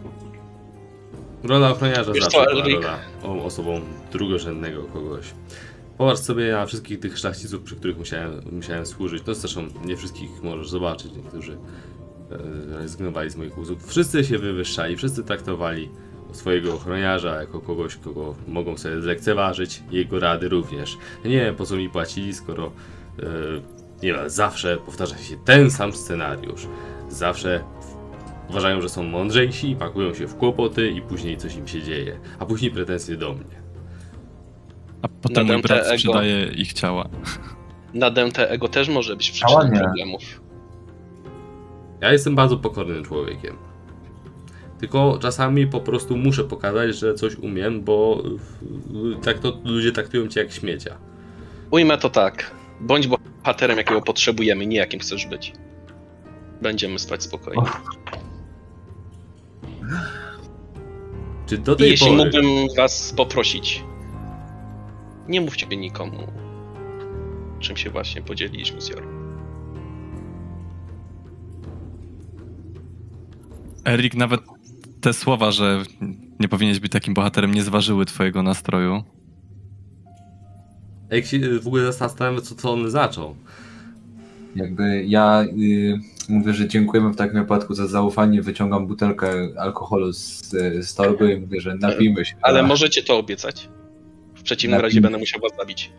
Speaker 2: Rola ochroniarza zawsze była osobą drugorzędnego kogoś. Popatrz sobie na wszystkich tych szlachciców, przy których musiałem służyć. To zresztą nie wszystkich możesz zobaczyć, niektórzy rezygnowali z moich uzów. Wszyscy się wywyższali, wszyscy traktowali swojego ochroniarza jako kogoś, kogo mogą sobie zlekceważyć, jego rady również. Nie wiem, po co mi płacili, skoro nie wiem, zawsze powtarza się ten sam scenariusz. Zawsze uważają, że są mądrzejsi, pakują się w kłopoty i później coś im się dzieje. A później pretensje do mnie.
Speaker 1: A potem mój brat sprzedaje ich ciała.
Speaker 4: Nadęte ego też może być przyczyną problemów.
Speaker 2: Ja jestem bardzo pokornym człowiekiem. Tylko czasami po prostu muszę pokazać, że coś umiem, bo tak to ludzie traktują cię jak śmiecia.
Speaker 4: Ujmę to tak. Bądź bohaterem, jakiego potrzebujemy, nie jakim chcesz być. Będziemy spać spokojnie.
Speaker 2: Czy do
Speaker 4: I
Speaker 2: tej
Speaker 4: jeśli
Speaker 2: pory...
Speaker 4: mógłbym was poprosić, nie mówcie nikomu, czym się właśnie podzieliliśmy z Jorą.
Speaker 1: Erik, nawet te słowa, że nie powinieneś być takim bohaterem, nie zważyły twojego nastroju.
Speaker 2: Jak się w ogóle zastanawiam, co on zaczął.
Speaker 5: Jakby ja mówię, że dziękujemy w takim wypadku za zaufanie, wyciągam butelkę alkoholu z torby i mówię, że napijmy się.
Speaker 4: Ale możecie to obiecać? W przeciwnym razie będę musiał was zabić.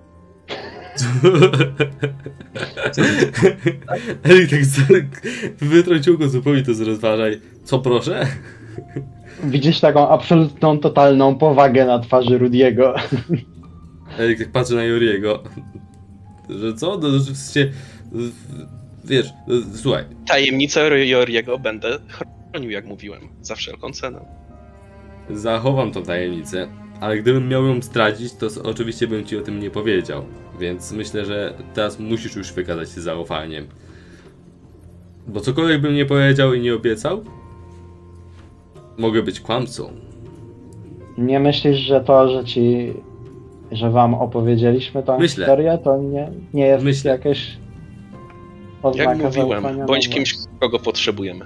Speaker 2: Erik tak wytrącił go zupełnie to z rozważaj. Co proszę?
Speaker 3: Widzisz taką absolutną, totalną powagę na twarzy Rudiego.
Speaker 2: Erik tak patrzy na Joriego. Że co? No, że wiesz, słuchaj.
Speaker 4: Tajemnicę Joriego będę chronił, jak mówiłem, za wszelką cenę.
Speaker 2: Zachowam tą tajemnicę, ale gdybym miał ją zdradzić, to oczywiście bym ci o tym nie powiedział. Więc myślę, że teraz musisz już wykazać się zaufaniem. Bo cokolwiek bym nie powiedział i nie obiecał, mogę być kłamcą.
Speaker 3: Nie myślisz, że to, że wam opowiedzieliśmy tą
Speaker 2: Myślę.
Speaker 3: historię, to nie jest
Speaker 2: Myślę.
Speaker 3: jakieś oznaka
Speaker 4: Jak mówiłem,
Speaker 3: zaufania?
Speaker 4: bądź
Speaker 3: No
Speaker 4: kimś, kogo potrzebujemy.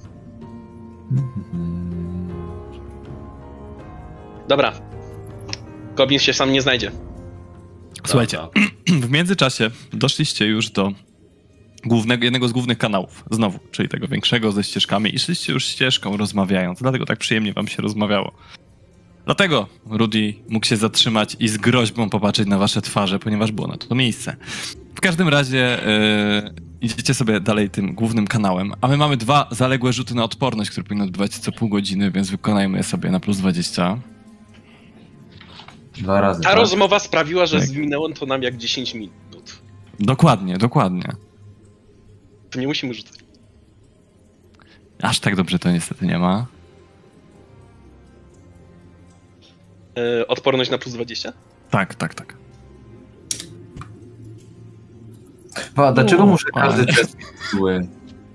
Speaker 4: Dobra. Goblin się sam nie znajdzie.
Speaker 1: Słuchajcie,
Speaker 2: Prawda?
Speaker 1: w międzyczasie doszliście już do jednego z głównych kanałów, znowu, czyli tego większego ze ścieżkami i szliście już ścieżką rozmawiając, dlatego tak przyjemnie wam się rozmawiało. Dlatego Rudy mógł się zatrzymać i z groźbą popatrzeć na wasze twarze, ponieważ było na to miejsce. W każdym razie idziecie sobie dalej tym głównym kanałem, a my mamy 2 zaległe rzuty na odporność, które powinny odbywać co pół godziny, więc wykonajmy je sobie na plus 20.
Speaker 5: 2 razy.
Speaker 4: Ta
Speaker 5: tak?
Speaker 4: rozmowa sprawiła, że
Speaker 1: Tak.
Speaker 4: zwinęło to nam jak 10 minut.
Speaker 1: Dokładnie, dokładnie.
Speaker 4: To nie musimy rzucać.
Speaker 1: Aż tak dobrze to niestety nie ma.
Speaker 4: Odporność na plus 20?
Speaker 1: Tak, tak, tak.
Speaker 5: A dlaczego muszę
Speaker 1: ale-
Speaker 5: każdy test mieć zły?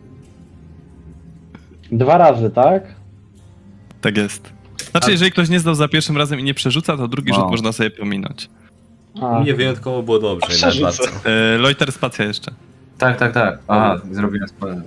Speaker 3: 2 razy, tak?
Speaker 1: Tak jest. Znaczy, jeżeli ktoś nie zdał za pierwszym razem i nie przerzuca, to drugi
Speaker 5: No.
Speaker 1: rzut można sobie pominąć.
Speaker 3: A,
Speaker 2: Mnie wyjątkowo było dobrze.
Speaker 4: A przerzucę.
Speaker 2: bardzo.
Speaker 1: Loiter spacja jeszcze.
Speaker 5: Tak. Aha, zrobiłem spoiler.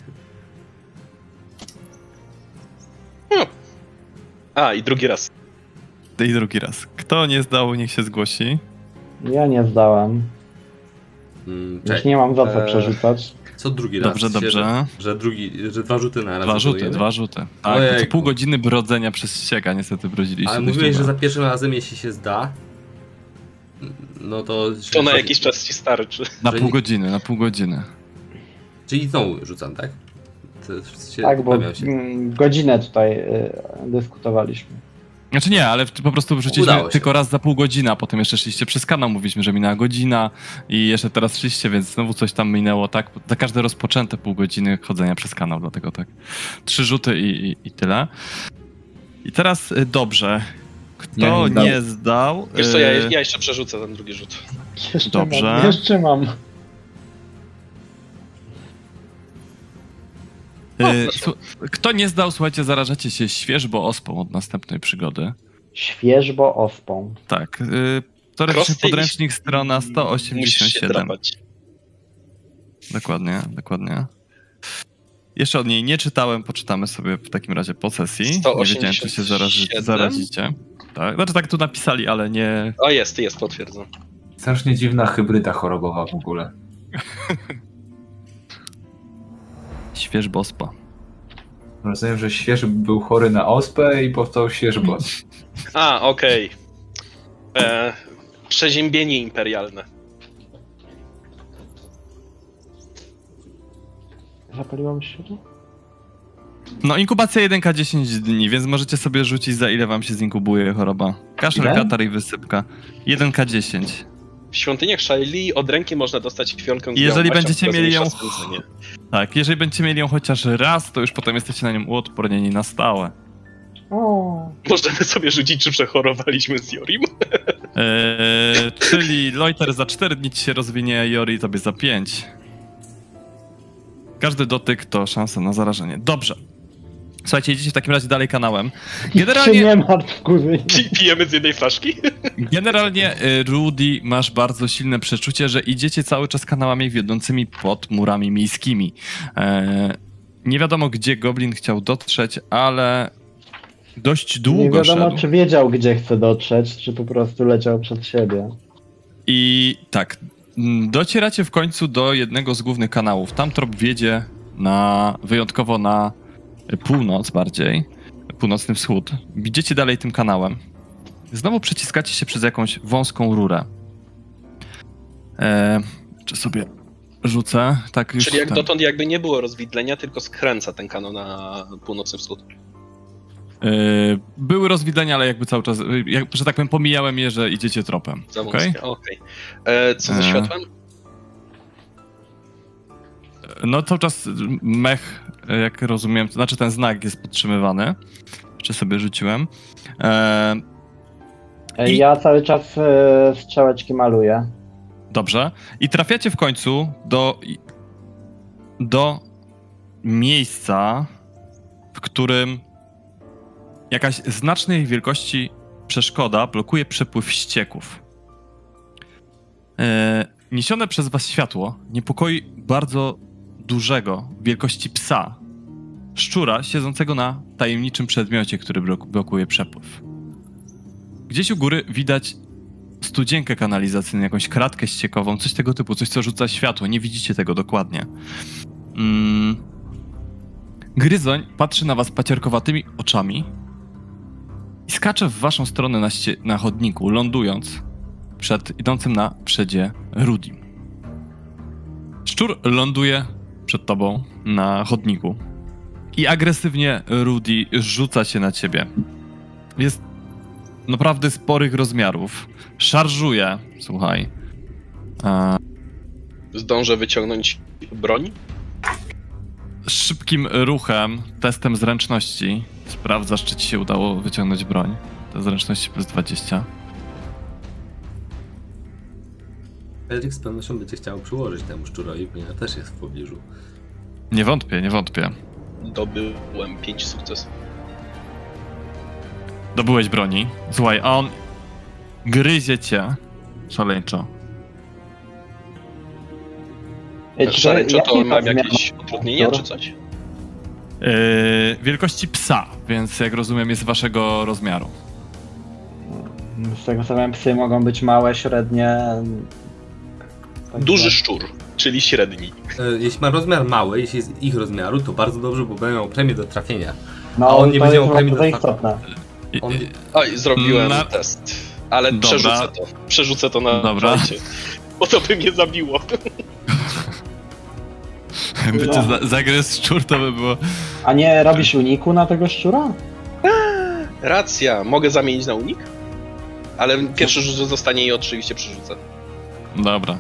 Speaker 4: A, i drugi raz.
Speaker 1: I drugi raz. Kto nie zdał, niech się zgłosi.
Speaker 3: ja nie zdałem. Już
Speaker 2: Cześć.
Speaker 3: nie mam za co przerzucać.
Speaker 2: Co drugi raz?
Speaker 1: Dobrze, dobrze.
Speaker 2: Że 2 rzuty na raz.
Speaker 1: 2 rzuty,
Speaker 2: budujemy?
Speaker 1: 2 rzuty. Tak, to co
Speaker 2: Ojejku.
Speaker 1: pół godziny brodzenia przez ściega niestety brodziliście.
Speaker 2: Ale
Speaker 1: dość
Speaker 2: mówiłeś, że
Speaker 1: długo.
Speaker 2: za pierwszym razem, jeśli się zda, no to...
Speaker 4: To na jakiś czas ci starczy.
Speaker 1: Na
Speaker 2: że
Speaker 1: pół
Speaker 2: nie-
Speaker 1: godziny, na pół godziny.
Speaker 2: Czyli znowu rzucam, tak? To się
Speaker 3: Tak, bo
Speaker 2: obawiam się.
Speaker 3: godzinę tutaj dyskutowaliśmy.
Speaker 1: Znaczy nie, ale po prostu wrzuciliśmy
Speaker 2: Udało się.
Speaker 1: tylko raz za pół godziny, a potem jeszcze szliście przez kanał, mówiliśmy, że minęła godzina i jeszcze teraz szliście, więc znowu coś tam minęło, tak? Za każde rozpoczęte pół godziny chodzenia przez kanał, dlatego tak. 3 rzuty i tyle. I teraz dobrze. Kto
Speaker 5: Ja nie
Speaker 1: nie zdał?
Speaker 4: Wiesz co, ja jeszcze przerzucę ten drugi rzut.
Speaker 3: Jeszcze
Speaker 1: Dobrze.
Speaker 3: Mam, jeszcze mam.
Speaker 1: Kto nie zdał, słuchajcie, zarażacie się świeżbą ospą od następnej przygody.
Speaker 3: Świeżbo ospą.
Speaker 1: Tak. Teoretycznie
Speaker 4: Prosty i-
Speaker 1: podręcznik strona
Speaker 4: Musisz się
Speaker 1: 187.
Speaker 4: drapać.
Speaker 1: Dokładnie, dokładnie. Jeszcze od niej nie czytałem, poczytamy sobie w takim razie po sesji. Nie wiedziałem, czy się
Speaker 4: 187?
Speaker 1: zarazicie. Tak, znaczy tak tu napisali, ale nie...
Speaker 4: O, jest, potwierdzam.
Speaker 5: Strasznie dziwna hybryda chorobowa w ogóle.
Speaker 1: Świeżbospa.
Speaker 5: Rozumiem, że świeży był chory na ospę i powstał świeżbos.
Speaker 4: A, okej. Przeziębienie imperialne.
Speaker 3: Zapaliło mi się to?
Speaker 1: No inkubacja 1K 10 dni, więc możecie sobie rzucić, za ile wam się zinkubuje choroba. Kaszel,
Speaker 5: Ile?
Speaker 1: katar i wysypka. 1K 10.
Speaker 4: W świątyniach Shaili od ręki można dostać chwilkę z
Speaker 1: Jeżeli
Speaker 4: białą maścią,
Speaker 1: będziecie
Speaker 4: która
Speaker 1: mieli ją-
Speaker 4: zmniejsza spędzenie.
Speaker 1: Tak, jeżeli będziecie mieli ją chociaż raz, to już potem jesteście na nią uodpornieni na stałe.
Speaker 3: O,
Speaker 4: Możemy sobie rzucić, czy przechorowaliśmy z Jorim.
Speaker 1: Czyli Loiter za 4 dni ci się rozwinie, Jori tobie za 5. Każdy dotyk to szansa na zarażenie. Dobrze. Słuchajcie, idziecie w takim razie dalej kanałem.
Speaker 3: Się
Speaker 1: Generalnie,
Speaker 3: nie martw, kuzynie.
Speaker 4: Pijemy z jednej flaszki?
Speaker 1: generalnie Rudy, masz bardzo silne przeczucie, że idziecie cały czas kanałami wiodącymi pod murami miejskimi. Nie wiadomo, gdzie Goblin chciał dotrzeć, ale dość
Speaker 3: Nie
Speaker 1: długo
Speaker 3: wiadomo,
Speaker 1: szedł.
Speaker 3: czy wiedział, gdzie chce dotrzeć, czy po prostu leciał przed siebie.
Speaker 1: I tak, docieracie w końcu do jednego z głównych kanałów. Tam trop wiedzie wyjątkowo na północ bardziej, północny wschód. Idziecie dalej tym kanałem. Znowu przeciskacie się przez jakąś wąską rurę. Czy sobie rzucę? Tak już.
Speaker 4: Czyli jak
Speaker 1: tak.
Speaker 4: dotąd jakby nie było rozwidlenia, tylko skręca ten kanał na północny wschód.
Speaker 1: Były rozwidlenia, ale jakby cały czas, że tak powiem, pomijałem je, że idziecie tropem.
Speaker 4: Za
Speaker 1: Okej?
Speaker 4: wąskie, okej. Co ze światłem?
Speaker 1: No cały czas mech, jak rozumiem, to znaczy ten znak jest podtrzymywany. Czy sobie rzuciłem. I-
Speaker 3: Ja cały czas strzałeczki maluję.
Speaker 1: Dobrze. I trafiacie w końcu do miejsca, w którym jakaś znacznej wielkości przeszkoda blokuje przepływ ścieków. Niesione przez was światło niepokoi bardzo dużego, wielkości psa, szczura siedzącego na tajemniczym przedmiocie, który blokuje przepływ. Gdzieś u góry widać studzienkę kanalizacyjną, jakąś kratkę ściekową, coś tego typu, coś co rzuca światło, nie widzicie tego dokładnie. Gryzoń patrzy na was paciorkowatymi oczami i skacze w waszą stronę na chodniku, lądując przed idącym na przedzie Rudim. Szczur ląduje przed tobą na chodniku i agresywnie Rudy rzuca się na ciebie. Jest naprawdę sporych rozmiarów. Szarżuje, słuchaj.
Speaker 4: Zdążę wyciągnąć broń?
Speaker 1: Szybkim ruchem, testem zręczności sprawdzasz, czy ci się udało wyciągnąć broń. To zręczności plus 20.
Speaker 2: Eryk z pewnością będzie chciał przyłożyć temu szczurowi, ponieważ też jest w pobliżu.
Speaker 1: Nie wątpię, nie wątpię.
Speaker 4: Dobyłem 5 sukcesów.
Speaker 1: Dobyłeś broni. Słuchaj, a on gryzie cię szaleńczo.
Speaker 4: Szaleńczo to
Speaker 3: jaki
Speaker 4: mam
Speaker 3: rozmiar
Speaker 4: jakieś utrudnienia
Speaker 3: szczur?
Speaker 4: czy coś?
Speaker 1: Wielkości psa, więc jak rozumiem jest waszego rozmiaru.
Speaker 3: Z tego co wiem, psy mogą być małe, średnie. Tak
Speaker 4: Duży
Speaker 3: tak.
Speaker 4: szczur, czyli średni.
Speaker 2: Jeśli ma rozmiar mały, jeśli jest ich rozmiaru, to bardzo dobrze, bo będą miał premię do trafienia.
Speaker 3: No,
Speaker 2: A on nie
Speaker 3: to
Speaker 2: będzie
Speaker 3: jest
Speaker 2: miał premii
Speaker 3: bardzo
Speaker 2: do
Speaker 3: istotne.
Speaker 2: On...
Speaker 4: Oj, zrobiłem
Speaker 1: Na-
Speaker 4: test. Ale
Speaker 1: Dobra.
Speaker 4: Przerzucę to na
Speaker 1: Dobra.
Speaker 4: fajcie. Bo to by mnie zabiło.
Speaker 1: Jakby
Speaker 3: No.
Speaker 1: cię zagryzł szczur, to by było...
Speaker 3: A nie robisz uniku na tego szczura?
Speaker 4: Racja, mogę zamienić na unik? Ale pierwszy rzut zostanie i oczywiście przerzucę.
Speaker 1: Dobra.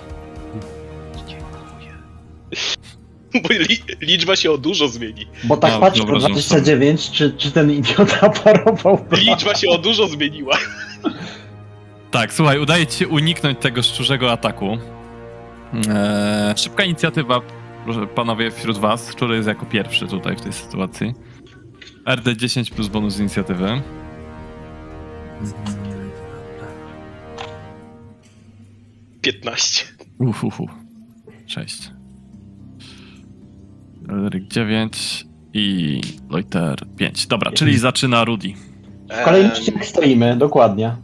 Speaker 4: Bo liczba się o dużo zmieni.
Speaker 3: Bo tak
Speaker 1: No,
Speaker 3: patrzę,
Speaker 1: dobra, że
Speaker 3: 29, czy ten idiota parował?
Speaker 4: Liczba się o dużo zmieniła.
Speaker 1: Tak, słuchaj, udaje ci się uniknąć tego szczurzego ataku. Szybka inicjatywa, proszę panowie, wśród was. Szczur jest jako pierwszy tutaj w tej sytuacji. RD 10 plus bonus inicjatywy.
Speaker 2: Mhm.
Speaker 4: 15.
Speaker 1: 6. Elryk 9 i Loiter 5. Dobra, czyli zaczyna Rudy.
Speaker 3: W kolejności stoimy, dokładnie.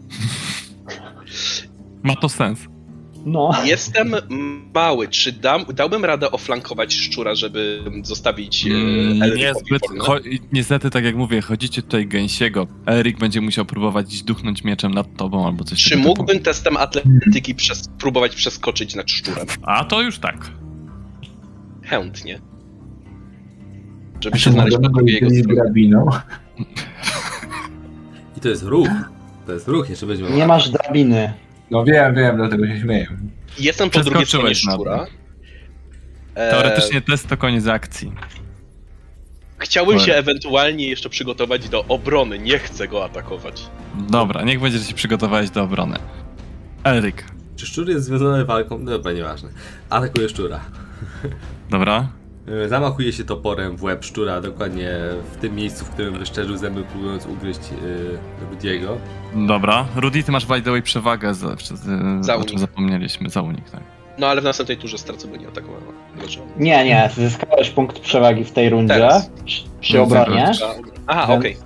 Speaker 1: Ma to sens.
Speaker 3: No.
Speaker 4: Jestem mały. Czy dałbym radę oflankować szczura, żeby zostawić Elrykowi
Speaker 1: Niezbyt,
Speaker 4: wolne?
Speaker 1: niestety, tak jak mówię, chodzicie tutaj gęsiego. Eryk będzie musiał próbować gdzieś duchnąć mieczem nad tobą albo coś
Speaker 4: Czy
Speaker 1: takiego.
Speaker 4: mógłbym testem atletyki próbować przeskoczyć nad szczurem?
Speaker 1: A to już tak.
Speaker 4: Chętnie. Żeby się znaleźć po drugiej jego stronie.
Speaker 5: drabiną.
Speaker 2: I to jest ruch. To jest ruch, jeszcze będzie miał...
Speaker 3: Nie masz drabiny.
Speaker 5: No wiem, dlatego się śmieję.
Speaker 4: Jestem po drugiej stronie
Speaker 1: Przeskoczyłeś na
Speaker 4: szczura.
Speaker 1: Teoretycznie test to koniec akcji.
Speaker 4: Chciałbym się ewentualnie jeszcze przygotować do obrony. Nie chcę go atakować.
Speaker 1: Dobra, niech będzie, że się przygotowałeś do obrony. Eryk.
Speaker 2: Czy szczur jest związany walką? Dobra, nieważne. Atakuje szczura.
Speaker 1: Dobra.
Speaker 2: Zamachuje się toporem w łeb szczura, dokładnie w tym miejscu, w którym wyszczerzył zęby, próbując ugryźć Rudiego.
Speaker 1: Dobra. Rudy, ty masz by the way przewagę,
Speaker 4: Za
Speaker 1: o czym
Speaker 4: unik.
Speaker 1: zapomnieliśmy, za unik, tak.
Speaker 4: No ale w następnej turze stracę, bo nie atakowałem.
Speaker 3: Nie, zyskałeś punkt przewagi w tej rundzie
Speaker 4: Teraz.
Speaker 3: przy obronie.
Speaker 4: Aha,
Speaker 3: Więc-
Speaker 4: okej.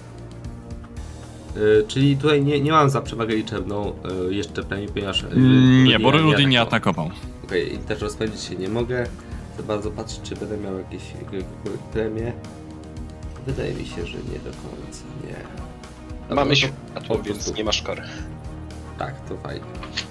Speaker 2: Czyli tutaj nie mam za przewagę liczebną jeszcze premii, ponieważ...
Speaker 1: Nie, bo Rudy nie atakował.
Speaker 2: Okej, i też rozpędzić się nie mogę. Za bardzo patrzeć, czy będę miał jakieś premie. Wydaje mi się, że nie do końca, nie. Dobra,
Speaker 4: Mamy
Speaker 2: no to
Speaker 4: światło,
Speaker 2: po
Speaker 4: więc
Speaker 2: prostu-
Speaker 4: nie masz kary.
Speaker 2: Tak, to fajnie.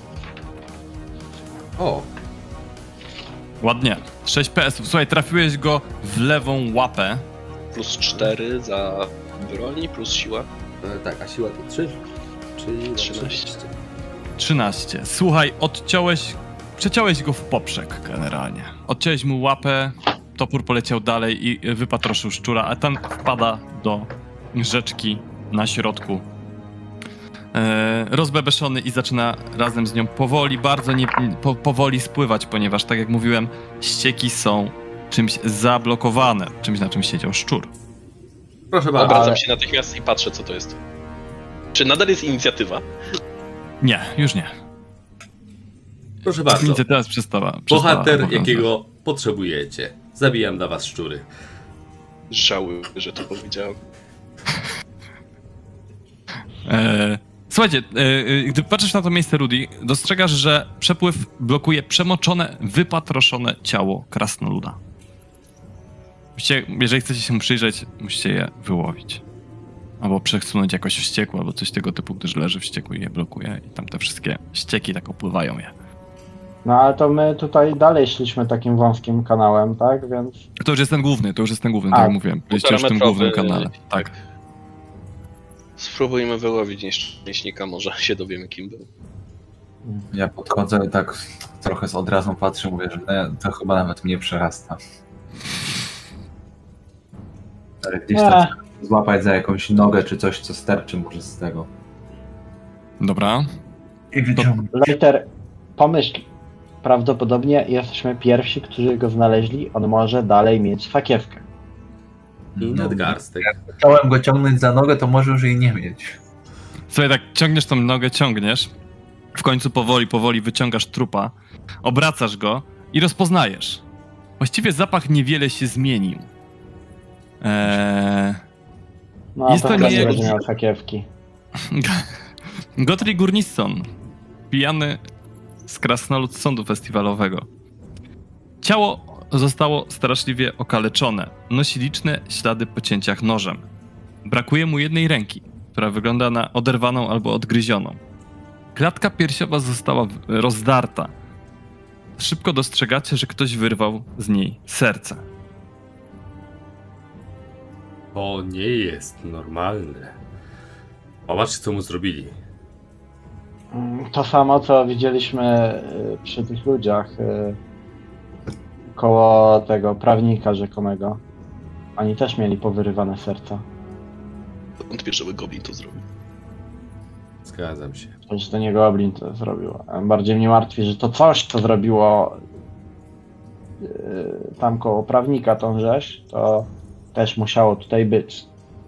Speaker 2: O,
Speaker 1: Ładnie. 6 PS-ów. Słuchaj, trafiłeś go w lewą łapę.
Speaker 4: Plus 4 za broń, plus siła.
Speaker 2: tak, a siła to 3, czyli
Speaker 4: 13.
Speaker 1: 13. Słuchaj, przeciąłeś go w poprzek generalnie. Odciąłeś mu łapę, topór poleciał dalej i wypatroszył szczura, a ten wpada do rzeczki na środku. Rozbebeszony i zaczyna razem z nią powoli, bardzo powoli spływać, ponieważ tak jak mówiłem, ścieki są czymś zablokowane, czymś na czym siedział szczur.
Speaker 2: Proszę bardzo.
Speaker 4: Obracam się natychmiast i patrzę, co to jest. Czy nadal jest inicjatywa?
Speaker 1: Nie, już nie.
Speaker 2: Proszę bardzo.
Speaker 1: Inicjatywa przestała
Speaker 2: Bohater,
Speaker 1: obowiązywać.
Speaker 2: jakiego potrzebujecie. Zabijam dla was szczury.
Speaker 4: Żałuję, że to powiedziałem.
Speaker 1: Słuchajcie, gdy patrzysz na to miejsce Rudy, dostrzegasz, że przepływ blokuje przemoczone, wypatroszone ciało krasnoluda. Jeżeli chcecie się mu przyjrzeć, musicie je wyłowić. Albo przesunąć jakoś w ścieku, albo coś tego typu, gdyż leży w ścieku i je blokuje. I tam te wszystkie ścieki tak opływają je.
Speaker 3: No ale to my tutaj dalej szliśmy takim wąskim kanałem, tak? Więc
Speaker 1: To już jest ten główny, tak
Speaker 3: A,
Speaker 1: jak mówiłem. Byliście już w tym głównym kanale. Tak.
Speaker 4: Spróbujmy wyłowić nieszczęśnika, może się dowiemy, kim był.
Speaker 5: Ja podchodzę i tak trochę z odrazą patrzę, mówię, że to chyba nawet mnie przerasta. Ale gdzieś tam złapać za jakąś nogę czy coś, co sterczy może z tego.
Speaker 1: Dobra.
Speaker 5: I wyciągnę.
Speaker 3: Leiter, pomyśl, prawdopodobnie jesteśmy pierwsi, którzy go znaleźli. On może dalej mieć fakiewkę.
Speaker 2: I nadgarstek.
Speaker 5: Chciałem go ciągnąć za nogę, to może już jej nie mieć.
Speaker 1: Słuchaj, tak ciągniesz tą nogę, w końcu powoli wyciągasz trupa, obracasz go i rozpoznajesz. Właściwie zapach niewiele się zmienił.
Speaker 3: No a
Speaker 1: Jest
Speaker 3: to
Speaker 1: to
Speaker 3: chyba
Speaker 1: nie-
Speaker 3: nie będzie miał fakiewki.
Speaker 1: Gotri Gurnisson, pijany z krasnolud sądu festiwalowego. Ciało zostało straszliwie okaleczone. Nosi liczne ślady po cięciach nożem. Brakuje mu jednej ręki, która wygląda na oderwaną albo odgryzioną. Klatka piersiowa została rozdarta. Szybko dostrzegacie, że ktoś wyrwał z niej serce.
Speaker 2: To nie jest normalne. Popatrzcie, co mu zrobili.
Speaker 3: To samo, co widzieliśmy przy tych ludziach koło tego prawnika rzekomego. Oni też mieli powyrywane serca.
Speaker 4: Wątpię, żeby Goblin to zrobił.
Speaker 2: Zgadzam się.
Speaker 3: Przecież to nie Goblin to zrobił. A bardziej mnie martwi, że to coś, co zrobiło tam koło prawnika tą rzeź, to też musiało tutaj być.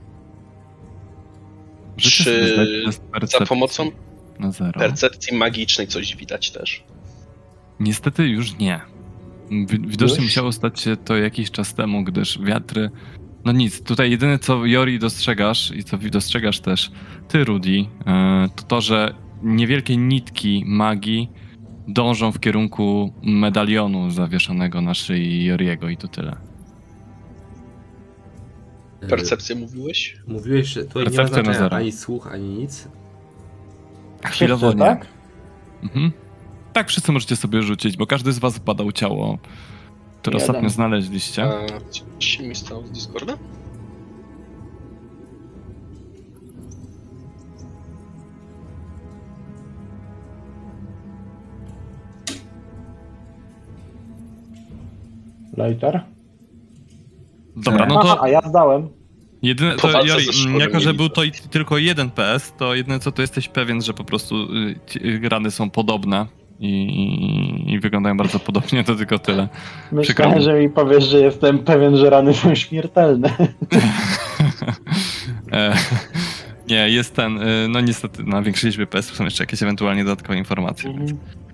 Speaker 1: Możecie sobie zdać test
Speaker 4: Za
Speaker 1: percepcji
Speaker 4: pomocą
Speaker 1: na 0.
Speaker 4: percepcji magicznej coś widać też.
Speaker 1: Niestety już nie. Widocznie
Speaker 3: Już?
Speaker 1: musiało stać się to jakiś czas temu, gdyż wiatry... No nic, tutaj jedyne co Jori dostrzegasz i co dostrzegasz też ty, Rudy, to, że niewielkie nitki magii dążą w kierunku medalionu zawieszonego na szyi Joriego i to tyle.
Speaker 4: Percepcję mówiłeś?
Speaker 2: Mówiłeś, że tutaj nie ma
Speaker 1: Percepcja na
Speaker 2: znaczenia
Speaker 1: zero.
Speaker 2: ani słuch, ani nic.
Speaker 1: Chwilowo
Speaker 3: Wszyscy,
Speaker 1: nie.
Speaker 3: tak?
Speaker 1: Mhm. Tak, wszyscy możecie sobie rzucić, bo każdy z was badał ciało, które
Speaker 3: Jeden.
Speaker 1: ostatnio znaleźliście.
Speaker 4: Coś się mi stało z Discorda?
Speaker 3: Leiter?
Speaker 1: Dobra, no
Speaker 3: Aha,
Speaker 1: to
Speaker 3: a ja zdałem.
Speaker 1: jedyne,
Speaker 4: Po
Speaker 1: to
Speaker 4: walce
Speaker 1: Jori,
Speaker 4: ze szczurem
Speaker 1: jako
Speaker 4: nie
Speaker 1: że był
Speaker 4: widzę.
Speaker 1: to tylko jeden PS, to jedyne co to jesteś pewien, że po prostu rany są podobne i wyglądają bardzo podobnie, to tylko tyle.
Speaker 3: Myślałem, że mi powiesz, że jestem pewien, że rany są śmiertelne.
Speaker 1: Nie, jest ten, no niestety na większej liczbie PS są jeszcze jakieś ewentualnie dodatkowe informacje. Więc...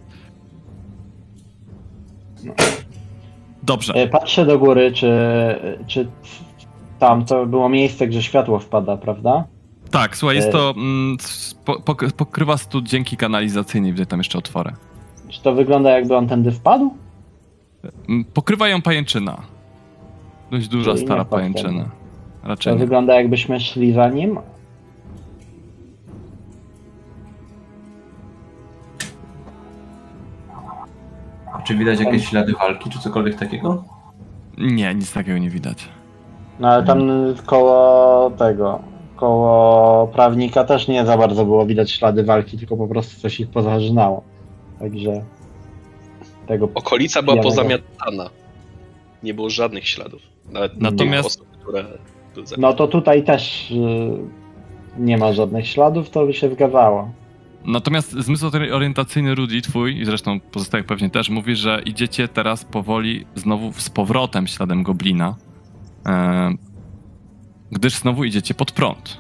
Speaker 1: Dobrze.
Speaker 3: Patrzę do góry, czy tam to było miejsce, gdzie światło wpada, prawda?
Speaker 1: Tak, słuchaj, jest to pokrywa stód dzięki kanalizacyjnej, widzę tam jeszcze otwory.
Speaker 3: Czy to wygląda, jakby on tędy wpadł?
Speaker 1: Pokrywa ją pajęczyna. Dość duża,
Speaker 3: Czyli
Speaker 1: stara
Speaker 3: nie wpadł
Speaker 1: pajęczyna.
Speaker 3: tędy.
Speaker 1: Raczej
Speaker 3: To
Speaker 1: nie.
Speaker 3: wygląda, jakbyśmy szli za nim.
Speaker 5: Czy widać jakieś ślady walki, czy cokolwiek takiego?
Speaker 1: Nie, nic takiego nie widać.
Speaker 3: No ale tam koło prawnika też nie za bardzo było widać ślady walki, tylko po prostu coś ich pozażynało. Także tego...
Speaker 4: Okolica była
Speaker 3: Ja
Speaker 4: pozamiatana. Nie było żadnych śladów. Nawet
Speaker 1: Natomiast-
Speaker 4: osób, które były
Speaker 3: No to tutaj też nie ma żadnych śladów, to by się zgadzało.
Speaker 1: Natomiast zmysł orientacyjny Rudy, twój, i zresztą pozostałych pewnie też, mówi, że idziecie teraz powoli znowu z powrotem śladem goblina, gdyż znowu idziecie pod prąd.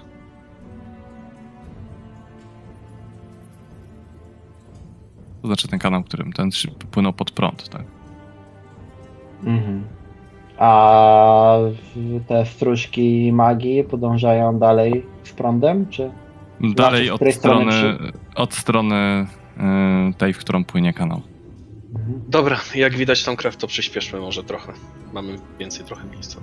Speaker 1: To znaczy ten kanał, którym ten płynął pod prąd, tak?
Speaker 3: Mhm. A te stróżki magii podążają dalej z prądem, czy?
Speaker 1: Dalej
Speaker 3: z której strony
Speaker 1: od strony tej, w którą płynie kanał.
Speaker 3: Mhm.
Speaker 4: Dobra, jak widać tą krew, to przyspieszmy może trochę. Mamy więcej trochę miejsca.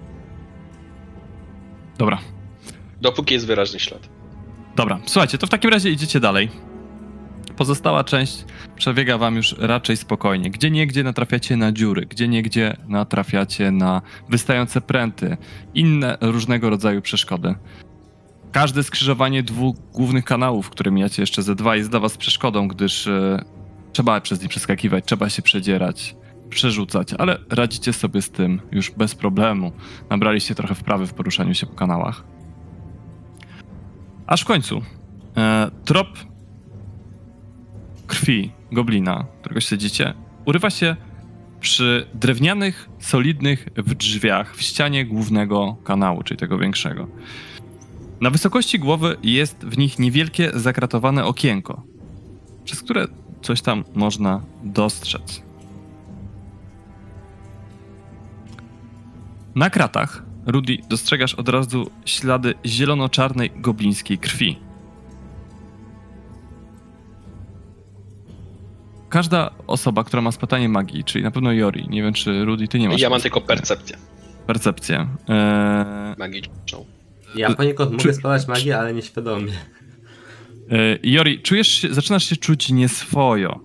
Speaker 1: Dobra.
Speaker 4: Dopóki jest wyraźny ślad.
Speaker 1: Dobra, słuchajcie, to w takim razie idziecie dalej. Pozostała część przebiega wam już raczej spokojnie. Gdzieniegdzie natrafiacie na dziury, gdzieniegdzie natrafiacie na wystające pręty, inne różnego rodzaju przeszkody. Każde skrzyżowanie dwóch głównych kanałów, które mijacie jeszcze ze dwa, jest dla was przeszkodą, gdyż trzeba przez nie przeskakiwać, trzeba się przedzierać, przerzucać, ale radzicie sobie z tym już bez problemu. Nabraliście trochę wprawy w poruszaniu się po kanałach. Aż w końcu trop krwi goblina, którego śledzicie, urywa się przy drewnianych, solidnych drzwiach w ścianie głównego kanału, czyli tego większego. Na wysokości głowy jest w nich niewielkie, zakratowane okienko, przez które coś tam można dostrzec. Na kratach, Rudy, dostrzegasz od razu ślady zielono-czarnej goblińskiej krwi. Każda osoba, która ma spytanie magii, czyli na pewno Yori, nie wiem czy Rudy, ty nie masz...
Speaker 4: Ja mam tylko percepcję
Speaker 1: Percepcję.
Speaker 4: magiczną.
Speaker 2: Ja poniekąd mogę spadać magię, ale nieświadomie.
Speaker 1: Yori, zaczynasz się czuć nieswojo.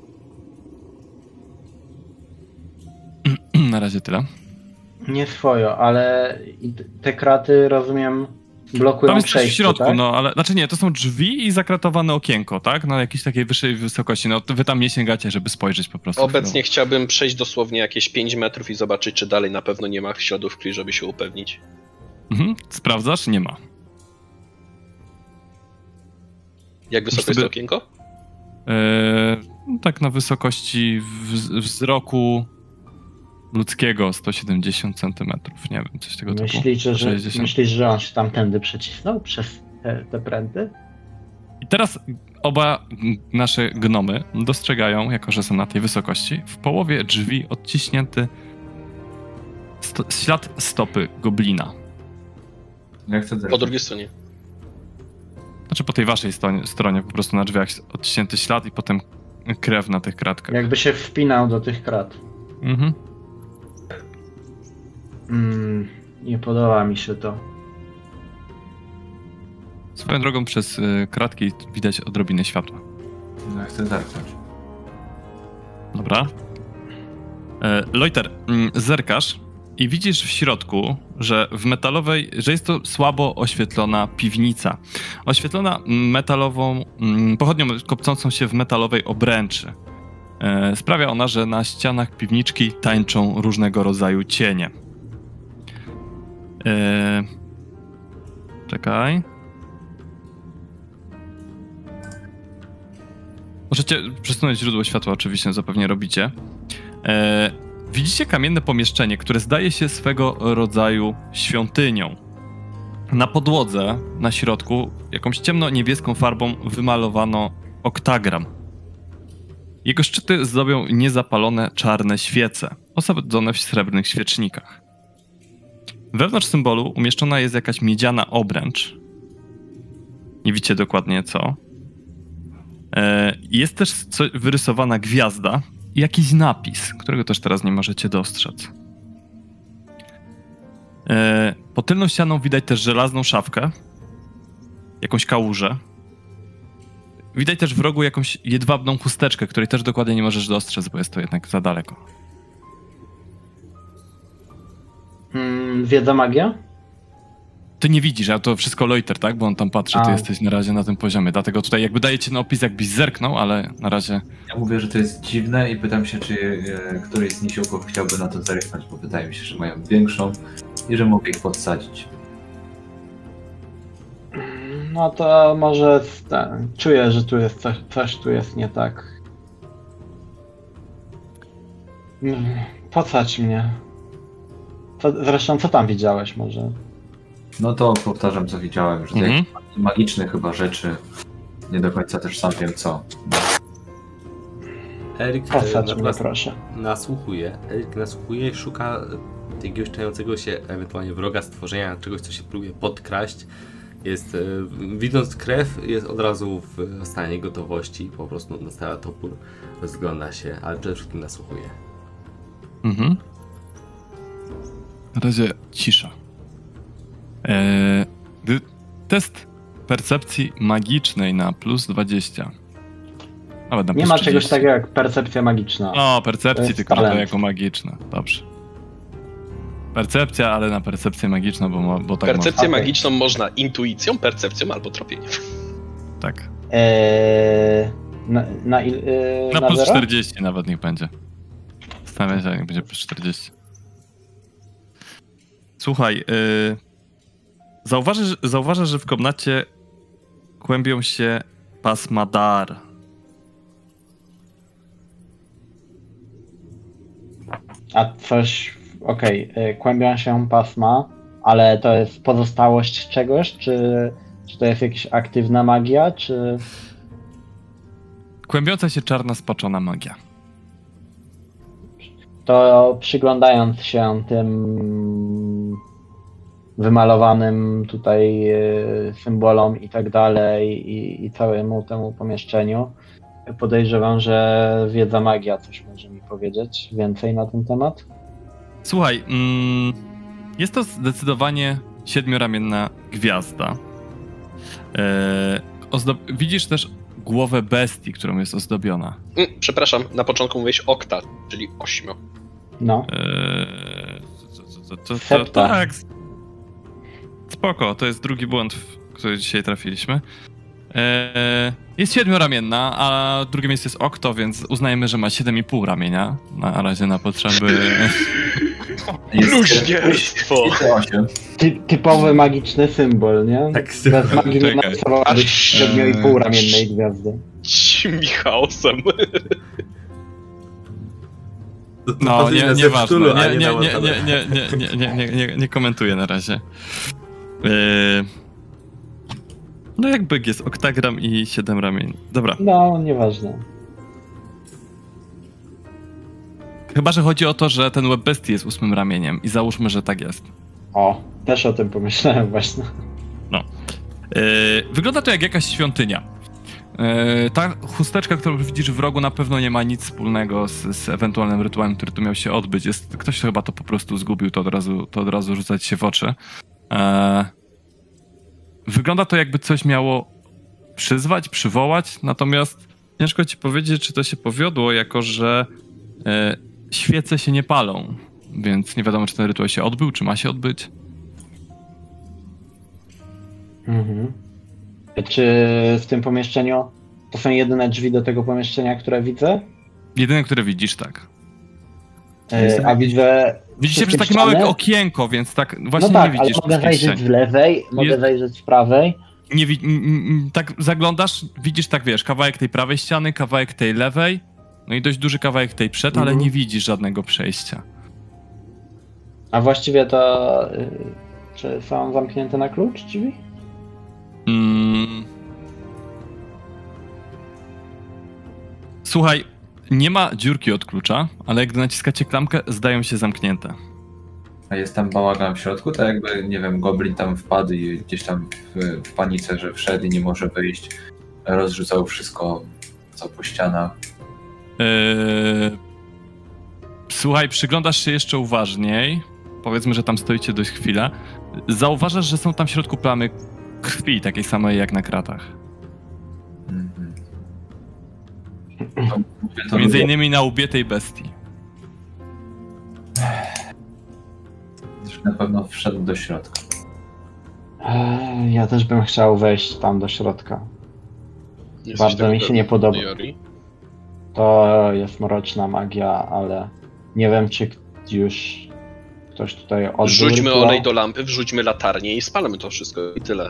Speaker 1: Na razie tyle.
Speaker 3: Nie swojo, ale te kraty, rozumiem, blokują
Speaker 1: Tam jest coś w
Speaker 3: przejście,
Speaker 1: środku,
Speaker 3: tak?
Speaker 1: no ale... Znaczy nie, to są drzwi i zakratowane okienko, tak? Na jakiejś takiej wyższej wysokości. No wy tam nie sięgacie, żeby spojrzeć po prostu.
Speaker 4: Obecnie chciałbym przejść dosłownie jakieś 5 metrów i zobaczyć, czy dalej na pewno nie ma śladów krwi, żeby się upewnić.
Speaker 1: Mhm. Sprawdzasz? Nie ma.
Speaker 4: Jak wysoko jest to okienko?
Speaker 1: Tak na wysokości wzroku ludzkiego 170 cm. Nie wiem, coś tego typu.
Speaker 3: Myślisz, że on się tamtędy przecisnął przez te pręty?
Speaker 1: I teraz oba nasze gnomy dostrzegają, jako że są na tej wysokości, w połowie drzwi odciśnięty ślad stopy goblina.
Speaker 5: Ja chcę
Speaker 4: Po drugiej stronie.
Speaker 1: Znaczy po tej waszej stronie, po prostu na drzwiach odciśnięty ślad i potem krew na tych kratkach.
Speaker 3: Jakby się wpinał do tych krat.
Speaker 1: Mhm.
Speaker 3: Nie podoba mi się to.
Speaker 1: Swoją drogą przez kratki widać odrobinę światła.
Speaker 5: Ja chcę zerknąć.
Speaker 1: Dobra. Loiter, zerkasz i widzisz w środku, że że jest to słabo oświetlona piwnica. Oświetlona metalową, pochodnią kopcącą się w metalowej obręczy. Sprawia ona, że na ścianach piwniczki tańczą różnego rodzaju cienie. Czekaj. Możecie przesunąć źródło światła, oczywiście, zapewnie robicie. Widzicie kamienne pomieszczenie, które zdaje się swego rodzaju świątynią. Na podłodze, na środku, jakąś ciemno-niebieską farbą wymalowano oktagram. Jego szczyty zdobią niezapalone czarne świece, osadzone w srebrnych świecznikach. Wewnątrz symbolu umieszczona jest jakaś miedziana obręcz. Nie widzicie dokładnie co. Jest też wyrysowana gwiazda i jakiś napis, którego też teraz nie możecie dostrzec. Pod tylną ścianą widać też żelazną szafkę, jakąś kałużę. Widać też w rogu jakąś jedwabną chusteczkę, której też dokładnie nie możesz dostrzec, bo jest to jednak za daleko.
Speaker 3: Wiedza magia?
Speaker 1: Ty nie widzisz, a to wszystko Loiter, tak? Bo on tam patrzy, ty jesteś na razie na tym poziomie. Dlatego tutaj jakby daję ci na opis, jakbyś zerknął, ale na razie...
Speaker 5: Ja mówię, że to jest dziwne i pytam się, czy któryś z nisiuków chciałby na to zerknąć, bo wydaje mi się, że mają większą i że mogę ich podsadzić.
Speaker 3: No to może czuję, że tu jest coś tu jest nie tak. Podsadź mnie. Zresztą co tam widziałeś może?
Speaker 5: No to powtarzam, co widziałem, że to jakieś magiczne chyba rzeczy. Nie do końca też sam wiem co.
Speaker 2: Eryk
Speaker 3: Podsadź mnie, proszę.
Speaker 2: nasłuchuje. Eryk nasłuchuje i szuka jakiegoś czającego się ewentualnie wroga, stworzenia, czegoś, co się próbuje podkraść. Jest, widząc krew, jest od razu w stanie gotowości, po prostu nastawia topór, rozgląda się, ale przede wszystkim nasłuchuje.
Speaker 1: Na razie cisza. Test percepcji magicznej na plus 20. Nawet na plus
Speaker 3: Nie ma
Speaker 1: 30.
Speaker 3: czegoś takiego jak percepcja magiczna.
Speaker 1: O, percepcji,
Speaker 3: jest
Speaker 1: tylko że to
Speaker 3: talent.
Speaker 1: jako magiczna. Dobrze. Percepcja, ale na percepcję magiczną, bo tak
Speaker 4: Percepcję
Speaker 3: Okej.
Speaker 4: magiczną można intuicją, percepcją albo tropieniem.
Speaker 1: Tak. Na plus
Speaker 3: zero?
Speaker 1: 40 nawet niech będzie. Stawiam się, jak będzie plus 40. Słuchaj, zauważasz, że w komnacie kłębią się pasma dar.
Speaker 3: A coś, kłębią się pasma, ale to jest pozostałość czegoś, czy to jest jakaś aktywna magia, czy...
Speaker 1: Kłębiąca się czarna, spaczona magia.
Speaker 3: To przyglądając się tym wymalowanym tutaj symbolom i tak dalej i całemu temu pomieszczeniu, podejrzewam, że wiedza magia coś może mi powiedzieć więcej na ten temat.
Speaker 1: Słuchaj, jest to zdecydowanie siedmioramienna gwiazda. Widzisz też głowę bestii, którą jest ozdobiona.
Speaker 4: Przepraszam, na początku mówiłeś okta, czyli 8.
Speaker 3: No.
Speaker 1: To tak. Spoko, to jest drugi błąd, w który dzisiaj trafiliśmy. Jest siedmioramienna, a drugie miejsce jest okto, więc uznajemy, że ma 7,5 ramienia. Na razie na potrzeby...
Speaker 4: Bluźnierstwo!
Speaker 5: 8.
Speaker 3: Typowy magiczny symbol, nie?
Speaker 2: Tak,
Speaker 3: Bez magii nie
Speaker 1: czekaj.
Speaker 3: narysowałaby 7,5 ramiennej gwiazdy.
Speaker 4: Michałsem.
Speaker 1: No, nieważne. Nie komentuję na razie. No jak byk jest oktagram i 7 ramień. Dobra.
Speaker 3: No, nieważne.
Speaker 1: Chyba, że chodzi o to, że ten łeb bestii jest 8 ramieniem i załóżmy, że tak jest.
Speaker 3: O, też o tym pomyślałem właśnie.
Speaker 1: No. Wygląda to jak jakaś świątynia. Ta chusteczka, którą widzisz w rogu, na pewno nie ma nic wspólnego z ewentualnym rytuałem, który tu miał się odbyć. Ktoś chyba to po prostu zgubił, to od razu rzucać się w oczy. Wygląda to, jakby coś miało przyzwać, przywołać, natomiast ciężko ci powiedzieć, czy to się powiodło, jako że świece się nie palą, więc nie wiadomo, czy ten rytuał się odbył, czy ma się odbyć.
Speaker 3: Mhm. Czy w tym pomieszczeniu to są jedyne drzwi do tego pomieszczenia, które widzę?
Speaker 1: Jedyne, które widzisz, tak.
Speaker 3: A widzę...
Speaker 1: Widzicie, że
Speaker 3: wszystkie
Speaker 1: takie małe
Speaker 3: ściany?
Speaker 1: okienko, więc tak właśnie
Speaker 3: No tak,
Speaker 1: nie widzisz.
Speaker 3: ale mogę
Speaker 1: wszystkich
Speaker 3: zajrzeć
Speaker 1: ścian.
Speaker 3: z lewej, mogę zajrzeć z prawej.
Speaker 1: tak zaglądasz, widzisz tak, wiesz, kawałek tej prawej ściany, kawałek tej lewej, no i dość duży kawałek tej przed, ale nie widzisz żadnego przejścia.
Speaker 3: A właściwie to... czy są zamknięte na klucz drzwi?
Speaker 1: Słuchaj, nie ma dziurki od klucza, ale gdy naciskacie klamkę, zdają się zamknięte.
Speaker 5: A jest tam bałagan w środku, tak jakby, nie wiem, goblin tam wpadł i gdzieś tam w panice, że wszedł i nie może wyjść, rozrzucał wszystko, co po ścianach.
Speaker 1: Słuchaj, przyglądasz się jeszcze uważniej. Powiedzmy, że tam stoicie dość chwilę. Zauważasz, że są tam w środku plamy krwi, takiej samej jak na kratach. Między innymi na łbie tej bestii.
Speaker 5: Już na pewno wszedł do środka.
Speaker 3: Ja też bym chciał wejść tam do środka. Bardzo mi się nie podoba. To jest mroczna magia, ale nie wiem, czy już ktoś tutaj odbył
Speaker 4: Wrzućmy
Speaker 3: rytuał.
Speaker 4: olej do lampy, wrzućmy latarnię i spalmy to wszystko i tyle.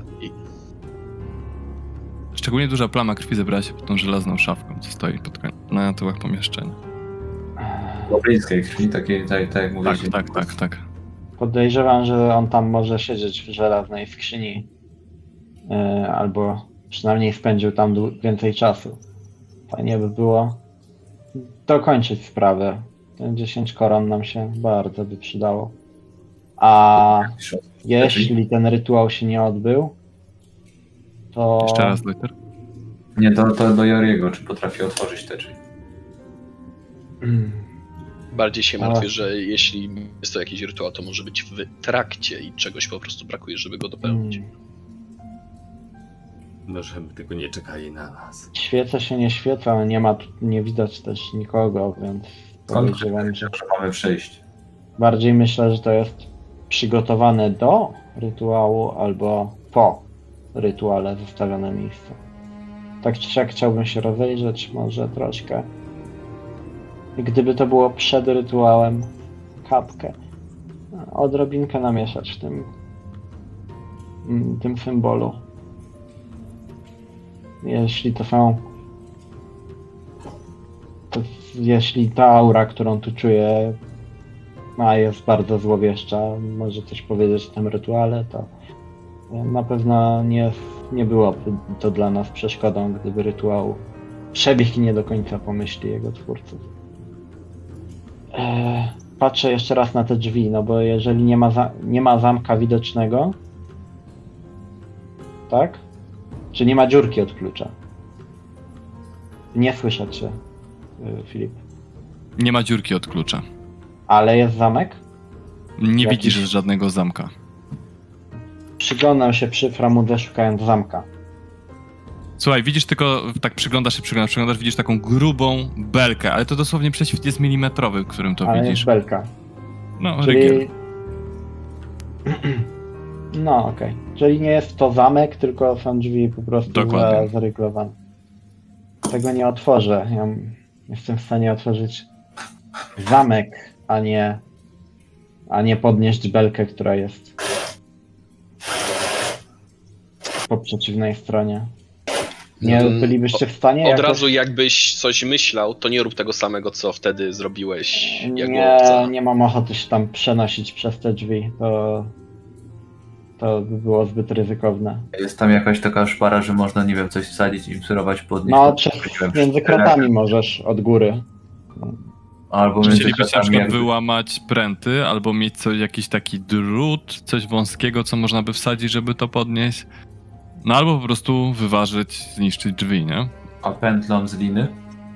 Speaker 1: Szczególnie duża plama krwi zebrała się pod tą żelazną szafką, co stoi na tyłach pomieszczenia.
Speaker 5: Goblińskiej krwi, takiej, tak jak mówiliście.
Speaker 1: Tak.
Speaker 3: Podejrzewam, że on tam może siedzieć w żelaznej skrzyni. Albo przynajmniej spędził tam więcej czasu. Fajnie by było dokończyć sprawę. Ten 10 koron nam się bardzo by przydało. A jeśli ten rytuał się nie odbył, to...
Speaker 1: Jeszcze raz, Loiter.
Speaker 5: Nie, to do Joriego, czy potrafi otworzyć te drzwi.
Speaker 4: Bardziej się martwię, że jeśli jest to jakiś rytuał, to może być w trakcie i czegoś po prostu brakuje, żeby go dopełnić.
Speaker 2: Może by tylko nie czekali na nas.
Speaker 3: Świece się nie świecą, nie widać też nikogo, więc podejrzewam, że
Speaker 5: mamy przejść.
Speaker 3: bardziej myślę, że to jest przygotowane do rytuału albo po rytuale zostawione miejsce. Tak czy siak chciałbym się rozejrzeć może troszkę. I gdyby to było przed rytuałem, kapkę, odrobinkę namieszać w tym symbolu. Jeśli to są... Jeśli ta aura, którą tu czuję, jest bardzo złowieszcza, może coś powiedzieć o tym rytuale, to na pewno nie byłoby to dla nas przeszkodą, gdyby rytuał przebiegł nie do końca po myśli jego twórców. Patrzę jeszcze raz na te drzwi, no bo jeżeli nie ma zamka widocznego, tak? Czy nie ma dziurki od klucza? Nie słyszę cię, Filip.
Speaker 1: Nie ma dziurki od klucza.
Speaker 3: Ale jest zamek?
Speaker 1: Nie widzisz żadnego zamka.
Speaker 3: Przyglądam się przy framudze, szukając zamka.
Speaker 1: Słuchaj, widzisz tylko, tak przyglądasz, widzisz taką grubą belkę, ale to dosłownie prześwit jest milimetrowy, w którym to
Speaker 3: Ale
Speaker 1: widzisz.
Speaker 3: jest belka.
Speaker 1: No,
Speaker 3: Czyli...
Speaker 1: rygiel.
Speaker 3: No, okej. Czyli nie jest to zamek, tylko są drzwi po prostu
Speaker 1: Dokładnie.
Speaker 3: zaryglowane. Tego nie otworzę. Ja jestem w stanie otworzyć zamek, a nie podnieść belkę, która jest po przeciwnej stronie. Nie
Speaker 4: No,
Speaker 3: bylibyście w stanie
Speaker 4: Od razu jakbyś coś myślał, to nie rób tego samego, co wtedy zrobiłeś jako łowca.
Speaker 3: Nie mam ochoty się tam przenosić przez te drzwi. To by było zbyt ryzykowne.
Speaker 5: Jest tam jakaś taka szpara, że można, nie wiem, coś wsadzić i surować, podnieść.
Speaker 3: No, między kratami możesz od góry.
Speaker 5: Albo
Speaker 1: Czy
Speaker 5: między
Speaker 1: chcielibyście na
Speaker 5: kratami
Speaker 1: przykład
Speaker 5: jakby...
Speaker 1: wyłamać pręty, albo mieć jakiś taki drut, coś wąskiego, co można by wsadzić, żeby to podnieść? No albo po prostu wyważyć, zniszczyć drzwi, nie?
Speaker 5: A pętlą z liny?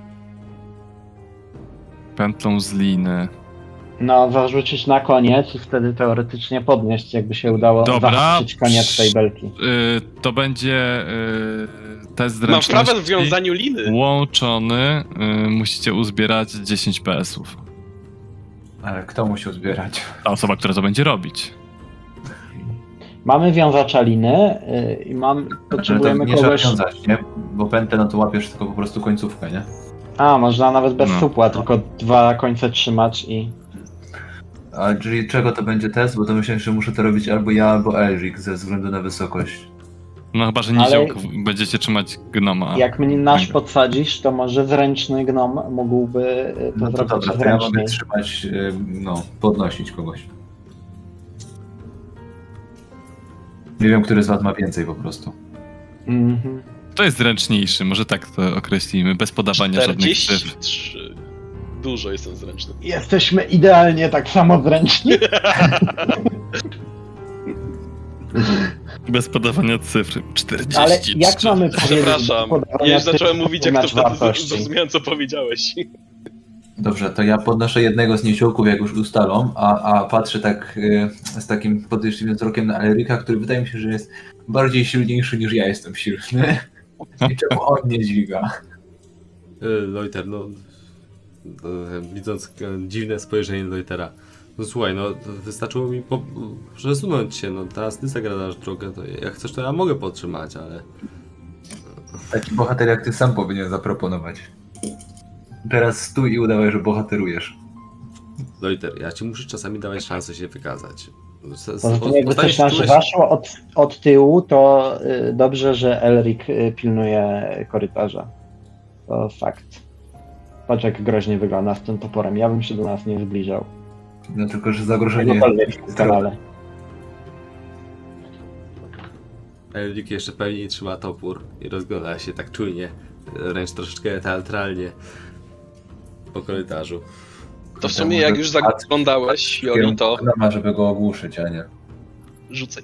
Speaker 1: Pętlą z liny.
Speaker 3: No, zarzucić na koniec i wtedy teoretycznie podnieść, jakby się udało zahaczyć koniec tej belki.
Speaker 1: To będzie test
Speaker 4: Mam
Speaker 1: zręczności.
Speaker 4: sprawę w wiązaniu liny.
Speaker 1: Łączony. Musicie uzbierać 10 PS-ów.
Speaker 5: Ale kto musi zbierać?
Speaker 1: Ta osoba, która to będzie robić.
Speaker 3: Mamy wiązacza liny i potrzebujemy
Speaker 5: nie trzeba
Speaker 3: kogoś...
Speaker 5: wiązać, nie? Bo pętlę no to łapiesz tylko po prostu końcówkę, nie?
Speaker 3: A, można nawet bez
Speaker 1: No.
Speaker 3: supła, tylko 2 końce trzymać i...
Speaker 5: A czyli czego to będzie test? Bo to myślę, że muszę to robić albo ja, albo Elrik ze względu na wysokość.
Speaker 1: No chyba, że
Speaker 3: Ale-
Speaker 1: niziołków będziecie trzymać gnoma.
Speaker 3: Jak mnie nasz podsadzisz, to może zręczny gnom mógłby to
Speaker 5: No to
Speaker 3: zrobić
Speaker 5: dobra, to ja mogę
Speaker 3: zręcznie.
Speaker 5: trzymać, podnosić kogoś. Nie wiem, który z was ma więcej po prostu.
Speaker 3: Mhm.
Speaker 1: To jest zręczniejszy, może tak to określimy, bez podawania żadnych cyfr.
Speaker 4: 43. Dużo jestem zręczny.
Speaker 3: Jesteśmy idealnie tak samo zręczni.
Speaker 1: Bez podawania cyfr. 43.
Speaker 3: Ale jak mamy powiedzieć...
Speaker 4: Przepraszam,
Speaker 3: podawania
Speaker 4: ja już zacząłem
Speaker 3: cyfr
Speaker 4: mówić, jak
Speaker 3: na
Speaker 4: to wtedy
Speaker 3: wartości?
Speaker 4: zrozumiałem, co powiedziałeś.
Speaker 5: Dobrze, to ja podnoszę jednego z niziołków, jak już ustalą, a patrzę tak z takim podejrzliwym wzrokiem na Elryka, który wydaje mi się, że jest bardziej silniejszy niż ja jestem silny. I czemu on nie dźwiga?
Speaker 2: Loiter, widząc dziwne spojrzenie Loitera. No słuchaj, wystarczyło mi przesunąć się, teraz ty zagradasz drogę, to jak chcesz, to ja mogę podtrzymać, ale...
Speaker 5: Taki bohater jak ty sam powinien zaproponować. Teraz stój i udawaj, że bohaterujesz.
Speaker 2: Loiter, ja ci muszę czasami dawać szansę się wykazać.
Speaker 3: Poza tym jakby coś
Speaker 2: Zostaniesz
Speaker 3: nas
Speaker 2: czułeś-
Speaker 3: waszło od tyłu, to dobrze, że Elric pilnuje korytarza. To fakt. Patrz jak groźnie wygląda z tym toporem. Ja bym się do nas nie zbliżał.
Speaker 5: No tylko, że zagrożenie
Speaker 3: Czegokolwiek w tym kanale.
Speaker 2: Elrik jeszcze pewniej trzyma topór i rozgląda się tak czujnie, wręcz troszeczkę teatralnie po korytarzu.
Speaker 4: To w sumie jak już zaglądałeś, Jori, to
Speaker 5: ma, żeby go ogłuszyć, a nie.
Speaker 4: rzucaj.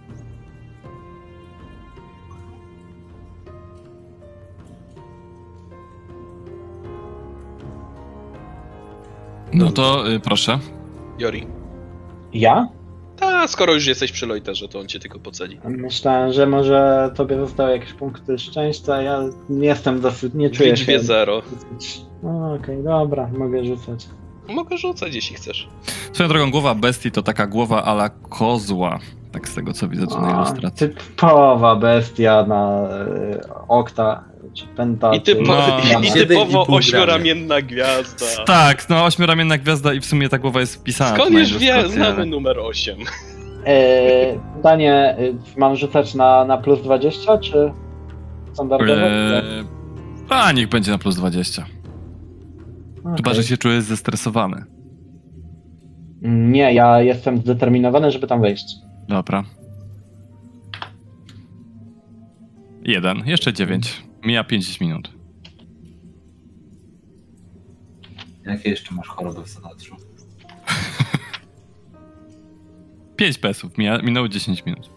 Speaker 1: No to proszę.
Speaker 4: Jori.
Speaker 3: Ja?
Speaker 4: Skoro już jesteś przy Loiterze, to on cię tylko podsadzi.
Speaker 3: Myślałem, że może tobie zostały jakieś punkty szczęścia. Ja nie jestem dosyć, nie czuję się.
Speaker 4: Liczbie 0.
Speaker 3: No, okej, dobra, mogę rzucać.
Speaker 4: Mogę rzucać, jeśli chcesz.
Speaker 1: Swoją drogą, głowa bestii to taka głowa a la kozła. Tak z tego, co widzę tu na ilustracji.
Speaker 3: Typowa bestia na okta, czy penta.
Speaker 4: I, typo,
Speaker 1: No.
Speaker 4: i
Speaker 2: 7,5
Speaker 4: typowo
Speaker 2: gramy.
Speaker 4: ośmioramienna gwiazda.
Speaker 1: Tak, 8-ramienna gwiazda i w sumie ta głowa jest wpisana.
Speaker 4: Skąd
Speaker 1: tu na
Speaker 4: już wie,
Speaker 1: ilustracji,
Speaker 4: znamy
Speaker 1: ale-
Speaker 4: numer 8.
Speaker 3: Pytanie, mam rzucać na plus 20, czy standardowo?
Speaker 1: Niech będzie na plus 20. Chyba,
Speaker 3: Okej.
Speaker 1: że się czujesz zestresowany.
Speaker 3: Nie, ja jestem zdeterminowany, żeby tam wejść.
Speaker 1: Dobra. 1, jeszcze 9. Mija 5 minut.
Speaker 5: Jakie jeszcze masz choroby w zanadrzu?
Speaker 1: 5 pesów, minęło 10 minut.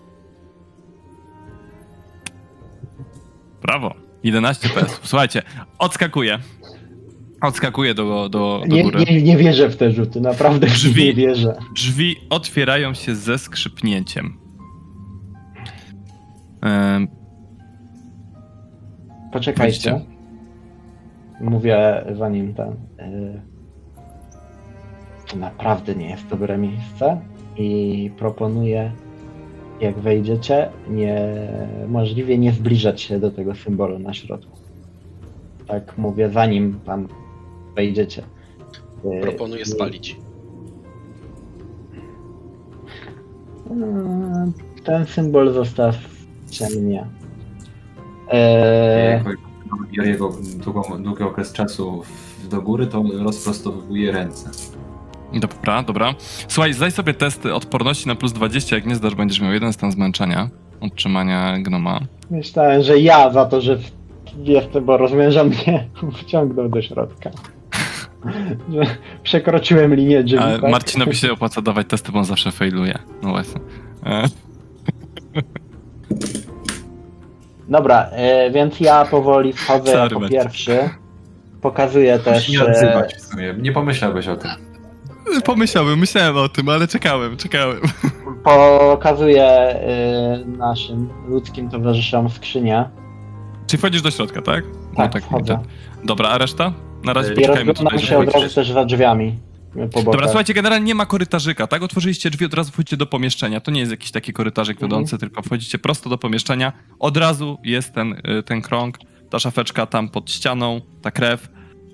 Speaker 1: Brawo. 11 pesów. Słuchajcie, odskakuję. Odskakuję do góry.
Speaker 3: Nie wierzę w te rzuty, naprawdę
Speaker 1: Drzwi.
Speaker 3: nie wierzę.
Speaker 1: Drzwi otwierają się ze skrzypnięciem.
Speaker 3: Poczekajcie.
Speaker 1: Wejście.
Speaker 3: Mówię zanim ten. To naprawdę nie jest dobre miejsce i proponuję, jak wejdziecie, możliwie nie zbliżać się do tego symbolu na środku. Tak mówię, zanim tam wejdziecie.
Speaker 4: Proponuję spalić.
Speaker 3: Ten symbol zostawcie mnie.
Speaker 5: Jego długi okres czasu do góry, to rozprostowuje ręce.
Speaker 1: Dobra. Słuchaj, zdaj sobie test odporności na plus 20, jak nie zdasz, będziesz miał 1 stan zmęczenia od trzymania gnoma.
Speaker 3: Myślałem, że ja za to, że jestem, bo rozumiem, że mnie wciągnął do środka. Że przekroczyłem linię drzwi.
Speaker 1: Ale
Speaker 3: tak?
Speaker 1: Marcinowi się opłaca dawać testy, bo on zawsze failuje. No właśnie.
Speaker 3: Dobra, więc ja powoli wchodzę
Speaker 1: Sorry,
Speaker 3: jako
Speaker 1: Marcin.
Speaker 3: pierwszy. Pokazuję też.
Speaker 5: Nie odzywać w sumie. Nie pomyślałbyś o tym.
Speaker 1: Myślałem o tym, ale czekałem.
Speaker 3: Pokazuję naszym ludzkim towarzyszom skrzynię.
Speaker 1: Czyli wchodzisz do środka, tak?
Speaker 3: Tak,
Speaker 1: No,
Speaker 3: wchodzę.
Speaker 1: Dobra, a reszta? Na razie
Speaker 2: I
Speaker 3: I
Speaker 1: poczekajmy
Speaker 3: rozglądam
Speaker 1: tutaj.
Speaker 3: się od
Speaker 1: żeby-
Speaker 3: razu też za drzwiami. Po bokach.
Speaker 1: Dobra, słuchajcie, generalnie nie ma korytarzyka, tak? Otworzyliście drzwi, od razu wchodzicie do pomieszczenia. To nie jest jakiś taki korytarzyk wiodący, tylko wchodzicie prosto do pomieszczenia. Od razu jest ten krąg, ta szafeczka tam pod ścianą, ta krew.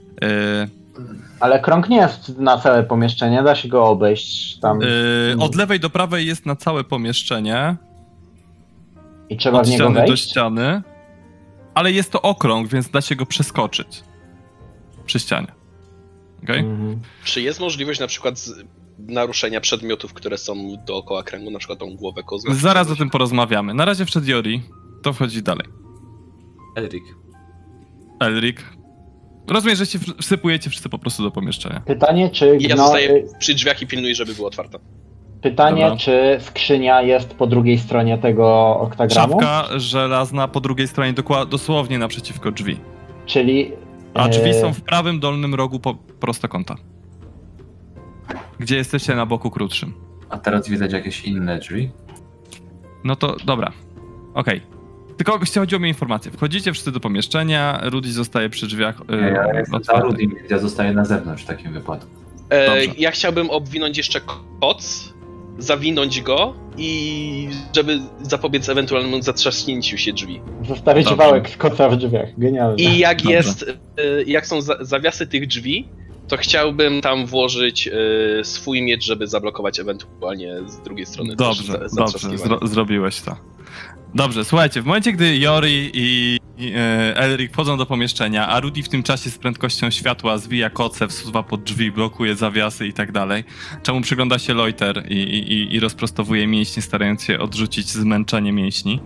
Speaker 3: Ale krąg nie jest na całe pomieszczenie, da się go obejść tam.
Speaker 1: Od lewej do prawej jest na całe pomieszczenie.
Speaker 3: I trzeba
Speaker 1: od
Speaker 3: w niego
Speaker 1: ściany do
Speaker 3: wejść?
Speaker 1: ściany, ale jest to okrąg, więc da się go przeskoczyć przy ścianie. Okej?
Speaker 3: Mhm.
Speaker 4: Czy jest możliwość na przykład naruszenia przedmiotów, które są dookoła kręgu, na przykład tą głowę kozła?
Speaker 1: Zaraz o tym porozmawiamy. Na razie wszedł Yori, to wchodzi dalej.
Speaker 2: Elric.
Speaker 1: Elric. Rozumiem, że się wsypujecie wszyscy po prostu do pomieszczenia.
Speaker 3: Pytanie, czy
Speaker 4: I ja zostaję przy drzwiach i pilnuję, żeby była otwarta.
Speaker 3: Pytanie,
Speaker 1: Dobra.
Speaker 3: czy skrzynia jest po drugiej stronie tego oktagramu?
Speaker 1: Szafka żelazna po drugiej stronie, dosłownie naprzeciwko drzwi.
Speaker 3: Czyli...
Speaker 1: A drzwi są w prawym dolnym rogu prostokąta. Gdzie jesteście na boku krótszym.
Speaker 5: A teraz widać jakieś inne drzwi?
Speaker 1: No to dobra. Okej. Tylko chodziło mi o informację. Wchodzicie wszyscy do pomieszczenia, Rudy zostaje przy drzwiach.
Speaker 5: Nie, ja jestem za
Speaker 1: otwartych.
Speaker 5: Rudim, więc ja zostaję na zewnątrz w takim wypadku.
Speaker 1: Dobrze.
Speaker 4: Ja chciałbym obwinąć jeszcze koc, zawinąć go i żeby zapobiec ewentualnemu zatrzaśnięciu się drzwi.
Speaker 3: Zostawić
Speaker 1: Dobrze.
Speaker 3: wałek z koca w drzwiach. Genialne.
Speaker 4: I jak
Speaker 1: Dobrze.
Speaker 4: jest, jak są zawiasy tych drzwi, to chciałbym tam włożyć swój miecz, żeby zablokować ewentualnie z drugiej strony.
Speaker 1: Dobrze,
Speaker 4: też
Speaker 1: dobrze,
Speaker 4: zatrzaskiwanie.
Speaker 1: zrobiłeś to. Dobrze, słuchajcie, w momencie, gdy Yori i Elric wchodzą do pomieszczenia, a Rudy w tym czasie z prędkością światła zwija koce, wsuwa pod drzwi, blokuje zawiasy i tak dalej, czemu przygląda się Loiter i rozprostowuje mięśnie, starając się odrzucić zmęczenie mięśni.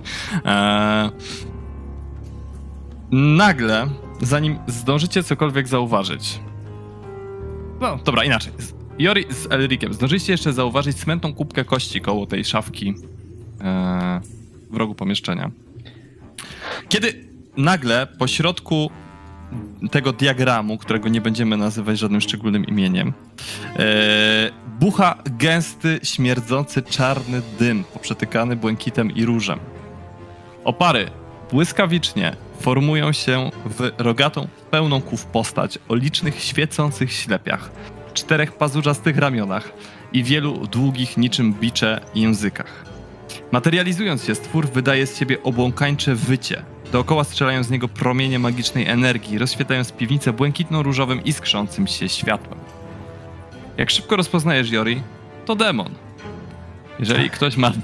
Speaker 1: Nagle, zanim zdążycie cokolwiek zauważyć... No, dobra, inaczej. Yori z Elriciem, zdążyliście jeszcze zauważyć cmentą kubkę kości koło tej szafki w rogu pomieszczenia. Kiedy nagle po środku tego diagramu, którego nie będziemy nazywać żadnym szczególnym imieniem, bucha gęsty, śmierdzący, czarny dym, poprzetykany błękitem i różem. Opary błyskawicznie formują się w rogatą, pełną kłów postać o licznych, świecących ślepiach, 4 pazurzastych ramionach i wielu długich, niczym bicze, językach. Materializując się, stwór wydaje z siebie obłąkańcze wycie. Dookoła strzelają z niego promienie magicznej energii, rozświetlając piwnicę błękitno-różowym, iskrzącym się światłem. Jak szybko rozpoznajesz, Yori, to demon. Jeżeli ktoś ma...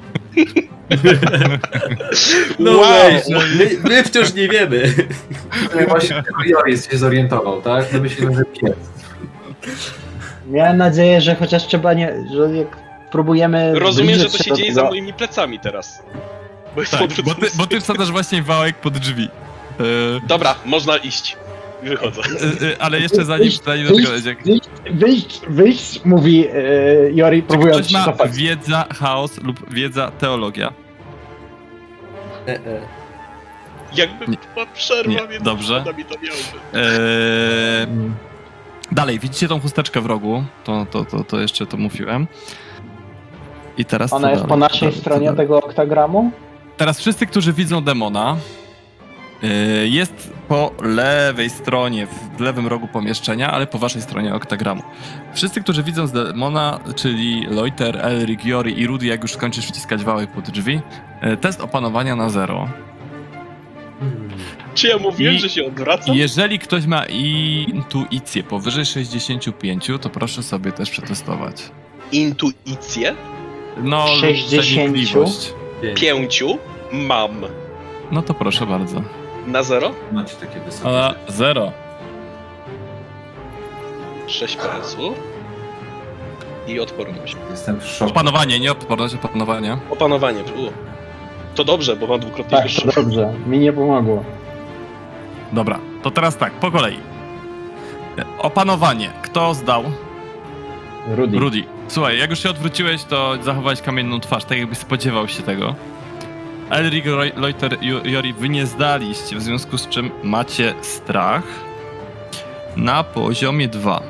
Speaker 2: No
Speaker 4: Wow!
Speaker 2: weź, no, my wciąż nie wiemy.
Speaker 5: No właśnie tylko Joris się zorientował, tak? My myślimy, że pies.
Speaker 3: Miałem nadzieję, że chociaż trzeba nie... że jak próbujemy...
Speaker 4: Rozumiem, że
Speaker 3: zbliżyć
Speaker 4: to się
Speaker 3: do
Speaker 4: dzieje
Speaker 3: tego-
Speaker 4: za moimi plecami teraz. Bo jest
Speaker 1: Tak,
Speaker 4: po prostu...
Speaker 1: bo ty wsadzasz właśnie wałek pod drzwi.
Speaker 4: Dobra, można iść. Wychodzę.
Speaker 1: Ale jeszcze zanim do tego będzie...
Speaker 3: Wyjść, mówi Yori,
Speaker 1: Czy
Speaker 3: próbując
Speaker 1: ktoś
Speaker 3: się
Speaker 1: ma
Speaker 3: cofać.
Speaker 1: wiedza, chaos lub wiedza, teologia?
Speaker 4: Jakby
Speaker 1: Nie.
Speaker 4: była przerwa
Speaker 1: Nie,
Speaker 4: między
Speaker 1: dobrze.
Speaker 4: przodami, to miałby.
Speaker 1: Dalej, widzicie tą chusteczkę w rogu? To jeszcze to mówiłem. I teraz co
Speaker 3: Ona jest
Speaker 1: dalej?
Speaker 3: po naszej
Speaker 1: Co
Speaker 3: stronie
Speaker 1: dalej?
Speaker 3: tego oktagramu?
Speaker 1: Teraz wszyscy, którzy widzą demona, jest po lewej stronie, w lewym rogu pomieszczenia, ale po waszej stronie oktagramu. Wszyscy, którzy widzą z demona, czyli Loiter, Elric, Yori i Rudy, jak już skończysz wciskać wałek pod drzwi, test opanowania na 0.
Speaker 4: Czy ja mówiłem,
Speaker 1: I-
Speaker 4: że się odwracam?
Speaker 1: Jeżeli ktoś ma intuicję powyżej 65, to proszę sobie też przetestować.
Speaker 4: Intuicję?
Speaker 1: No,
Speaker 3: 60?
Speaker 1: przenikliwość.
Speaker 4: 5 mam.
Speaker 1: No to proszę bardzo.
Speaker 4: Na 0?
Speaker 5: Macie takie wysokie.
Speaker 1: A, 0.
Speaker 4: 6 pensów. I odporność.
Speaker 5: Jestem w szoku.
Speaker 1: Opanowanie, nie odporność, opanowanie.
Speaker 4: Opanowanie. To dobrze, bo mam dwukrotnie
Speaker 3: Tak,
Speaker 4: wyższe.
Speaker 3: to dobrze. Mi nie pomogło.
Speaker 1: Dobra, to teraz tak, po kolei. Opanowanie. Kto zdał?
Speaker 3: Rudy.
Speaker 1: Rudy. Słuchaj, jak już się odwróciłeś, to zachowałeś kamienną twarz, tak jakbyś spodziewał się tego. Elric, Loiter, Yori, wy nie zdaliście, w związku z czym macie strach na poziomie 2.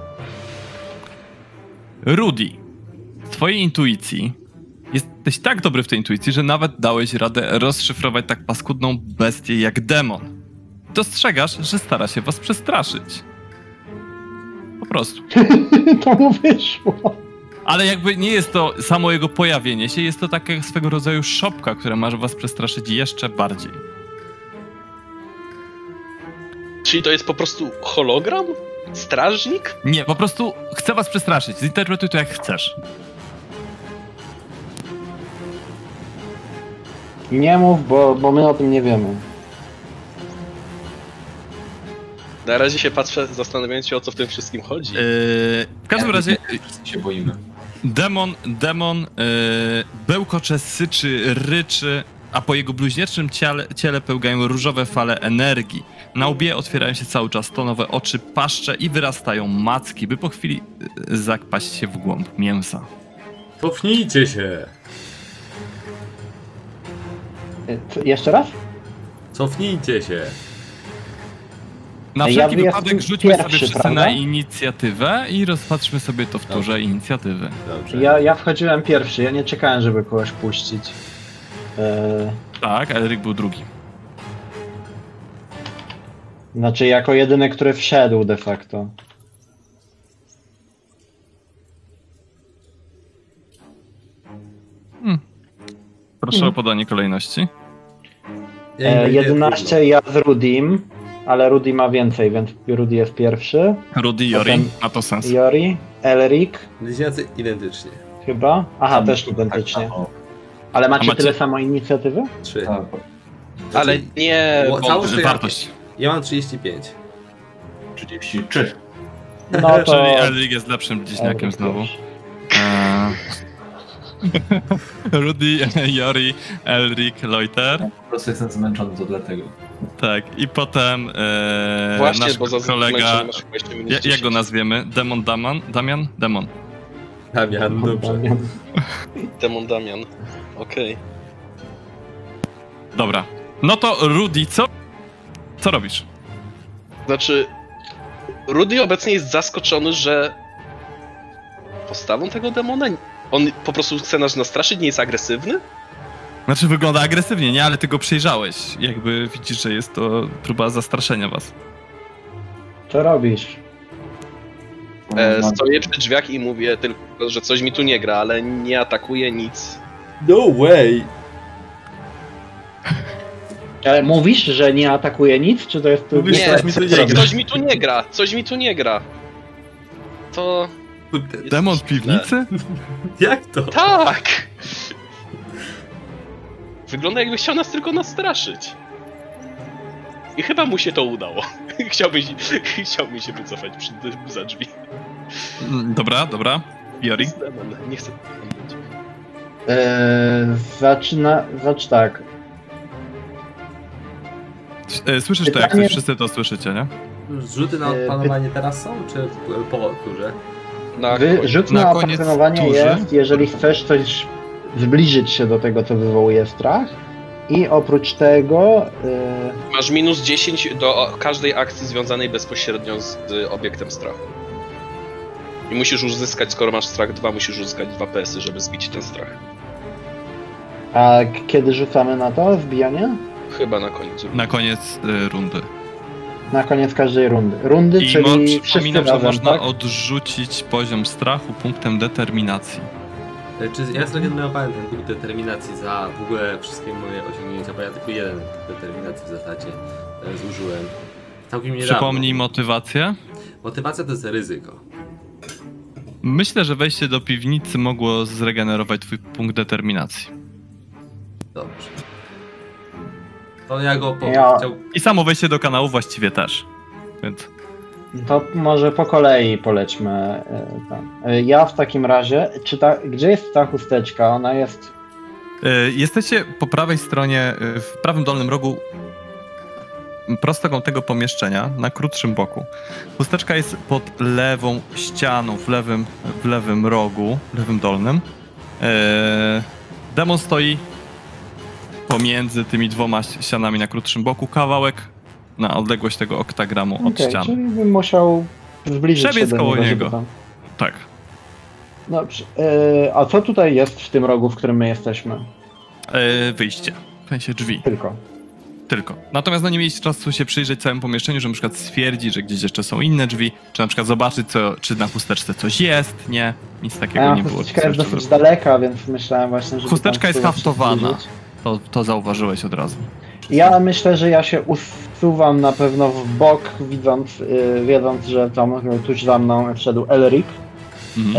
Speaker 1: Rudy, z twojej intuicji jesteś tak dobry w tej intuicji, że nawet dałeś radę rozszyfrować tak paskudną bestię jak demon. Dostrzegasz, że stara się was przestraszyć. Po prostu.
Speaker 3: To mu wyszło.
Speaker 1: Ale jakby nie jest to samo jego pojawienie się, jest to takie swego rodzaju szopka, która może was przestraszyć jeszcze bardziej.
Speaker 4: Czyli to jest po prostu hologram? Strażnik?
Speaker 1: Nie, po prostu chcę was przestraszyć. Zinterpretuj to jak chcesz.
Speaker 3: Nie mów, bo my o tym nie wiemy.
Speaker 4: Na razie się patrzę, zastanawiając się, o co w tym wszystkim chodzi.
Speaker 1: W każdym razie
Speaker 5: Wszyscy się boimy.
Speaker 1: demon bełkocze, syczy, ryczy, a po jego bluźnierczym ciele pełgają różowe fale energii. Na łbie otwierają się cały czas tonowe oczy, paszcze i wyrastają macki, by po chwili zapaść się w głąb mięsa.
Speaker 2: Cofnijcie się!
Speaker 3: Jeszcze raz?
Speaker 2: Cofnijcie się!
Speaker 1: Na
Speaker 3: Ja
Speaker 1: wszelki
Speaker 3: jestem
Speaker 1: wypadek rzućmy sobie
Speaker 3: pierwszy,
Speaker 1: wszyscy
Speaker 3: prawda?
Speaker 1: na inicjatywę i rozpatrzmy sobie to w turze inicjatywy.
Speaker 2: Dobrze.
Speaker 3: Ja wchodziłem pierwszy, ja nie czekałem, żeby kogoś puścić.
Speaker 1: Tak, Elric był drugi.
Speaker 3: Znaczy jako jedyny, który wszedł de facto.
Speaker 1: Proszę o podanie kolejności.
Speaker 2: Ja im będzie
Speaker 3: 11
Speaker 2: trudno.
Speaker 3: ja z Rudim, ale Rudy ma więcej, więc Rudy jest pierwszy.
Speaker 1: Rudy, Jori,
Speaker 3: Potem
Speaker 1: ma to sens.
Speaker 3: Jori, Elric
Speaker 2: Bliźniacy identycznie.
Speaker 3: chyba. Aha, też identycznie.
Speaker 5: Tak,
Speaker 3: Ale macie
Speaker 1: A macie-
Speaker 3: tyle samo inicjatywy?
Speaker 2: 3.
Speaker 5: tak.
Speaker 4: Ale nie,
Speaker 2: Bo
Speaker 4: bo
Speaker 2: cały-
Speaker 1: Wartość.
Speaker 2: Ja mam 35.
Speaker 5: 33.
Speaker 3: No to...
Speaker 1: Czyli Elric jest lepszym bliźniakiem
Speaker 3: Elric
Speaker 1: znowu.
Speaker 3: pierwszy.
Speaker 1: Rudy, Jori, Elric, Loiter.
Speaker 5: Po prostu jestem zmęczony, to dlatego.
Speaker 1: Tak, i potem
Speaker 4: właśnie,
Speaker 1: nasz
Speaker 4: bo za
Speaker 1: kolega,
Speaker 4: masz 20 minut
Speaker 1: jak go
Speaker 4: 10.
Speaker 1: nazwiemy? Damian? Demon.
Speaker 2: Damian, dobrze.
Speaker 4: Demon Damian. Okej.
Speaker 1: Dobra. No to Rudy, co robisz?
Speaker 4: Znaczy, Rudy obecnie jest zaskoczony, że postawą tego demona on po prostu chce nas nastraszyć, nie jest agresywny?
Speaker 1: Znaczy wygląda agresywnie, nie? Ale ty go przejrzałeś. Jakby widzisz, że jest to próba zastraszenia was.
Speaker 3: Co robisz?
Speaker 4: Stoję przy drzwiach i mówię tylko, że coś mi tu nie gra, ale nie atakuje nic.
Speaker 2: No way!
Speaker 3: Ale mówisz, że nie atakuje nic, czy to jest...
Speaker 1: Mówisz,
Speaker 4: Nie,
Speaker 1: coś mi tu nie gra.
Speaker 4: coś mi tu nie gra, coś mi tu nie gra. To...
Speaker 1: Demon w piwnicy?
Speaker 2: Jak to?
Speaker 4: Tak! Wygląda jakby chciał nas tylko nastraszyć. I chyba mu się to udało. Chciałbym się wycofać za drzwi.
Speaker 1: Dobra. Jori?
Speaker 4: Demon, nie chcę...
Speaker 3: Zacz tak.
Speaker 1: Słyszysz to, jak
Speaker 3: Pytanie-
Speaker 1: wszyscy to słyszycie, nie?
Speaker 2: Zrzuty na opanowanie teraz są, czy po turze?
Speaker 3: Rzut
Speaker 1: na
Speaker 3: na
Speaker 1: koniec
Speaker 3: opanowanie
Speaker 1: turzy.
Speaker 3: jest, jeżeli chcesz coś zbliżyć się do tego, co wywołuje strach. I oprócz tego...
Speaker 4: Masz minus 10 do każdej akcji związanej bezpośrednio z obiektem strachu. I musisz uzyskać, skoro masz strach 2, musisz uzyskać 2 PS-y, żeby zbić ten strach.
Speaker 3: A kiedy rzucamy na to zbijanie?
Speaker 4: Chyba na koniec.
Speaker 1: Na koniec rundy.
Speaker 3: Na koniec każdej rundy. Rundy,
Speaker 1: I
Speaker 3: czyli wszyscy
Speaker 1: przypominam, że
Speaker 3: razem,
Speaker 1: można
Speaker 3: tak?
Speaker 1: odrzucić poziom strachu punktem determinacji.
Speaker 2: Czy ja zregenerowałem ten punkt determinacji za w ogóle wszystkie moje osiągnięcia, bo ja tylko jeden determinacji w zasadzie zużyłem. Całkiem niedawno.
Speaker 1: Przypomnij motywację.
Speaker 2: Motywacja to jest ryzyko.
Speaker 1: Myślę, że wejście do piwnicy mogło zregenerować twój punkt determinacji.
Speaker 2: Dobrze. To ja go chciał...
Speaker 1: I samo wejście do kanału właściwie też. Więc
Speaker 3: To może po kolei polećmy tam. Ja w takim razie, gdzie jest ta chusteczka? Ona jest...
Speaker 1: jesteście po prawej stronie, w prawym dolnym rogu prostokątnego pomieszczenia, na krótszym boku. Chusteczka jest pod lewą ścianą, w lewym rogu, lewym dolnym. Demon stoi pomiędzy tymi dwoma ścianami na krótszym boku, kawałek na odległość tego oktagramu od
Speaker 3: Okej,
Speaker 1: ścian.
Speaker 3: czyli bym musiał zbliżyć
Speaker 1: Przebiec
Speaker 3: się do
Speaker 1: koło
Speaker 3: niego,
Speaker 1: niego.
Speaker 3: żeby tam...
Speaker 1: Tak.
Speaker 3: Dobrze. A co tutaj jest w tym rogu, w którym my jesteśmy?
Speaker 1: Wyjście. W sensie drzwi. Tylko. Natomiast nie mieliście czasu się przyjrzeć całemu pomieszczeniu, żeby na przykład stwierdzić, że gdzieś jeszcze są inne drzwi, czy na przykład zobaczyć, czy na chusteczce coś jest, nie? Nic takiego nie było.
Speaker 3: Chusteczka jest dosyć daleka, więc myślałem właśnie, że...
Speaker 1: Chusteczka jest haftowana. To zauważyłeś od razu.
Speaker 3: Ja myślę, że ja się usuwam na pewno w bok, wiedząc, że tam tuż za mną wszedł Elric,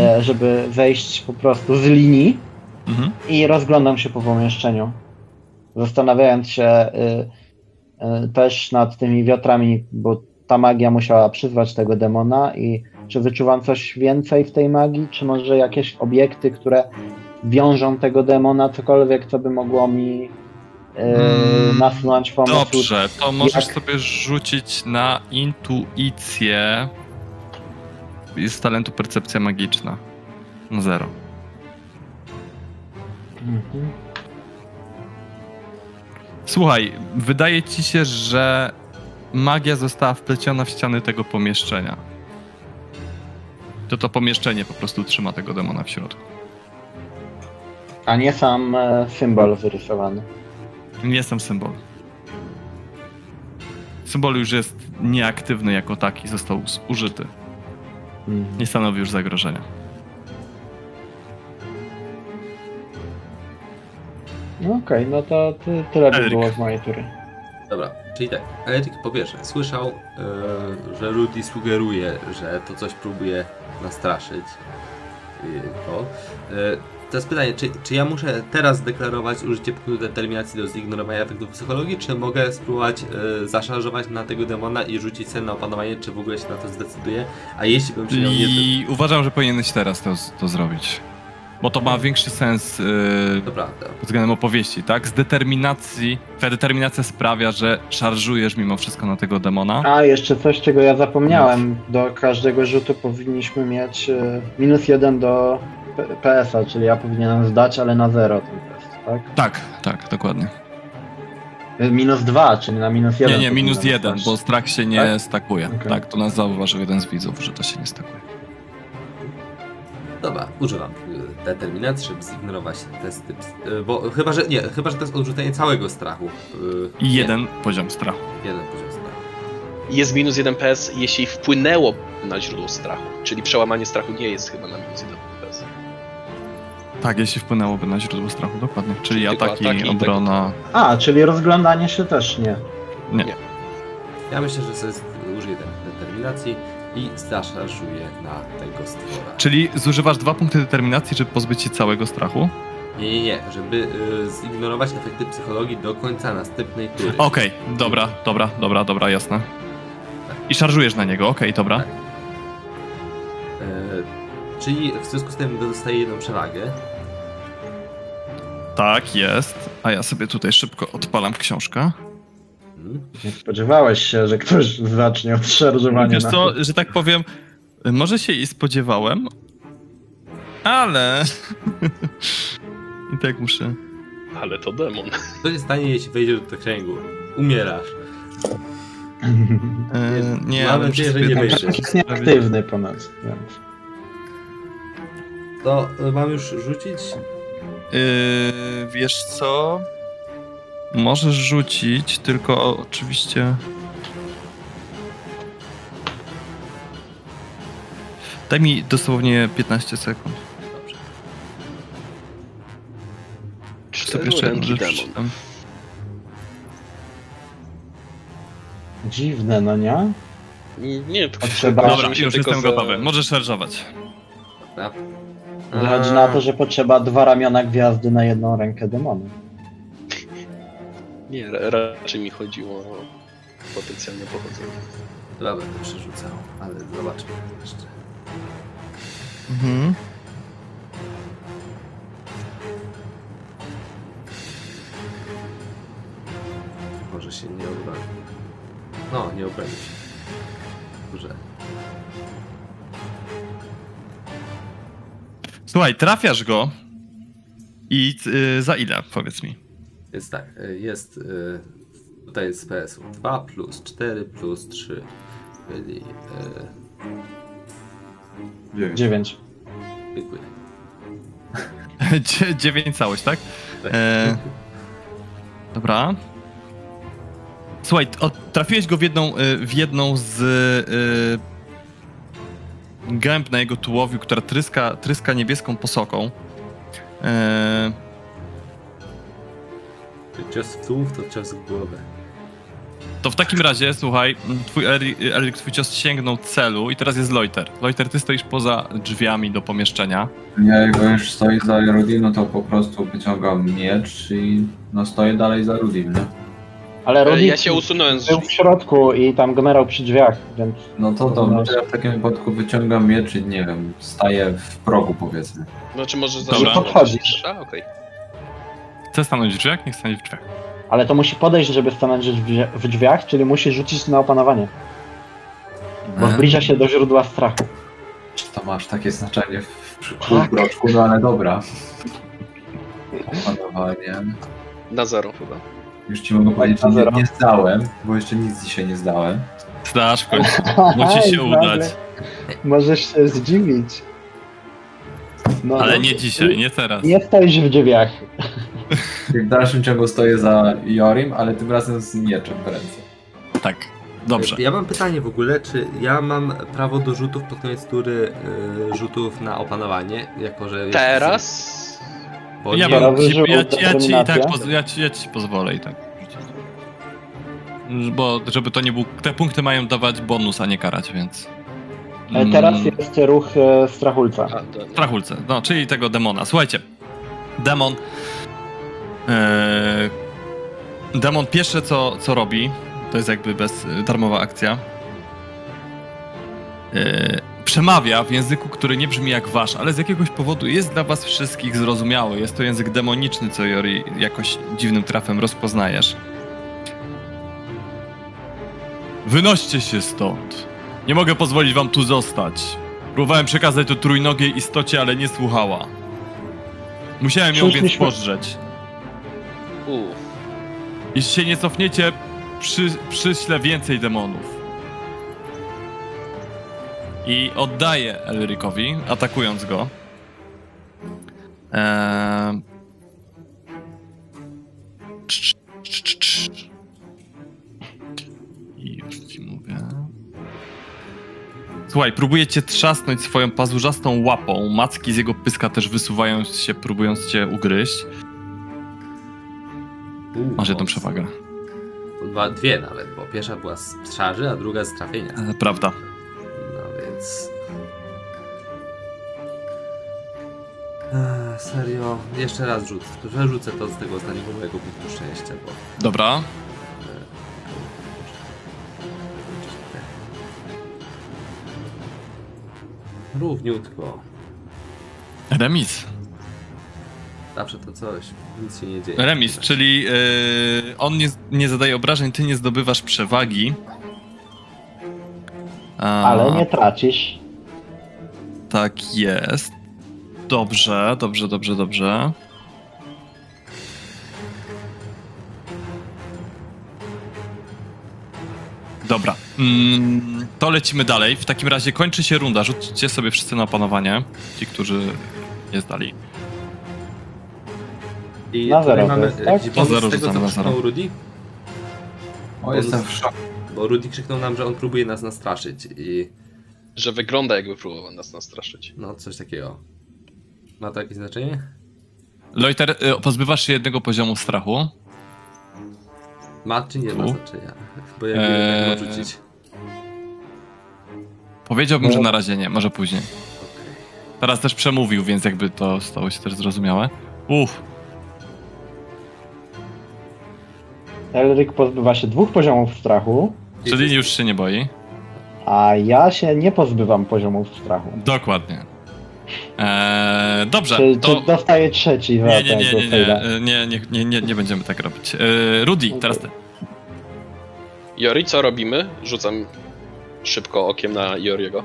Speaker 3: żeby zejść po prostu z linii i rozglądam się po pomieszczeniu. zastanawiając się też nad tymi wiatrami, bo ta magia musiała przyzwać tego demona i czy wyczuwam coś więcej w tej magii, czy może jakieś obiekty, które wiążą tego demona, cokolwiek, co by mogło mi nasunąć pomysł.
Speaker 1: Dobrze, to możesz sobie rzucić na intuicję z talentu percepcja magiczna. No 0.
Speaker 3: Mhm.
Speaker 1: Słuchaj, wydaje ci się, że magia została wpleciona w ściany tego pomieszczenia. To pomieszczenie po prostu trzyma tego demona w środku.
Speaker 3: A nie sam symbol wyrysowany.
Speaker 1: Nie sam symbol. Symbol już jest nieaktywny jako taki, został użyty. Nie stanowi już zagrożenia.
Speaker 3: No okej, no to tyle by
Speaker 1: Eryk.
Speaker 3: było z mojej tury.
Speaker 2: Dobra, czyli tak, Eryk po pierwsze słyszał, że Rudy sugeruje, że to coś próbuje nastraszyć go. To jest pytanie, czy ja muszę teraz deklarować użycie punktu determinacji do zignorowania efektów psychologii, czy mogę spróbować zaszarżować na tego demona i rzucić sen na opanowanie, czy w ogóle się na to zdecyduję, a jeśli bym się miał nie...
Speaker 1: I uważam, że powinieneś teraz to zrobić. Bo to ma większy sens
Speaker 2: To prawda.
Speaker 1: pod względem opowieści, tak? Z determinacji, twoja determinacja sprawia, że szarżujesz mimo wszystko na tego demona.
Speaker 3: A, jeszcze coś, czego ja zapomniałem. Do każdego rzutu powinniśmy mieć -1 do PS-a, czyli ja powinienem zdać, ale na 0 ten test, tak?
Speaker 1: Tak, dokładnie.
Speaker 3: -2, czyli na -1.
Speaker 1: Nie,
Speaker 3: powinienem
Speaker 1: -1,
Speaker 3: zdać.
Speaker 1: bo strach się nie
Speaker 3: Tak?
Speaker 1: stakuje.
Speaker 3: Okej.
Speaker 1: Tak, to nas zauważył jeden z widzów, że to się nie stakuje.
Speaker 2: Dobra, używam determinacji, żeby zignorować testy, bo chyba, że to jest odrzucenie całego strachu.
Speaker 1: I jeden poziom strachu.
Speaker 2: Jeden poziom strachu.
Speaker 4: Jest -1 PS, jeśli wpłynęło na źródło strachu. Czyli przełamanie strachu nie jest chyba na -1 PS.
Speaker 1: Tak, jeśli wpłynęłoby na źródło strachu, dokładnie. Czyli
Speaker 4: Tylko
Speaker 1: ataki,
Speaker 4: ataki i
Speaker 1: obrona.
Speaker 3: A, czyli rozglądanie się też nie.
Speaker 2: Ja myślę, że sobie użyję determinacji i zaszarżuję na tego stwora.
Speaker 1: Czyli zużywasz 2 punkty determinacji, żeby pozbyć się całego strachu?
Speaker 2: Nie, żeby zignorować efekty psychologii do końca następnej tury.
Speaker 1: Okej, dobra, jasne. I szarżujesz na niego, okej, dobra.
Speaker 2: Tak. Czyli w związku z tym dostaję jedną przewagę.
Speaker 1: Tak, jest. A ja sobie tutaj szybko odpalam książkę.
Speaker 3: Nie spodziewałeś się, że ktoś zacznie od szarżowania
Speaker 1: Wiesz
Speaker 3: na
Speaker 1: co, że tak powiem, może się i spodziewałem, ale... I tak muszę...
Speaker 4: Ale to demon.
Speaker 2: Co się stanie, jeśli wejdziesz do kręgu? Umierasz.
Speaker 1: nie,
Speaker 2: Mam
Speaker 1: ale
Speaker 2: nadzieję,
Speaker 1: muszę
Speaker 2: że nie
Speaker 1: sobie
Speaker 2: wyjdziesz.
Speaker 1: tam
Speaker 3: Jest nieaktywny ponad, więc.
Speaker 2: To mam już rzucić?
Speaker 1: Wiesz co? Możesz rzucić, tylko oczywiście... Daj mi dosłownie 15 sekund.
Speaker 2: Dobrze.
Speaker 1: Sobie jeszcze jedną rzecz
Speaker 4: demon.
Speaker 1: przeczytam.
Speaker 3: Dziwne, no nie?
Speaker 4: Nie,
Speaker 3: Potrzeba-
Speaker 4: kojarzy
Speaker 1: Dobra,
Speaker 4: mi się
Speaker 1: już
Speaker 4: tylko
Speaker 1: jestem
Speaker 4: z-
Speaker 1: gotowy. Możesz szarżować.
Speaker 2: Dobra.
Speaker 3: Wychodzi na to, że potrzeba 2 ramiona gwiazdy na jedną rękę demona.
Speaker 4: Nie, raczej mi chodziło o potencjalne pochodzenie.
Speaker 2: Dobra, będę przerzucał, ale zobaczmy jeszcze.
Speaker 1: Mhm.
Speaker 2: Może się nie obroni. No, nie obroni się. Dobrze.
Speaker 1: Słuchaj, trafiasz go i za ile, powiedz mi?
Speaker 2: Jest tak, jest tutaj jest z PS-u 2 plus 4 plus 3, czyli
Speaker 3: 9.
Speaker 2: dziękuję.
Speaker 1: 9 całość, tak? Dobra. Słuchaj, trafiłeś go w jedną z gęb na jego tułowiu, która tryska niebieską posoką.
Speaker 2: Cios w tułów to cios w głowę.
Speaker 1: To w takim razie, słuchaj, twój cios sięgnął celu i teraz jest Loiter. Loiter, ty stoisz poza drzwiami do pomieszczenia.
Speaker 5: Ja jak już stoi za Rudim, no to po prostu wyciągam miecz i no stoję dalej za Rudim, nie?
Speaker 3: Ale Rudy
Speaker 4: Ja się usunąłem z
Speaker 3: był
Speaker 4: drzwi.
Speaker 3: w środku i tam gmerał przy drzwiach, więc...
Speaker 5: No to ja w takim wypadku wyciągam miecz i nie wiem, staję w progu powiedzmy.
Speaker 4: Znaczy może
Speaker 1: Dobra.
Speaker 4: zacząć.
Speaker 3: Podchodzisz.
Speaker 4: A, okej.
Speaker 1: Chce stanąć w drzwiach? Niech stanie w drzwiach.
Speaker 3: Ale to musi podejść, żeby stanąć w drzwiach, czyli musi rzucić na opanowanie. Bo zbliża się do źródła strachu.
Speaker 5: To masz takie znaczenie w półmroczku, no ale dobra. Opanowanie.
Speaker 4: Na 0 chyba.
Speaker 5: Już ci mogę powiedzieć,
Speaker 3: Na
Speaker 5: że
Speaker 3: zero.
Speaker 5: nie zdałem, bo jeszcze nic dzisiaj nie zdałem.
Speaker 1: Zdasz w końcu. Musi się udać.
Speaker 3: Możesz się zdziwić. No,
Speaker 1: Ale nie dzisiaj, nie teraz.
Speaker 3: Nie stoisz w drzwiach.
Speaker 5: Czyli w dalszym ciągu stoję za Jorim, ale tym razem z mieczem w ręce.
Speaker 1: Tak, dobrze.
Speaker 2: Ja mam pytanie w ogóle, czy ja mam prawo do rzutów pod koniec tury, rzutów na opanowanie, jako że...
Speaker 4: Teraz?
Speaker 2: Bo
Speaker 1: Ja,
Speaker 2: nie,
Speaker 1: bym,
Speaker 3: Teraz rzut
Speaker 1: ja ci pozwolę i tak. Bo żeby to nie był... Te punkty mają dawać bonus, a nie karać, więc...
Speaker 3: Teraz jest ruch strachulca.
Speaker 4: A,
Speaker 1: Strachulce, no, czyli tego demona. Słuchajcie, demon... demon pierwsze co robi, to jest jakby darmowa akcja, przemawia w języku, który nie brzmi jak wasz, ale z jakiegoś powodu jest dla was wszystkich zrozumiały. Jest to język demoniczny, co Jori jakoś dziwnym trafem rozpoznajesz. Wynoście się stąd. Nie mogę pozwolić wam tu zostać. Próbowałem przekazać to trójnogiej istocie, ale nie słuchała. Musiałem ją więc
Speaker 3: Przyszliśmy-
Speaker 1: podrzeć.
Speaker 4: U.
Speaker 1: Jeśli się nie cofniecie, przyślę więcej demonów. I oddaję Elrykowi, atakując go. I już ci mówię. Słuchaj, próbujecie trzasnąć swoją pazurzastą łapą. Macki z jego pyska też wysuwają się, próbując cię ugryźć. Masz jedną przewagę.
Speaker 2: Dwie nawet, bo pierwsza była z szarzy, a druga z trafienia.
Speaker 1: Prawda.
Speaker 2: No więc... Serio, jeszcze raz rzut. Przerzucę to z tego ostatniego mojego punktu szczęścia, bo...
Speaker 1: Dobra.
Speaker 2: Równiutko.
Speaker 1: Remis.
Speaker 2: Zawsze to coś. Nic się nie dzieje.
Speaker 1: Remis, czyli on nie zadaje obrażeń, ty nie zdobywasz przewagi.
Speaker 3: Ale nie tracisz.
Speaker 1: Tak jest. Dobrze. Dobra. To lecimy dalej. W takim razie kończy się runda. Rzućcie sobie wszyscy na opanowanie. Ci, którzy nie zdali.
Speaker 2: I
Speaker 3: Na
Speaker 2: tutaj
Speaker 3: zero
Speaker 2: mamy
Speaker 3: to jest, tak?
Speaker 2: jakiś
Speaker 1: Na
Speaker 2: pomysł
Speaker 1: zero
Speaker 2: z tego,
Speaker 1: rzucamy,
Speaker 2: co
Speaker 1: na zero.
Speaker 2: krzyknął Rudy?
Speaker 5: O, jestem w szoku.
Speaker 2: Bo Rudy krzyknął nam, że on próbuje nas nastraszyć i...
Speaker 4: Że wygląda jakby próbował nas nastraszyć.
Speaker 2: No, coś takiego. Ma to jakieś znaczenie?
Speaker 1: Loiter, pozbywasz się jednego poziomu strachu.
Speaker 2: Ma czy nie ma
Speaker 1: Tu?
Speaker 2: znaczenia? Bo jak tak ma rzucić.
Speaker 1: Powiedziałbym,
Speaker 3: No.
Speaker 1: że na razie nie, może później.
Speaker 2: Okej.
Speaker 1: Teraz też przemówił, więc jakby to stało się też zrozumiałe.
Speaker 3: Elryk pozbywa się 2 poziomów strachu,
Speaker 1: Czyli już się nie boi.
Speaker 3: a ja się nie pozbywam poziomów strachu.
Speaker 1: Dokładnie. Dobrze,
Speaker 3: Czy
Speaker 1: to...
Speaker 3: dostaję trzeci za tego faila?
Speaker 1: Nie będziemy tak robić. Rudy, teraz ty.
Speaker 4: Jori, co robimy? Rzucam szybko okiem na Joriego.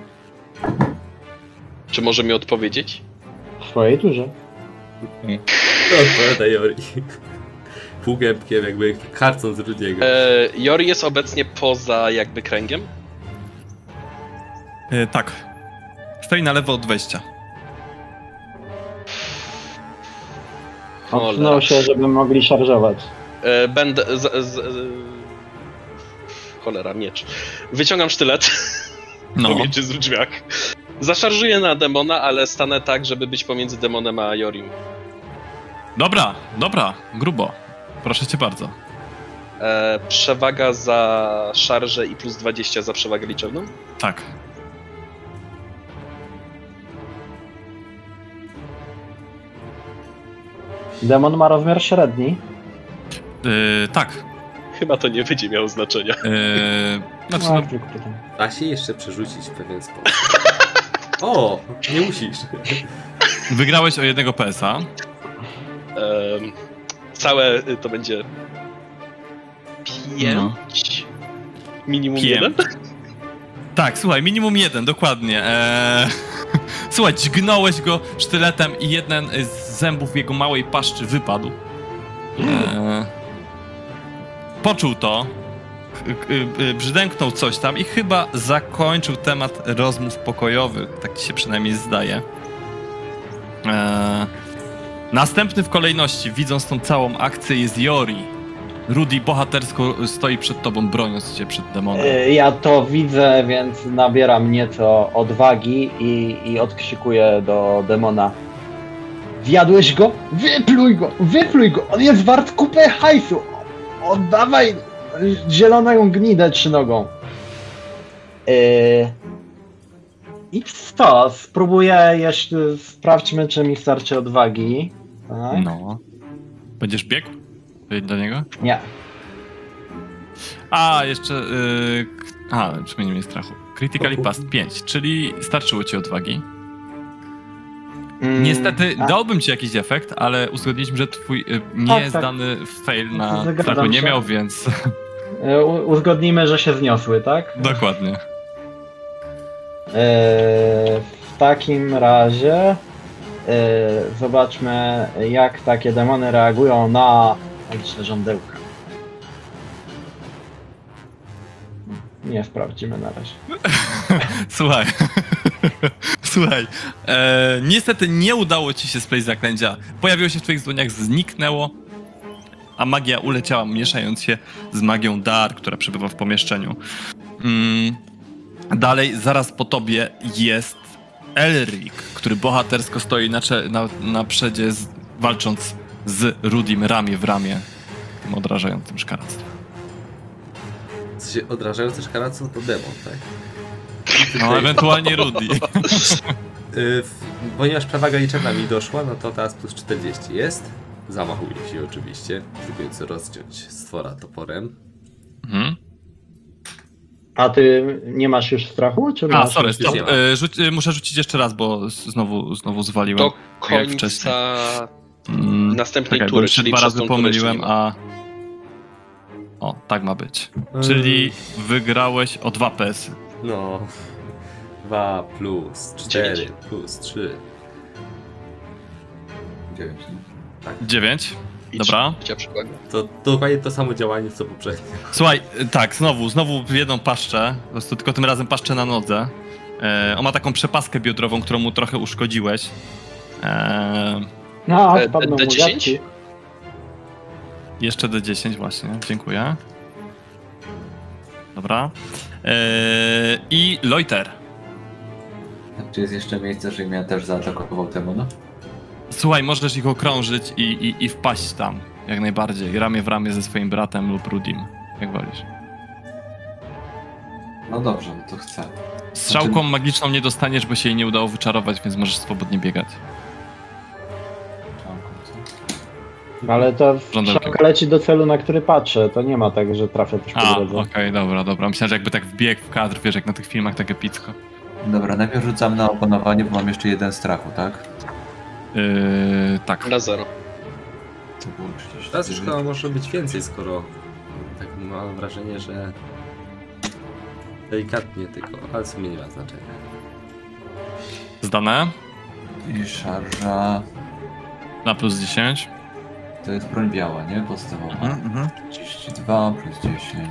Speaker 4: Czy może mi odpowiedzieć?
Speaker 3: W swojej turze.
Speaker 2: Odpowiadaj, Jori. Półgębkiem, jakby karcąc Rudiego.
Speaker 4: Jori jest obecnie poza jakby kręgiem?
Speaker 1: Tak. Stoi na lewo od wejścia.
Speaker 4: Cholera.
Speaker 3: Odsunął się, żeby mogli szarżować.
Speaker 4: Będę... Cholera, miecz. Wyciągam sztylet.
Speaker 1: No.
Speaker 4: Pomiędzy w drzwiach. Zaszarżuję na demona, ale stanę tak, żeby być pomiędzy demonem a Jorim.
Speaker 1: Dobra, grubo. Proszę cię bardzo.
Speaker 4: Przewaga za szarżę i plus 20 za przewagę liczebną?
Speaker 1: Tak.
Speaker 3: Demon ma rozmiar średni.
Speaker 1: Tak.
Speaker 4: Chyba to nie będzie miało znaczenia.
Speaker 1: Znaczy,
Speaker 3: No,
Speaker 1: no,
Speaker 3: tylko pytam.
Speaker 2: Da się jeszcze przerzucić w pewien sposób. O, nie musisz.
Speaker 1: wygrałeś o 1 PS-a.
Speaker 4: Całe to będzie 5?
Speaker 1: No.
Speaker 4: Minimum
Speaker 1: 5.
Speaker 4: 1?
Speaker 1: Tak, słuchaj, minimum 1, dokładnie. Słuchaj, dźgnąłeś go sztyletem i jeden z zębów jego małej paszczy wypadł. Poczuł to, brzdęknął coś tam i chyba zakończył temat rozmów pokojowych, tak ci się przynajmniej zdaje. Następny w kolejności, widząc tą całą akcję, jest Yori. Rudy bohatersko stoi przed tobą, broniąc cię przed demonem.
Speaker 3: Ja to widzę, więc nabieram nieco odwagi i odkrzykuję do demona. Zjadłeś go? Wypluj go! Wypluj go! On jest wart kupę hajsu! Oddawaj zieloną gnidę trzynogą. I co? Spróbuję jeszcze, sprawdźmy, czy mi starczy odwagi. Tak?
Speaker 1: No. Będziesz biegł do niego?
Speaker 3: Nie.
Speaker 1: A, jeszcze... przynajmniej mnie strachu. Critically Past 5, czyli starczyło ci odwagi. Niestety dałbym ci jakiś efekt, ale uzgodniliśmy, że twój niezdany fail na
Speaker 3: Zgadzam
Speaker 1: strachu nie
Speaker 3: się.
Speaker 1: miał, więc
Speaker 3: Uzgodnijmy, że się zniosły, tak?
Speaker 1: dokładnie.
Speaker 3: W takim razie zobaczmy, jak takie demony reagują na magiczne żądełka. Nie sprawdzimy na razie.
Speaker 1: Słuchaj. Słuchaj. Niestety nie udało ci się spleść zaklęcia. Pojawiło się w twoich dłoniach, zniknęło, a magia uleciała, mieszając się z magią Dar, która przebywa w pomieszczeniu. Dalej, zaraz po tobie jest Elric, który bohatersko stoi na przedzie, walcząc z Rudim ramię w ramię, tym odrażającym szkaractwem.
Speaker 2: Co się odrażające szkaractwo to demon, tak?
Speaker 1: No, ewentualnie Rudy.
Speaker 2: Ponieważ przewaga liczebna mi doszła, no to teraz plus 40 jest. Zamachuję się oczywiście, próbując rozciąć stwora toporem.
Speaker 1: Mhm.
Speaker 3: A ty nie masz już strachu? Czy masz?
Speaker 1: Sorry,
Speaker 2: już
Speaker 1: stop.
Speaker 2: nie ma.
Speaker 1: Muszę rzucić jeszcze raz, bo znowu zwaliłem.
Speaker 4: Do
Speaker 1: jak wcześniej.
Speaker 4: końca następnej
Speaker 1: Czekaj, bo
Speaker 4: tury,
Speaker 1: już się
Speaker 4: czyli
Speaker 1: 2
Speaker 4: przez
Speaker 1: razy
Speaker 4: tą turę
Speaker 1: pomyliłem,
Speaker 4: jeszcze nie ma.
Speaker 1: O, tak ma być. Czyli wygrałeś o 2 PS.
Speaker 2: No. 2 plus 4
Speaker 4: 9.
Speaker 2: plus 3.
Speaker 5: 9.
Speaker 1: 9.
Speaker 4: I
Speaker 1: Dobra.
Speaker 4: trzecia przewaga.
Speaker 2: To dokładnie to samo działanie co poprzednio.
Speaker 1: Słuchaj, tak, znowu w jedną paszczę, po prostu tylko tym razem paszczę na nodze. On ma taką przepaskę biodrową, którą mu trochę uszkodziłeś.
Speaker 3: No, spadną mu
Speaker 4: D10?
Speaker 3: gadki.
Speaker 1: Jeszcze D10 właśnie, dziękuję. Dobra. I Loiter.
Speaker 5: Czy jest jeszcze miejsce, że mnie też zaatakował demona?
Speaker 1: Słuchaj, możesz ich okrążyć i wpaść tam, jak najbardziej, ramię w ramię ze swoim bratem lub Rudim, jak wolisz.
Speaker 5: No dobrze, no to chcę.
Speaker 1: Strzałką magiczną nie dostaniesz, bo się jej nie udało wyczarować, więc możesz swobodnie biegać.
Speaker 3: Ale to
Speaker 1: Żądełkiem.
Speaker 3: strzałka leci do celu, na który patrzę. To nie ma tak, że trafię też
Speaker 1: A,
Speaker 3: po drodze.
Speaker 1: okej, dobra. Myślałem, że jakby tak wbiegł w kadr, wiesz, jak na tych filmach, tak epicko.
Speaker 5: Dobra, najpierw rzucam na opanowanie, bo mam jeszcze 1 strachu, tak?
Speaker 1: Tak.
Speaker 4: Na 0.
Speaker 5: To było 30.
Speaker 2: Teraz już chyba może być więcej, skoro tak mam wrażenie, że delikatnie tylko, ale w sumie nie ma znaczenia.
Speaker 1: Zdane?
Speaker 5: I szarża...
Speaker 1: Na plus 10.
Speaker 5: To jest broń biała, nie? Podstawowa. 32 plus 10.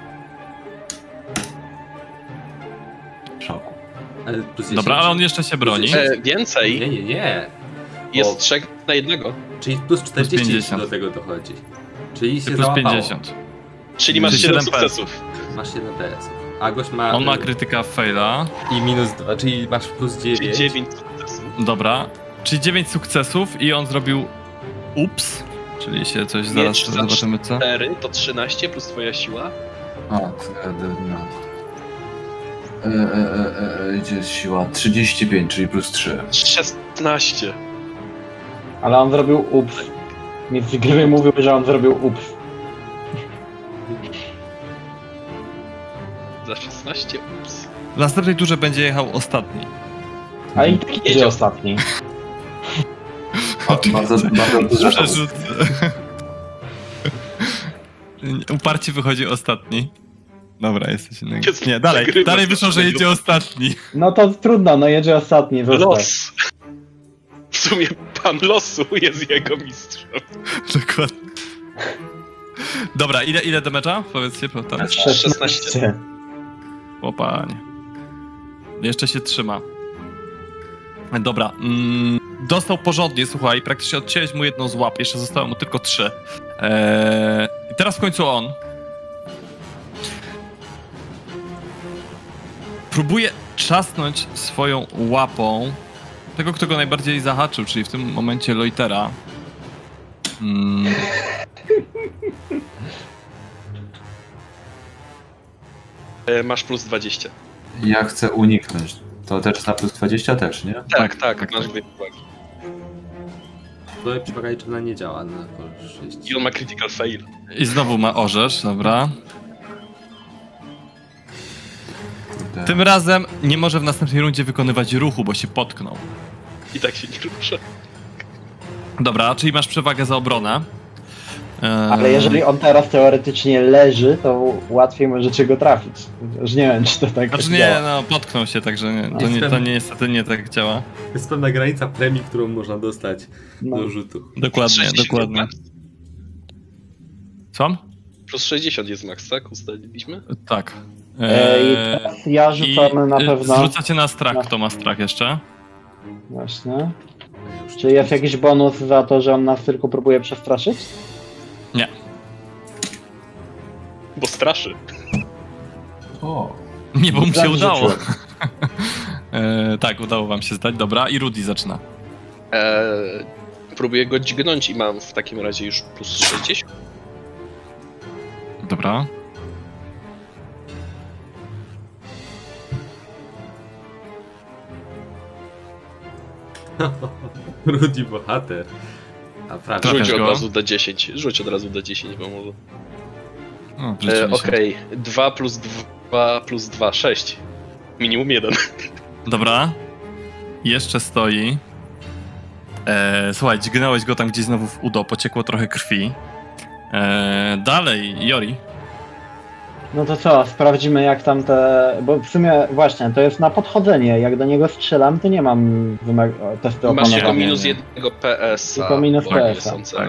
Speaker 5: Szoku.
Speaker 2: Ale plus 10.
Speaker 1: Dobra, ale on jeszcze się broni.
Speaker 4: Więcej
Speaker 2: Nie.
Speaker 4: jest 3 na 1.
Speaker 2: Czyli plus 40
Speaker 1: 50.
Speaker 2: do tego dochodzi. Czyli się
Speaker 1: Plus
Speaker 2: załapało.
Speaker 1: 50.
Speaker 4: Czyli masz
Speaker 1: Czyli
Speaker 4: 7
Speaker 1: 7 PS.
Speaker 4: sukcesów.
Speaker 2: Masz 7 PS-ów. A gość ma...
Speaker 1: On ma krytyka faila.
Speaker 2: I minus 2, czyli masz plus 9.
Speaker 4: Czyli 9 sukcesów.
Speaker 1: Dobra. Czyli 9 sukcesów i on zrobił ups. Czyli się coś zaraz
Speaker 4: Miecz za
Speaker 1: zobaczymy co.
Speaker 4: 4 to 13 plus twoja siła.
Speaker 5: A, no. Gdzie jest siła? 35, czyli plus 3.
Speaker 4: 16.
Speaker 3: Ale on zrobił ups. Mistrz gry mówił, że on zrobił ups.
Speaker 4: Za 16 ups.
Speaker 1: W następnej turze będzie jechał ostatni.
Speaker 3: A i tak jedzie ostatni.
Speaker 5: Bardzo dużo.
Speaker 1: Przerzucę. Uparcie wychodzi ostatni. Dobra, jesteś innego.
Speaker 4: Jest
Speaker 1: Nie, dalej
Speaker 4: wygrywa.
Speaker 1: wyszło, że jedzie ostatni.
Speaker 3: No to trudno, no jedzie ostatni. Zostaw.
Speaker 4: Los! W sumie pan losu jest jego mistrzem.
Speaker 1: Dokładnie. Dobra, ile damage'a? Powiedzcie, powtarzam.
Speaker 3: 16.
Speaker 1: O panie. Jeszcze się trzyma. Dobra. Dostał porządnie, słuchaj, praktycznie odcięłeś mu jedną z łap, jeszcze zostało mu tylko 3. I teraz w końcu on. Próbuje trzasnąć swoją łapą tego, kto go najbardziej zahaczył, czyli w tym momencie Loitera.
Speaker 4: Masz plus 20.
Speaker 5: Ja chcę uniknąć. To też na plus 20 też, nie?
Speaker 4: Tak, masz dwie uwagi.
Speaker 2: Tutaj przewaga liczebna nie działa na 6.
Speaker 4: I on ma critical fail.
Speaker 1: I znowu ma orzesz, dobra. Tym razem nie może w następnej rundzie wykonywać ruchu, bo się potknął.
Speaker 4: I tak się nie rusza.
Speaker 1: Dobra, czyli masz przewagę za obronę.
Speaker 3: Ale jeżeli on teraz teoretycznie leży, to łatwiej możecie go trafić. Już nie wiem, czy to tak
Speaker 1: Znaczy nie,
Speaker 3: działa.
Speaker 1: no potknął się, także to niestety nie tak działa.
Speaker 2: Jest pewna granica premii, którą można dostać
Speaker 3: No.
Speaker 2: do rzutu.
Speaker 1: Dokładnie,
Speaker 4: 60
Speaker 1: dokładnie.
Speaker 4: max.
Speaker 1: Co?
Speaker 4: Plus 60 jest max, tak? Ustaliliśmy?
Speaker 1: Tak.
Speaker 3: I teraz ja rzucam na pewno.
Speaker 1: Zrzucacie na strach, kto ma strach jeszcze?
Speaker 3: Właśnie. Czy jest jakiś bonus za to, że on nas tylko próbuje przestraszyć?
Speaker 1: Nie.
Speaker 4: Bo straszy.
Speaker 5: O,
Speaker 1: Nie, bo mu się
Speaker 3: Zrzuciłem.
Speaker 1: udało. Tak, udało wam się zdać. Dobra, i Rudy zaczyna.
Speaker 4: Próbuję go dźgnąć i mam w takim razie już plus 60.
Speaker 1: Dobra.
Speaker 2: Rudy bohater. A prawie.
Speaker 1: Trafiasz
Speaker 4: Rzuć od
Speaker 1: go?
Speaker 4: razu D10. Rzuć od razu D10, bo może.
Speaker 1: No, rzeczywiście.
Speaker 4: Okej, 2 plus 2 plus 2, 6. Minimum 1.
Speaker 1: Dobra. Jeszcze stoi. Słuchaj, dźgnąłeś go tam gdzieś znowu w udo, pociekło trochę krwi. Dalej, Jori.
Speaker 3: No to co, sprawdzimy jak tam te... Bo w sumie właśnie, to jest na podchodzenie. Jak do niego strzelam, to nie mam testu
Speaker 4: Masz
Speaker 3: opanowania.
Speaker 4: tylko minus 1 PS-a.
Speaker 3: Tylko minus
Speaker 4: bo nie
Speaker 3: PS-a,
Speaker 4: są celem.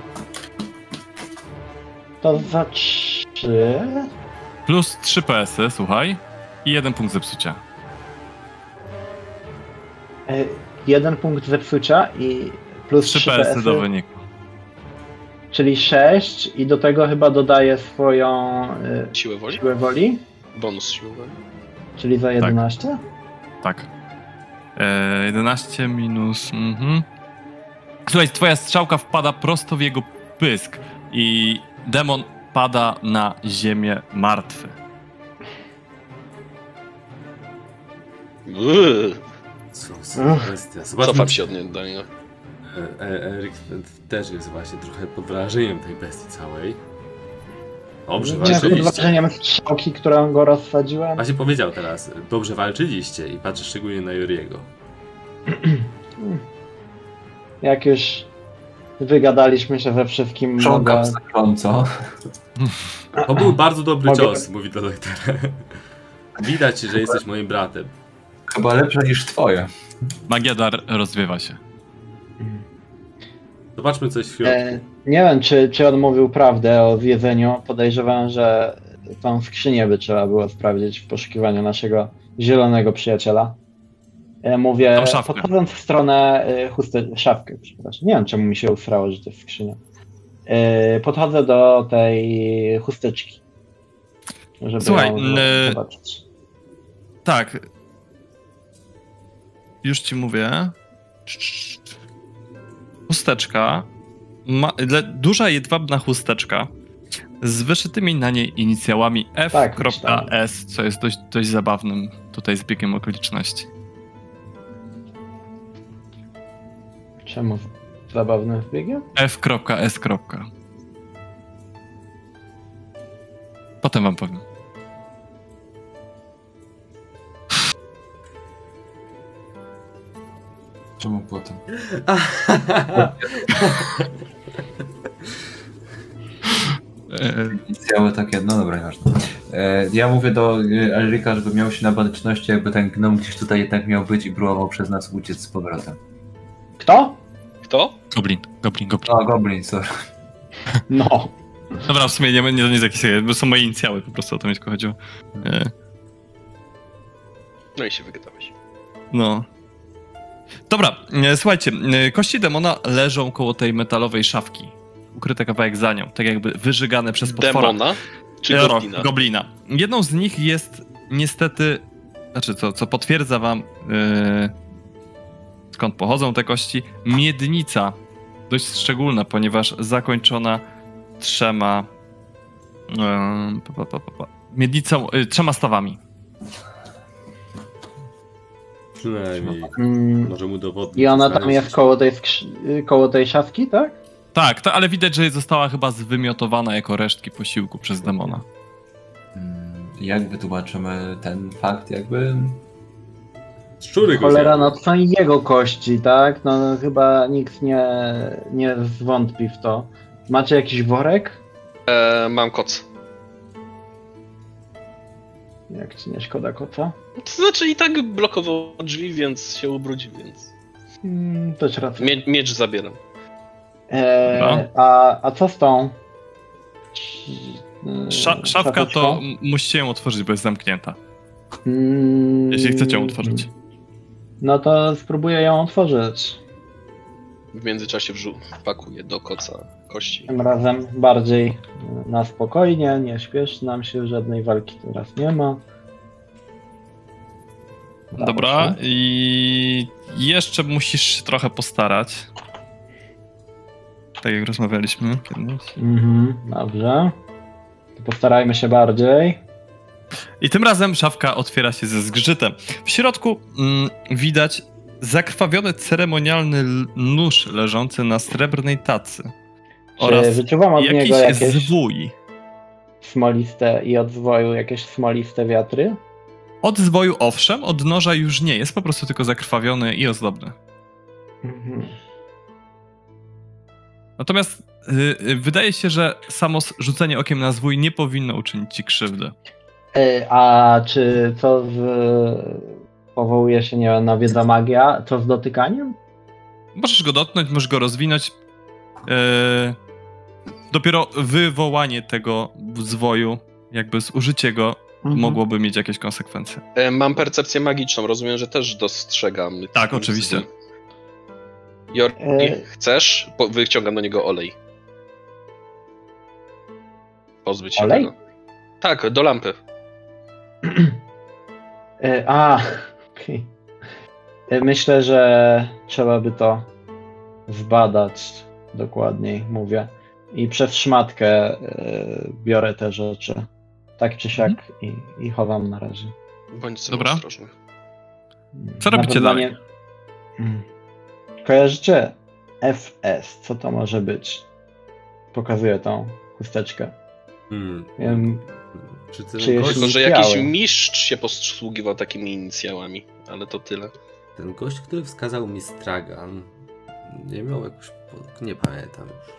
Speaker 3: To za 3...
Speaker 1: Plus 3 PS-y, słuchaj. I 1 punkt zepsucia.
Speaker 3: 1 punkt zepsucia i plus
Speaker 1: 3
Speaker 3: 3
Speaker 1: PS-y do wyniku.
Speaker 3: Czyli 6 i do tego chyba dodaję swoją
Speaker 4: Siłę woli?
Speaker 3: siłę woli,
Speaker 4: Bonus siły woli.
Speaker 3: czyli za 11.
Speaker 1: Tak. 11 minus... Słuchaj, twoja strzałka wpada prosto w jego pysk i demon pada na ziemię martwy.
Speaker 2: Co za kwestia. Zobaczmy,
Speaker 4: Cofam się od niego.
Speaker 2: Eryk też jest właśnie trochę pod wrażeniem tej bestii całej. Dobrze
Speaker 3: Nie, pod
Speaker 2: walczyliście.
Speaker 3: wrażeniem strzałki, którą go rozsadziłem.
Speaker 2: Właśnie powiedział teraz, dobrze walczyliście i patrzę szczególnie na Joriego.
Speaker 3: Jak już wygadaliśmy się we wszystkim,
Speaker 5: Chrząkam
Speaker 3: mogę...
Speaker 5: znacząco.
Speaker 2: To był bardzo dobry
Speaker 3: Mogę-
Speaker 2: cios, mówi to Loiter. Widać, że jesteś moim bratem.
Speaker 5: Chyba lepsze niż twoje.
Speaker 1: Magia dar rozwiewa się.
Speaker 2: Zobaczmy coś w środku.
Speaker 3: Nie wiem, czy on mówił prawdę o zjedzeniu. Podejrzewam, że tą skrzynię by trzeba było sprawdzić w poszukiwaniu naszego zielonego przyjaciela. Mówię,
Speaker 1: Tą szafkę.
Speaker 3: podchodząc w stronę szafkę, przepraszam. Nie wiem, czemu mi się usrało, że to jest skrzynia. Podchodzę do tej chusteczki, żeby
Speaker 1: Słuchaj,
Speaker 3: ją zobaczyć.
Speaker 1: Tak. Już ci mówię. Chusteczka Duża jedwabna chusteczka z wyszytymi na niej inicjałami F.S, co jest dość zabawnym tutaj zbiegiem okoliczności.
Speaker 3: Czemu zabawnym zbiegiem?
Speaker 1: F.S. Potem wam powiem.
Speaker 5: Czemu potem? Inicjały takie, no dobra, nieważne. Ja mówię do Elrika, żeby miał się na baczności, jakby ten gnom gdzieś tutaj jednak miał być i próbował przez nas uciec z powrotem.
Speaker 3: Kto?
Speaker 4: Kto?
Speaker 1: Goblin.
Speaker 5: O, Goblin, sorry.
Speaker 3: No.
Speaker 1: Dobra, w sumie nie jest jakiś, bo są moje inicjały, po prostu o to mi tylko chodziło.
Speaker 4: No i się wygadałeś.
Speaker 1: No. Dobra, słuchajcie, kości demona leżą koło tej metalowej szafki. Ukryte kawałek za nią, tak jakby wyżygane przez potwora.
Speaker 4: Demona? Czy goblina?
Speaker 1: Goblina. Jedną z nich jest niestety, znaczy co potwierdza wam skąd pochodzą te kości, miednica. Dość szczególna, ponieważ zakończona trzema trzema stawami.
Speaker 2: Przynajmniej możemy udowodnić.
Speaker 3: I ona tam jest koło tej szafki, tak?
Speaker 1: Tak, ale widać, że została chyba zwymiotowana jako resztki posiłku przez demona.
Speaker 5: Jak wytłumaczymy ten fakt, jakby...
Speaker 2: Szczury go
Speaker 3: Cholera,
Speaker 2: zjadły.
Speaker 3: no to są jego kości, tak? No chyba nikt nie zwątpi w to. Macie jakiś worek?
Speaker 4: Mam koc.
Speaker 3: Jak ci nie szkoda koca?
Speaker 4: To znaczy i tak blokował drzwi, więc się ubrudził, więc...
Speaker 3: Też racja.
Speaker 4: Miecz zabieram.
Speaker 3: A co z tą?
Speaker 1: Szafka to musicie ją otworzyć, bo jest zamknięta. Jeśli chcecie ją otworzyć.
Speaker 3: No to spróbuję ją otworzyć.
Speaker 4: W międzyczasie wpakuję do koca kości.
Speaker 3: Tym razem bardziej na spokojnie, nie śpieszy nam się, żadnej walki teraz nie ma.
Speaker 1: Dobra, i jeszcze musisz się trochę postarać. Tak jak rozmawialiśmy kiedyś.
Speaker 3: Dobrze. To postarajmy się bardziej.
Speaker 1: I tym razem szafka otwiera się ze zgrzytem. W środku widać zakrwawiony ceremonialny nóż leżący na srebrnej tacy. Oraz
Speaker 3: wyczuwam od
Speaker 1: jakiś
Speaker 3: niego jakieś
Speaker 1: zwój.
Speaker 3: smoliste i od zwoju jakieś smoliste wiatry?
Speaker 1: Od zwoju owszem, od noża już nie. Jest po prostu tylko zakrwawiony i ozdobny. Natomiast wydaje się, że samo rzucenie okiem na zwój nie powinno uczynić ci krzywdy.
Speaker 3: A czy co powołuje się, nie wiem, na wiedza magia, co z dotykaniem?
Speaker 1: Możesz go dotknąć, możesz go rozwinąć. Dopiero wywołanie tego zwoju, jakby zużycie go, mogłoby mieć jakieś konsekwencje.
Speaker 4: Mam percepcję magiczną, rozumiem, że też dostrzegam.
Speaker 1: Tak, oczywiście.
Speaker 4: Jori, chcesz? Wyciągam do niego olej. Pozbyć się
Speaker 3: olej?
Speaker 4: tego. Tak, do lampy.
Speaker 3: Okej. Myślę, że trzeba by to zbadać dokładniej, mówię. I przez szmatkę biorę te rzeczy. Tak czy siak i chowam na razie.
Speaker 4: Bądź sobie
Speaker 1: Dobra.
Speaker 4: ostrożny.
Speaker 1: Co robicie dalej?
Speaker 3: Kojarzycie FS? Co to może być? Pokazuję tą chusteczkę.
Speaker 2: Czy
Speaker 3: jest-
Speaker 4: Tylko, że
Speaker 3: inicjały.
Speaker 4: jakiś mistrz się posługiwał takimi inicjałami, ale to tyle.
Speaker 2: ten gość, który wskazał mi stragan, nie miał jakoś... Nie pamiętam już.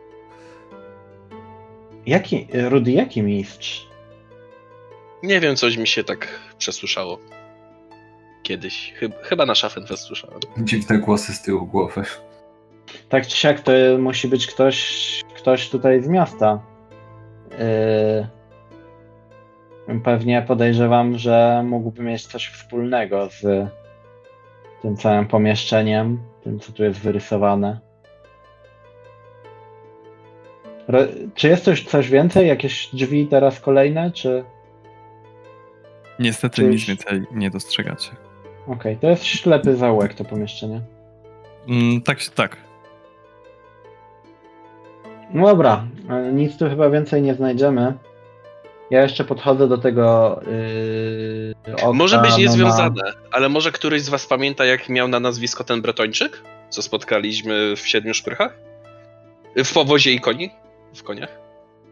Speaker 3: Rudy, jaki mistrz?
Speaker 4: Nie wiem, coś mi się tak przesłyszało. Kiedyś. Chyba na Schaffenfest słyszałem.
Speaker 5: Dziwne głosy z tyłu głowy.
Speaker 3: Tak czy siak to musi być ktoś tutaj z miasta. Pewnie podejrzewam, że mógłby mieć coś wspólnego z tym całym pomieszczeniem, tym co tu jest wyrysowane. Czy jest coś więcej? Jakieś drzwi teraz kolejne, czy...
Speaker 1: Niestety nic więcej nie dostrzegacie.
Speaker 3: Okej, to jest ślepy zaułek to pomieszczenie.
Speaker 1: Tak.
Speaker 3: No dobra, nic tu chyba więcej nie znajdziemy. Ja jeszcze podchodzę do tego okna,
Speaker 4: Może być
Speaker 3: no,
Speaker 4: niezwiązane, ale może któryś z was pamięta, jak miał na nazwisko ten Bretończyk? Co spotkaliśmy w Siedmiu Szprychach? W powozie i koni? W koniach?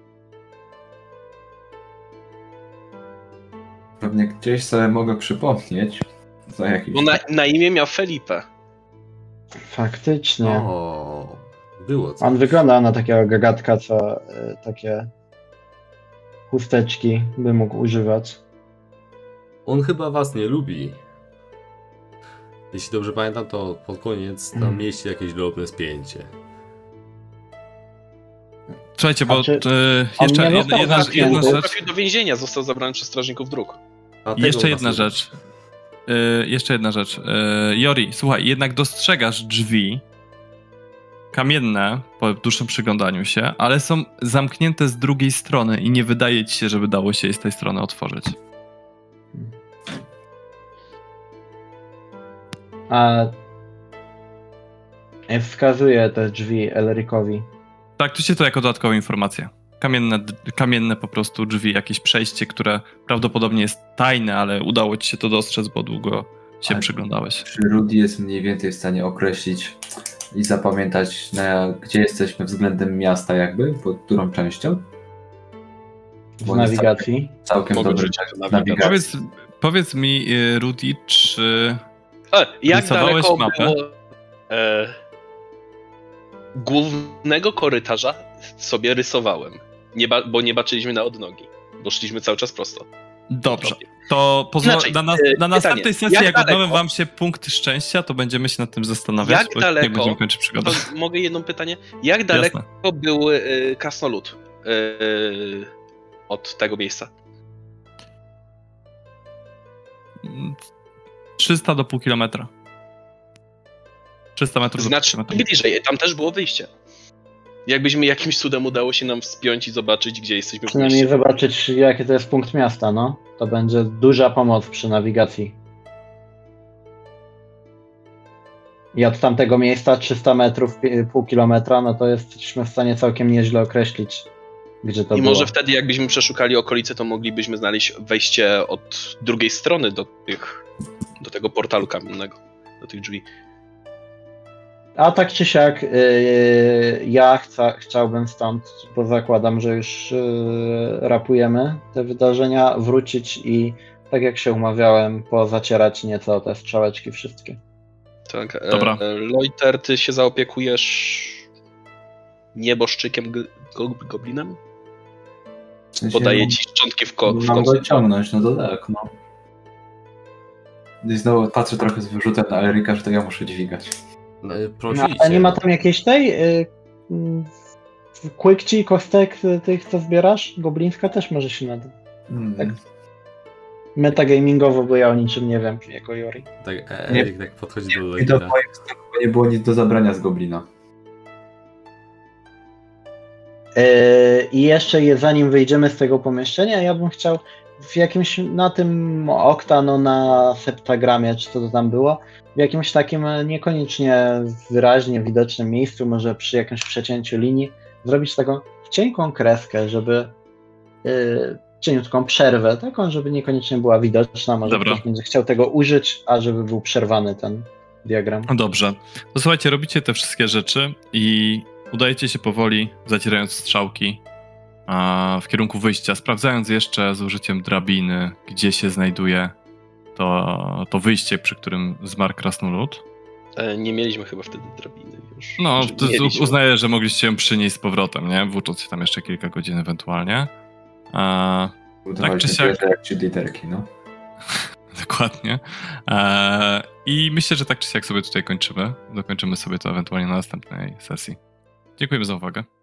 Speaker 5: Pewnie gdzieś sobie mogę przypomnieć. Za jakiś...
Speaker 4: Bo na imię miał Felipe.
Speaker 3: Faktycznie.
Speaker 2: O, było co.
Speaker 3: On wygląda na takiego gagatka, co takie chusteczki by mógł używać.
Speaker 2: On chyba was nie lubi. Jeśli dobrze pamiętam, to pod koniec tam mieliście jakieś drobne spięcie.
Speaker 1: Słuchajcie, bo
Speaker 3: Znaczy,
Speaker 1: jeszcze
Speaker 3: on nie
Speaker 1: jedna
Speaker 3: został
Speaker 1: rzecz.
Speaker 3: zamknięty.
Speaker 4: Trafił do więzienia, został zabrany przez strażników dróg.
Speaker 2: A tego
Speaker 1: Jeszcze
Speaker 2: was
Speaker 1: jedna
Speaker 2: nie
Speaker 1: rzecz. Jeszcze jedna rzecz. Jori, słuchaj, jednak dostrzegasz drzwi kamienne po dłuższym przyglądaniu się, ale są zamknięte z drugiej strony i nie wydaje ci się, żeby dało się je z tej strony otworzyć.
Speaker 3: A wskazuje te drzwi Elricowi.
Speaker 1: Tak, tu się to jako dodatkowa informacja. Kamienne po prostu drzwi, jakieś przejście, które prawdopodobnie jest tajne, ale udało ci się to dostrzec, bo długo się
Speaker 5: Tak.
Speaker 1: przyglądałeś.
Speaker 5: Czy Rudy jest mniej więcej w stanie określić i zapamiętać, gdzie jesteśmy względem miasta jakby, pod którą częścią?
Speaker 3: W
Speaker 5: Bo on jest
Speaker 3: nawigacji.
Speaker 5: Całkiem
Speaker 4: Mogę
Speaker 5: dobry
Speaker 4: rzucić
Speaker 5: w
Speaker 4: na
Speaker 5: nawigacji.
Speaker 1: Powiedz mi, Rudy, czy
Speaker 4: Jak
Speaker 1: Rysowałeś
Speaker 4: daleko
Speaker 1: mapę?
Speaker 4: było głównego korytarza sobie rysowałem, bo nie baczyliśmy na odnogi, bo szliśmy cały czas prosto.
Speaker 1: dobrze, to
Speaker 4: Inaczej,
Speaker 1: na następnej
Speaker 4: pytanie,
Speaker 1: sesji,
Speaker 4: jak
Speaker 1: jak
Speaker 4: daleko?
Speaker 1: odnowę wam się punkty szczęścia, to będziemy się nad tym zastanawiać,
Speaker 4: Jak
Speaker 1: bo
Speaker 4: daleko?
Speaker 1: będziemy kończyć przygodę.
Speaker 4: To mogę jedno pytanie? Jak daleko był krasnolud od tego miejsca?
Speaker 1: 300 do pół kilometra. 300 metrów
Speaker 4: Znaczy
Speaker 1: do pół kilometra.
Speaker 4: bliżej, tam też było wyjście. Jakbyśmy jakimś cudem udało się nam wspiąć i zobaczyć, gdzie jesteśmy w
Speaker 3: Przynajmniej
Speaker 4: mieście.
Speaker 3: zobaczyć, jaki to jest punkt miasta, no. To będzie duża pomoc przy nawigacji. I od tamtego miejsca 300 metrów, pół kilometra, no to jesteśmy w stanie całkiem nieźle określić, gdzie to
Speaker 4: I
Speaker 3: było.
Speaker 4: może wtedy, jakbyśmy przeszukali okolice, to moglibyśmy znaleźć wejście od drugiej strony do tego portalu kamiennego, do tych drzwi.
Speaker 3: A tak czy siak, ja chciałbym stąd, bo zakładam, że już rapujemy te wydarzenia, wrócić i tak jak się umawiałem, pozacierać nieco te strzałeczki wszystkie.
Speaker 4: Tak,
Speaker 1: Dobra.
Speaker 4: Loiter, ty się zaopiekujesz nieboszczykiem goblinem?
Speaker 5: W sensie,
Speaker 4: Podaje ci szczątki w
Speaker 5: Mam
Speaker 4: końcu.
Speaker 5: go ciągnąć, no to tak, no. I znowu patrzę trochę z wyrzutem na Elrika, że to ja muszę dźwigać.
Speaker 2: No,
Speaker 3: No,
Speaker 2: prosicie.
Speaker 3: ale nie ma tam jakiejś tej kłykci, kostek tych, co zbierasz? Goblińska też może się nada. Tak. Metagamingowo, bo ja o niczym nie wiem, jako Jori.
Speaker 2: Tak, Erik tak podchodzi do
Speaker 5: I do
Speaker 2: Loitera.
Speaker 5: moich stoków nie było nic do zabrania z Goblina.
Speaker 3: I jeszcze zanim wyjdziemy z tego pomieszczenia, ja bym chciał w jakimś, na tym Oktano, na septagramie, czy co to tam było, w jakimś takim niekoniecznie wyraźnie widocznym miejscu, może przy jakimś przecięciu linii, zrobić taką cienką kreskę, żeby cieniutką przerwę, taką, żeby niekoniecznie była widoczna, może
Speaker 1: Dobra.
Speaker 3: ktoś będzie chciał tego użyć, a żeby był przerwany ten diagram.
Speaker 1: Dobrze. To słuchajcie, robicie te wszystkie rzeczy i udajecie się powoli, zacierając strzałki w kierunku wyjścia, sprawdzając jeszcze z użyciem drabiny, gdzie się znajduje to wyjście, przy którym zmarł krasnolud.
Speaker 4: Nie mieliśmy chyba wtedy drabiny już.
Speaker 1: No,
Speaker 4: Znaczy,
Speaker 1: to
Speaker 4: mieliśmy.
Speaker 1: uznaję, że mogliście ją przynieść z powrotem, nie? Włócząc się tam jeszcze kilka godzin ewentualnie.
Speaker 5: Budowaliśmy
Speaker 1: czy siak-
Speaker 5: wieże jak 3 literki, no.
Speaker 1: Dokładnie. I myślę, że tak czy siak sobie tutaj kończymy. Dokończymy sobie to ewentualnie na następnej sesji. Dziękujemy za uwagę.